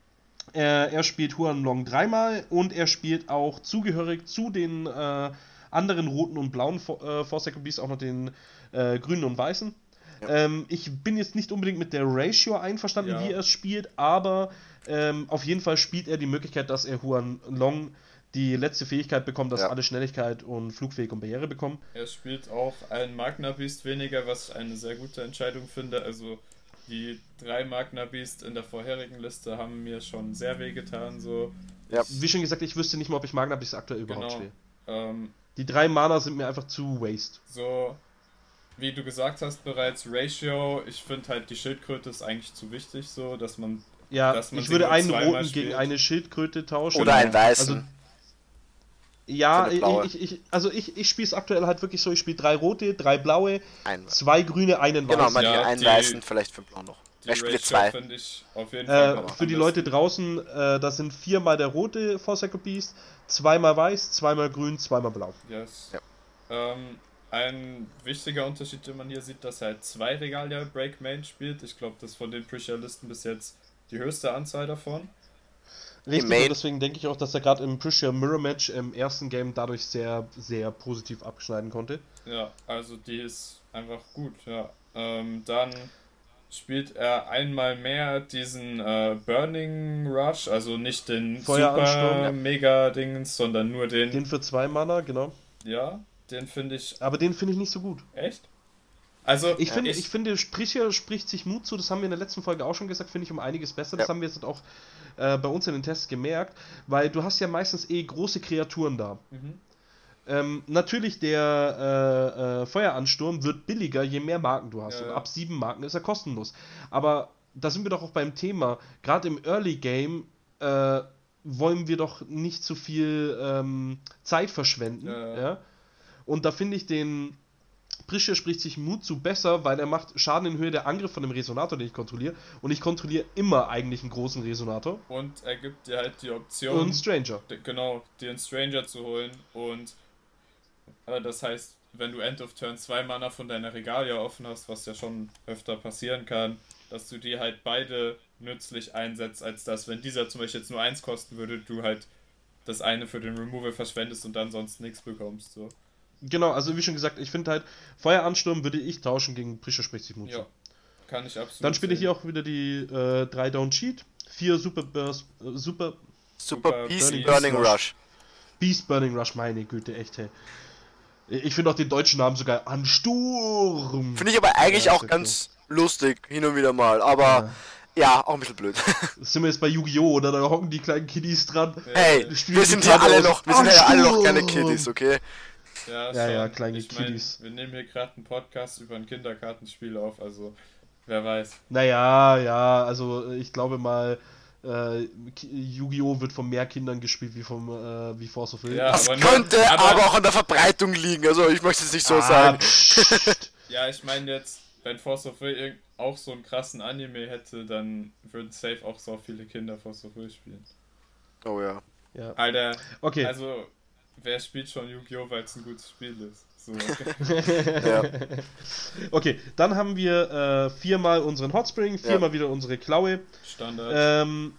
Äh, er spielt Huan Long dreimal und er spielt auch zugehörig zu den äh, anderen roten und blauen Fo äh, Four Sacred Beasts auch noch den äh, grünen und weißen. Ja. Ähm, ich bin jetzt nicht unbedingt mit der Ratio einverstanden, Ja. wie er es spielt, aber ähm, auf jeden Fall spielt er die Möglichkeit, dass er Huan Long die letzte Fähigkeit bekommt, dass Ja. alle Schnelligkeit und Flugfähig und Barriere bekommen. Er spielt auch einen Magna Beast weniger, was ich eine sehr gute Entscheidung finde. Also die drei Magna Beast in der vorherigen Liste haben mir schon sehr wehgetan. So. Ja. Wie schon gesagt, ich wüsste nicht mal, ob ich Magna bis aktuell überhaupt Genau. spiele. Ähm, Die drei Mana sind mir einfach zu waste. so, wie du gesagt hast bereits, Ratio, ich finde halt die Schildkröte ist eigentlich zu wichtig, so, dass man... Ja, Dass man ich sie würde nur einen zweimal roten spielt. gegen eine Schildkröte tauschen. Oder einen weißen. Also, ja, Für eine blaue. ich, ich, also ich, ich spiele es aktuell halt wirklich so, ich spiele drei rote, drei blaue, Ein, zwei grüne, einen genau, weißen. man Ja, hier einen die- weißen, vielleicht fünf blau noch. Die Er spielt Ratio zwei. finde ich auf jeden Fall Äh, am für die besten. Leute draußen, äh, das sind viermal der rote Four Sacred Beast, zweimal weiß, zweimal grün, zweimal blau. Yes. Ja. Ähm, ein wichtiger Unterschied, den man hier sieht, dass er halt zwei Regalia Break Main spielt. Ich glaube, das ist von den Priscia-Listen bis jetzt die höchste Anzahl davon. Richtig, Main- und deswegen denke ich auch, dass er gerade im Priscia Mirror Match im ersten Game dadurch sehr, sehr positiv abschneiden konnte. Ja, also die ist einfach gut, ja. Ähm, dann spielt er einmal mehr diesen äh, Burning Rush, also nicht den Feueransturm, super ja. mega Dings, sondern nur den, Den für zwei Mana, genau. ja, den finde ich Aber den finde ich nicht so gut. echt. Also Ich finde, ich, ich finde, Priscia spricht sich Mut zu, das haben wir in der letzten Folge auch schon gesagt, finde ich um einiges besser. Das Ja. haben wir jetzt auch äh, bei uns in den Tests gemerkt, weil du hast ja meistens eh große Kreaturen da. Mhm. Ähm, natürlich, der äh, äh, Feueransturm wird billiger, je mehr Marken du hast. Ja, Und ja. ab sieben Marken ist er kostenlos. Aber da sind wir doch auch beim Thema, gerade im Early Game äh, wollen wir doch nicht zu viel ähm, Zeit verschwenden. Ja. Ja? Und da finde ich den Prische spricht sich Mut zu besser, weil er macht Schaden in Höhe der Angriff von dem Resonator, den ich kontrolliere. Und ich kontrolliere immer eigentlich einen großen Resonator. Und er gibt dir halt die Option... Und Stranger. D- genau, dir einen Stranger zu holen. Und äh, das heißt, wenn du End of Turn zwei Mana von deiner Regalia offen hast, was ja schon öfter passieren kann, dass du die halt beide nützlich einsetzt, als dass, wenn dieser zum Beispiel jetzt nur eins kosten würde, du halt das eine für den Removal verschwendest und dann sonst nichts bekommst. So. Genau, also wie schon gesagt, ich finde halt, Feueransturm würde ich tauschen gegen Prische spricht sich Mut zu. Ja, kann ich absolut. Dann spiele ich hier auch wieder die äh, drei Down Cheat, vier Super Burst, äh, Super... Super Beast Burning, Burning Rush. Rush. Beast Burning Rush, meine Güte, echt, hey. Ich finde auch den deutschen Namen sogar Ansturm. Finde ich aber eigentlich Ja, auch ist ganz lustig, hin und wieder mal, aber ja, auch ein bisschen blöd. Sind wir jetzt bei Yu-Gi-Oh! Oder da hocken die kleinen Kiddies dran. Hey, Die spielen wir die sind hier Karte alle aus. noch, wir sind ja alle noch keine Ansturm. Kiddies, okay? Ja, Ja, schon. ja, kleine ich mein, Kiddies. wir nehmen hier gerade einen Podcast über ein Kinderkartenspiel auf, also wer weiß. Naja, ja, also ich glaube mal, äh, Yu-Gi-Oh! Wird von mehr Kindern gespielt wie vom äh, wie Force of Will. Ja, Das aber nur- könnte aber- aber auch an der Verbreitung liegen, also ich möchte es nicht so Ah, sagen. pssst. Ja, ich meine jetzt, wenn Force of Will irg- auch so einen krassen Anime hätte, dann würden safe auch so viele Kinder Force of Will spielen. Oh ja. Ja. Alter, Okay. also wer spielt schon Yu-Gi-Oh!, weil es ein gutes Spiel ist? So, okay. Ja. Okay, dann haben wir äh, viermal unseren Hotspring, viermal wieder unsere Klaue. Standard. Ähm,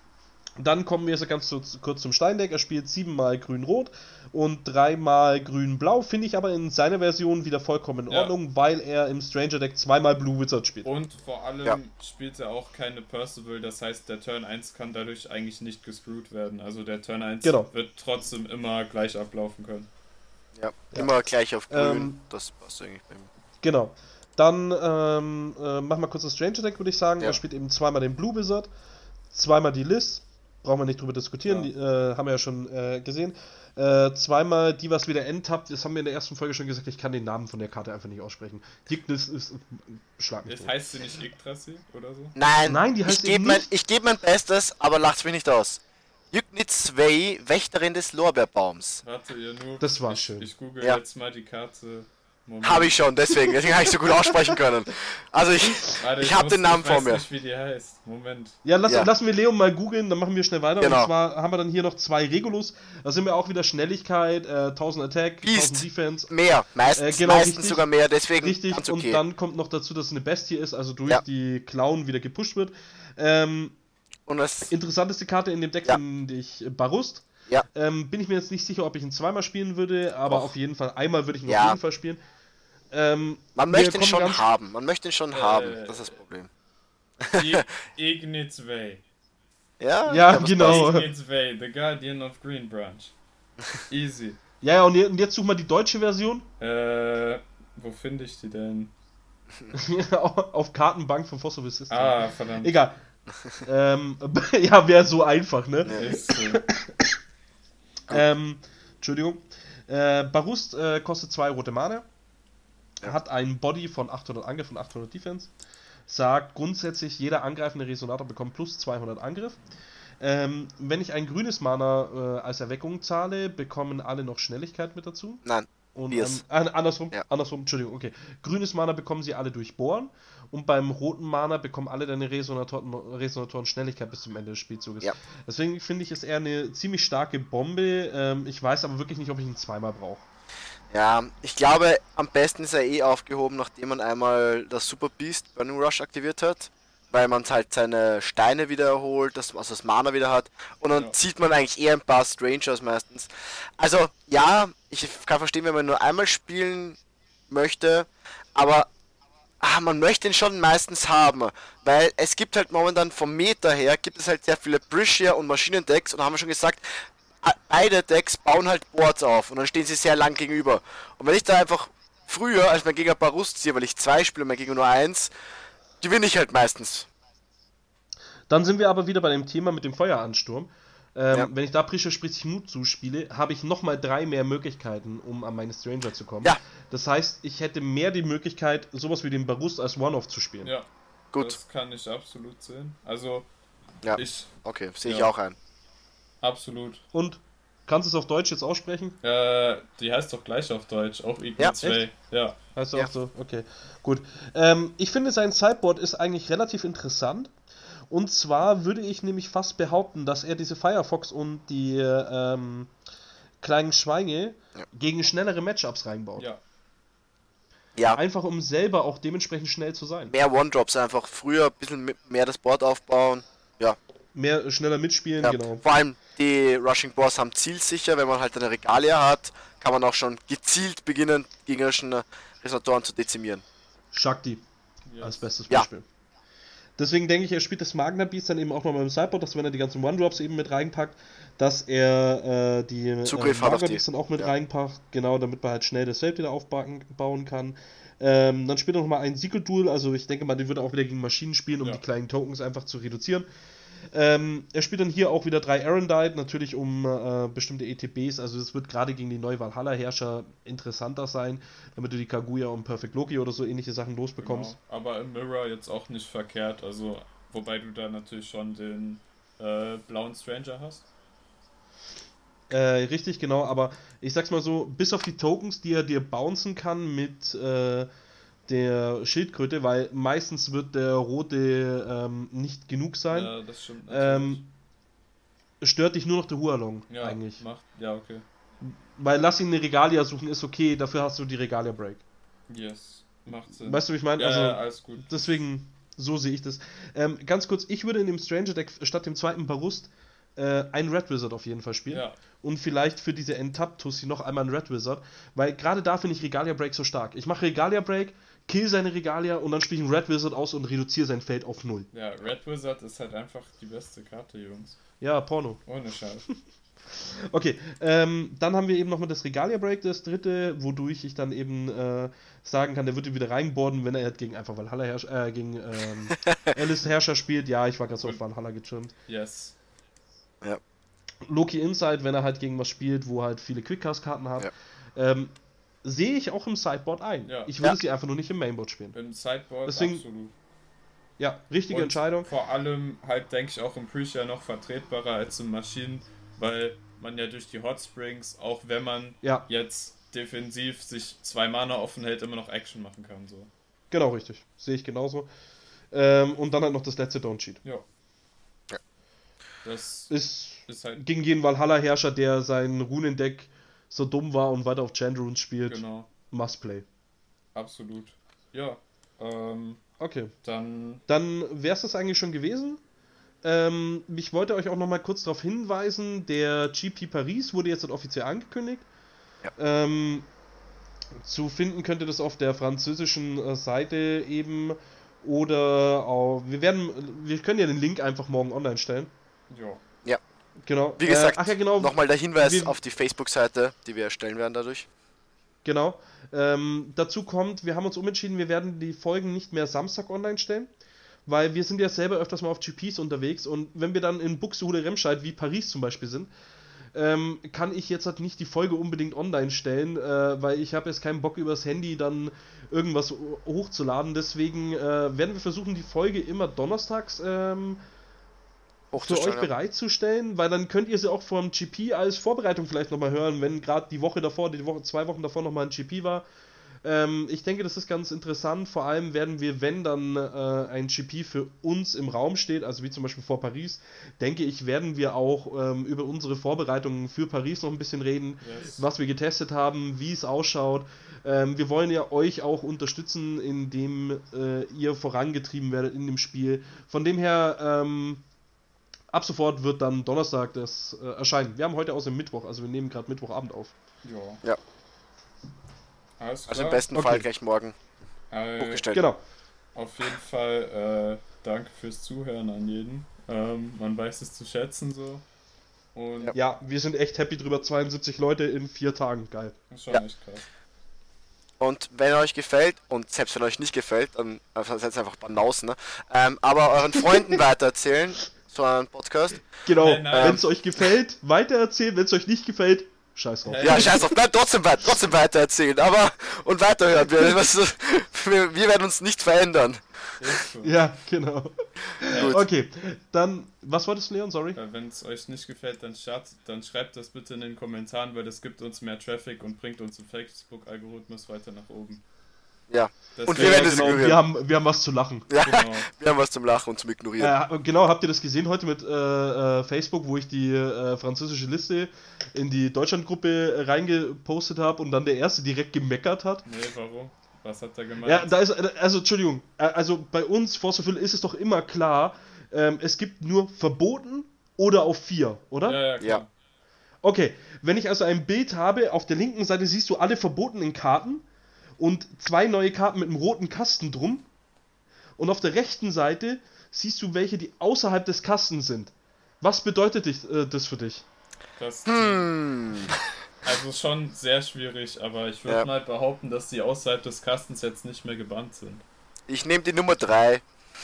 dann kommen wir jetzt ganz kurz, kurz zum Steindeck. Er spielt siebenmal grün-rot und dreimal grün-blau. Finde ich aber in seiner Version wieder vollkommen in Ja. Ordnung, weil er im Stranger-Deck zweimal Blue Wizard spielt. Und vor allem Ja. spielt er auch keine Percival, das heißt, der Turn eins kann dadurch eigentlich nicht gescrewt werden. Also der Turn eins Genau. wird trotzdem immer gleich ablaufen können. Ja, immer gleich auf grün, Ähm, das passt eigentlich bei mir. Genau. Dann ähm, äh, machen wir kurz das Stranger-Deck, würde ich sagen. Ja. Er spielt eben zweimal den Blue Wizard, zweimal die Liz. Brauchen wir nicht drüber diskutieren, Ja. die äh, haben wir ja schon äh, gesehen. Äh, zweimal die, was wieder enttappt, das haben wir in der ersten Folge schon gesagt, ich kann den Namen von der Karte einfach nicht aussprechen. Yignis ist, schlag mich Jetzt tot. heißt sie nicht Yggdrasil oder so? Nein, Nein, die heißt ich gebe eben mein, nicht. ich geb mein Bestes, aber lacht's mich nicht aus. Ygnitsvei, Wächterin des Lorbeerbaums. Warte, ihr nur. Das war ich, schön. Ich google Ja. jetzt mal die Karte. Moment. Habe ich schon, deswegen, deswegen habe ich so gut aussprechen können. Also ich, Warte, ich habe muss- den Namen ich weiß vor mir. nicht, wie die heißt. Moment. Ja, lass, Ja. lassen wir Leon mal googeln, dann machen wir schnell weiter. Genau. Und zwar haben wir dann hier noch zwei Regulus. Da sind wir auch wieder Schnelligkeit, äh, tausend Attack, Beast. tausend Defense. Mehr, meistens, Äh, genau, meistens richtig. sogar mehr, deswegen Richtig, ganz und okay. dann kommt noch dazu, dass es eine Bestie ist, also durch Ja. die Clown wieder gepusht wird. Ähm, Und das, interessanteste Karte in dem Deck Ja. finde ich äh, Barust. Ja. Ähm, bin ich mir jetzt nicht sicher, ob ich ihn zweimal spielen würde, aber Doch. auf jeden Fall, einmal würde ich ihn Ja. auf jeden Fall spielen. Ähm, man wir möchte ihn kommen schon ganz- haben, man möchte ihn schon haben, Äh, das ist das Problem. Ignitsvei. Ja, Ja, kann das genau. passen. Ignitsvei, the Guardian of Green Branch. Easy. Ja, ja, und je- und jetzt such mal die deutsche Version. Äh, wo finde ich die denn? Auf Kartenbank von Fossil System. Ah, verdammt. Egal. ähm, ja, wäre so einfach, ne? Ist so. Ähm, Entschuldigung. Äh, Barust äh, kostet zwei rote Mana. Ja. Hat einen Body von achthundert Angriff und achthundert Defense. Sagt grundsätzlich, jeder angreifende Resonator bekommt plus zweihundert Angriff. Ähm, wenn ich ein grünes Mana äh, als Erweckung zahle, bekommen alle noch Schnelligkeit mit dazu. Nein, Und Yes. ähm, äh, andersrum, Ja. andersrum, Entschuldigung, okay. Grünes Mana bekommen sie alle durch Bohren und beim roten Mana bekommen alle deine Resonatoren, Resonatoren Schnelligkeit bis zum Ende des Spielzuges. Ja. Deswegen finde ich es eher eine ziemlich starke Bombe. Ähm, ich weiß aber wirklich nicht, ob ich ihn zweimal brauche. ja, ich glaube, am besten ist er eh aufgehoben, nachdem man einmal das Super Beast Burning Rush aktiviert hat, weil man halt seine Steine wieder erholt, das, also das Mana wieder hat, und dann Ja. zieht man eigentlich eher ein paar Strangers meistens. Also, ja, ich kann verstehen, wenn man nur einmal spielen möchte, aber ah, man möchte ihn schon meistens haben, weil es gibt halt momentan vom Meta her, gibt es halt sehr viele Brishia und Maschinendecks, und haben wir schon gesagt, a- beide Decks bauen halt Boards auf und dann stehen sie sehr lang gegenüber. Und wenn ich da einfach früher als mein Gegner Barust ziehe, weil ich zwei spiele und mein Gegner nur eins, gewinne ich halt meistens. Dann sind wir aber wieder bei dem Thema mit dem Feueransturm. Ähm, Ja. Wenn ich da Prische spricht sich Mut zuspiele, habe ich nochmal drei mehr Möglichkeiten, um an meine Stranger zu kommen. Ja. Das heißt, ich hätte mehr die Möglichkeit, sowas wie den Barust als One-Off zu spielen. Ja. Gut. Das kann ich absolut sehen. Also, Ja, ich, okay, sehe ich Ja. auch ein. absolut. Und kannst du es auf Deutsch jetzt aussprechen? Äh, die heißt doch gleich auf Deutsch, auch Ignis Ja, zwei. Ja, Heißt du Ja. auch so? Okay, gut. Ähm, ich finde, sein Sideboard ist eigentlich relativ interessant. Und zwar würde ich nämlich fast behaupten, dass er diese Firefox und die ähm, kleinen Schweine Ja. gegen schnellere Matchups reinbaut. ja, Ja, Einfach um selber auch dementsprechend schnell zu sein. mehr One-Drops einfach. Früher ein bisschen mi- mehr das Board aufbauen. Ja, Mehr schneller mitspielen, ja. genau. Vor allem die Rushing Boars haben zielsicher. Wenn man halt eine Regalia hat, kann man auch schon gezielt beginnen, gegnerischen Resonatoren zu dezimieren. Shakti yes. als bestes Ja. Beispiel. Deswegen denke ich, er spielt das Magna Beast dann eben auch nochmal im Sideboard, dass wenn er die ganzen One-Drops eben mit reinpackt, dass er äh, die Zugriff äh, hat auf Magna die. Beast dann auch mit Ja. reinpackt, genau, damit man halt schnell das Feld wieder aufbauen bauen kann. Ähm, dann spielt er nochmal ein Sequel-Duel, also ich denke mal, den wird er auch wieder gegen Maschinen spielen, um Ja. die kleinen Tokens einfach zu reduzieren. Ähm, er spielt dann hier auch wieder drei Arendite, natürlich um äh, bestimmte E T Bs, also das wird gerade gegen die Neu-Valhalla-Herrscher interessanter sein, damit du die Kaguya und Perfect Loki oder so ähnliche Sachen losbekommst. Genau. Aber im Mirror jetzt auch nicht verkehrt, also wobei du da natürlich schon den äh, blauen Stranger hast. Äh, richtig, genau, aber ich sag's mal so, bis auf die Tokens, die er dir bouncen kann mit äh, der Schildkröte, weil meistens wird der rote ähm, nicht genug sein, Ja, das stimmt ähm, stört dich nur noch der Hualong ja, eigentlich. macht, ja, okay. Weil lass ihn eine Regalia suchen, ist okay, dafür hast du die Regalia Break. Yes, macht Sinn. Weißt du, wie ich meine? ja, Also, ja, alles gut. deswegen, so sehe ich das. Ähm, ganz kurz, ich würde in dem Stranger Deck statt dem zweiten Barust äh, einen Red Wizard auf jeden Fall spielen. Ja, Und vielleicht für diese Entab-Tussi noch einmal einen Red Wizard, weil gerade da finde ich Regalia Break so stark. Ich mache Regalia Break, kill seine Regalia und dann spiele ich einen Red Wizard aus und reduziere sein Feld auf null. ja, Red Wizard ist halt einfach die beste Karte, Jungs. Ja, Porno. Ohne Scheiß. Okay, ähm, dann haben wir eben nochmal das Regalia Break, das dritte, wodurch ich dann eben äh, sagen kann, der wird wieder reinborden, wenn er halt gegen einfach Valhalla Herrscher, äh, gegen ähm, Alice Herrscher spielt. Ja, ich war gerade so auf Valhalla getrimmt. Yes. Loki Inside, wenn er halt gegen was spielt, wo halt viele Quickcast-Karten hat. Ja. Ähm, sehe ich auch im Sideboard ein. Ja. Ich würde Ja. sie einfach nur nicht im Mainboard spielen. Im Sideboard Deswegen- absolut. Ja, richtige Und Entscheidung. Vor allem halt, denke ich, auch im Pre-Share noch vertretbarer als im Maschinen, weil man ja durch die Hot Springs, auch wenn man Ja, jetzt defensiv sich zwei Mana offen hält, immer noch Action machen kann. So. genau richtig. Sehe ich genauso. Ähm, und dann halt noch das letzte Don't Cheat. Ja. Ja. Das Ist ist halt, gegen jeden Valhalla-Herrscher, der sein Runendeck so dumm war und weiter auf Chandrunes spielt, genau, must play. absolut. Ja, ähm, Okay. dann, Dann wäre es das eigentlich schon gewesen. Ähm, ich wollte euch auch noch mal kurz darauf hinweisen, der G P Paris wurde jetzt offiziell angekündigt. Ja. Ähm, zu finden könnt ihr das auf der französischen äh, Seite eben oder auch, wir werden, wir können ja den Link einfach morgen online stellen. ja, Genau. Wie gesagt, äh, ach ja, genau. nochmal der Hinweis wir- auf die Facebook-Seite, die wir erstellen werden dadurch. Genau. Ähm, dazu kommt, wir haben uns umentschieden, wir werden die Folgen nicht mehr Samstag online stellen, weil wir sind ja selber öfters mal auf G Ps unterwegs und wenn wir dann in Buxtehude Remscheid, wie Paris zum Beispiel sind, ähm, kann ich jetzt halt nicht die Folge unbedingt online stellen, äh, weil ich habe jetzt keinen Bock übers Handy dann irgendwas hochzuladen. Deswegen äh, werden wir versuchen, die Folge immer donnerstags ähm, für euch Hochzustellen, ja. bereitzustellen, weil dann könnt ihr sie auch vom G P als Vorbereitung vielleicht nochmal hören, wenn gerade die Woche davor, die Woche, zwei Wochen davor nochmal ein G P war. Ähm, ich denke, das ist ganz interessant. Vor allem werden wir, wenn dann äh, ein G P für uns im Raum steht, also wie zum Beispiel vor Paris, denke ich, werden wir auch ähm, über unsere Vorbereitungen für Paris noch ein bisschen reden, yes. was wir getestet haben, wie es ausschaut. Ähm, wir wollen ja euch auch unterstützen, indem äh, ihr vorangetrieben werdet in dem Spiel. Von dem her, ähm, ab sofort wird dann Donnerstag das äh, erscheinen. Wir haben heute außer Mittwoch, also wir nehmen gerade Mittwochabend auf. Ja. Ja. Alles klar. Also im besten Okay. Fall gleich morgen Äh, hochgestellt. Genau. Auf jeden Fall äh, danke fürs Zuhören an jeden. Ähm, man weiß es zu schätzen so. Und Ja. Ja, wir sind echt happy drüber. zweiundsiebzig Leute in vier Tagen. Geil. das ist schon Ja. echt krass. Und wenn euch gefällt, und selbst wenn euch nicht gefällt, dann äh, seid einfach Banausen, ne? Ähm, aber euren Freunden weitererzählen, so einen Podcast. Genau. Nein, nein. Wenn es euch gefällt, weitererzählen. Wenn es euch nicht gefällt, scheiß drauf. Hey. Ja, scheiß drauf, bleibt trotzdem weit, trotzdem weitererzählen, aber und weiterhören. Wir, was, wir, wir werden uns nicht verändern. Ist so. Ja, genau. Gut. Okay, dann, was wolltest du, Leon? Sorry. Äh, Wenn es euch nicht gefällt, dann, schreibt, dann schreibt das bitte in den Kommentaren, weil das gibt uns mehr Traffic und bringt uns im Facebook-Algorithmus weiter nach oben. Ja. Das Und wir wäre- werden es genau, ignorieren. wir haben, wir haben was zu lachen. Ja, Genau. wir haben was zum Lachen und zum Ignorieren. Äh, genau, habt ihr das gesehen heute mit äh, äh, Facebook, wo ich die äh, französische Liste in die Deutschlandgruppe äh, reingepostet habe und dann der Erste direkt gemeckert hat? Nee, warum? Was hat er gemeint? Ja, da ist, also Entschuldigung, äh, also bei uns, Force of Will, ist es doch immer klar, ähm, es gibt nur verboten oder auf vier, oder? ja, ja, klar. Ja. Okay, wenn ich also ein Bild habe, auf der linken Seite siehst du alle verbotenen Karten und zwei neue Karten mit einem roten Kasten drum. Und auf der rechten Seite siehst du welche, die außerhalb des Kastens sind. Was bedeutet dich, äh, das für dich? Das, Hm. Also schon sehr schwierig, aber ich würde Ja. mal behaupten, dass die außerhalb des Kastens jetzt nicht mehr gebannt sind. Ich nehme die Nummer drei.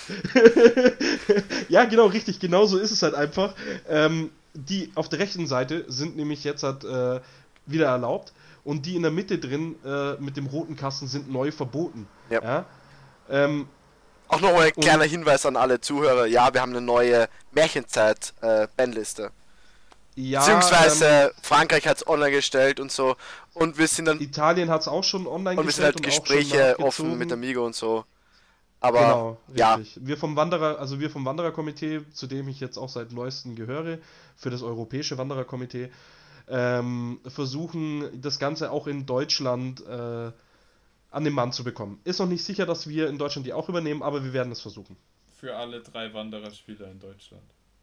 Ja, genau, richtig, genau so ist es halt einfach. Ähm, die auf der rechten Seite sind nämlich jetzt halt äh, wieder erlaubt und die in der Mitte drin äh, mit dem roten Kasten sind neu verboten. Ja. Ja? Ähm, Auch nochmal ein Und- kleiner Hinweis an alle Zuhörer. Ja, wir haben eine neue Märchenzeit-Bandliste. ja, Beziehungsweise ähm, Frankreich hat es online gestellt und so. Und wir sind dann Italien hat es auch schon online und wir sind halt gestellt und auch schon Gespräche nachgezogen. offen mit Amigo und so. Aber Genau, ja. richtig. Wir vom Wanderer, also wir vom Wandererkomitee, zu dem ich jetzt auch seit neuestem gehöre, für das Europäische Wandererkomitee, ähm, versuchen das Ganze auch in Deutschland äh, an den Mann zu bekommen. Ist noch nicht sicher, dass wir in Deutschland die auch übernehmen, aber wir werden es versuchen. Für alle drei Wandererspieler in Deutschland.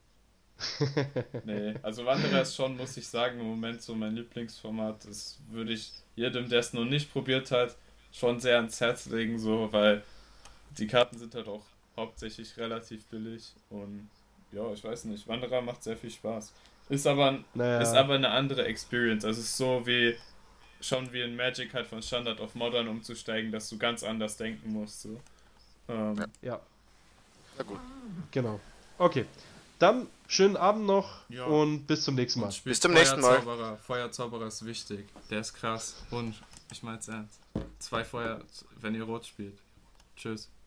Nee, also Wanderer ist schon, muss ich sagen, im Moment so mein Lieblingsformat. Das würde ich jedem, der es noch nicht probiert hat, schon sehr ans Herz legen, so, weil die Karten sind halt auch hauptsächlich relativ billig und ja, ich weiß nicht, Wanderer macht sehr viel Spaß. Ist aber, Naja. ist aber eine andere Experience. Also es ist so wie schon wie in Magic halt von Standard auf Modern umzusteigen, dass du ganz anders denken musst. So. Ähm, Ja. Ja, Na gut. genau. Okay, dann schönen Abend noch Ja. und bis zum nächsten Mal. Und spielt Bis zum nächsten Mal. Feuerzauberer. Feuerzauberer ist wichtig. Der ist krass. Und ich mein's ernst. Zwei Feuer, wenn ihr rot spielt. Tschüss.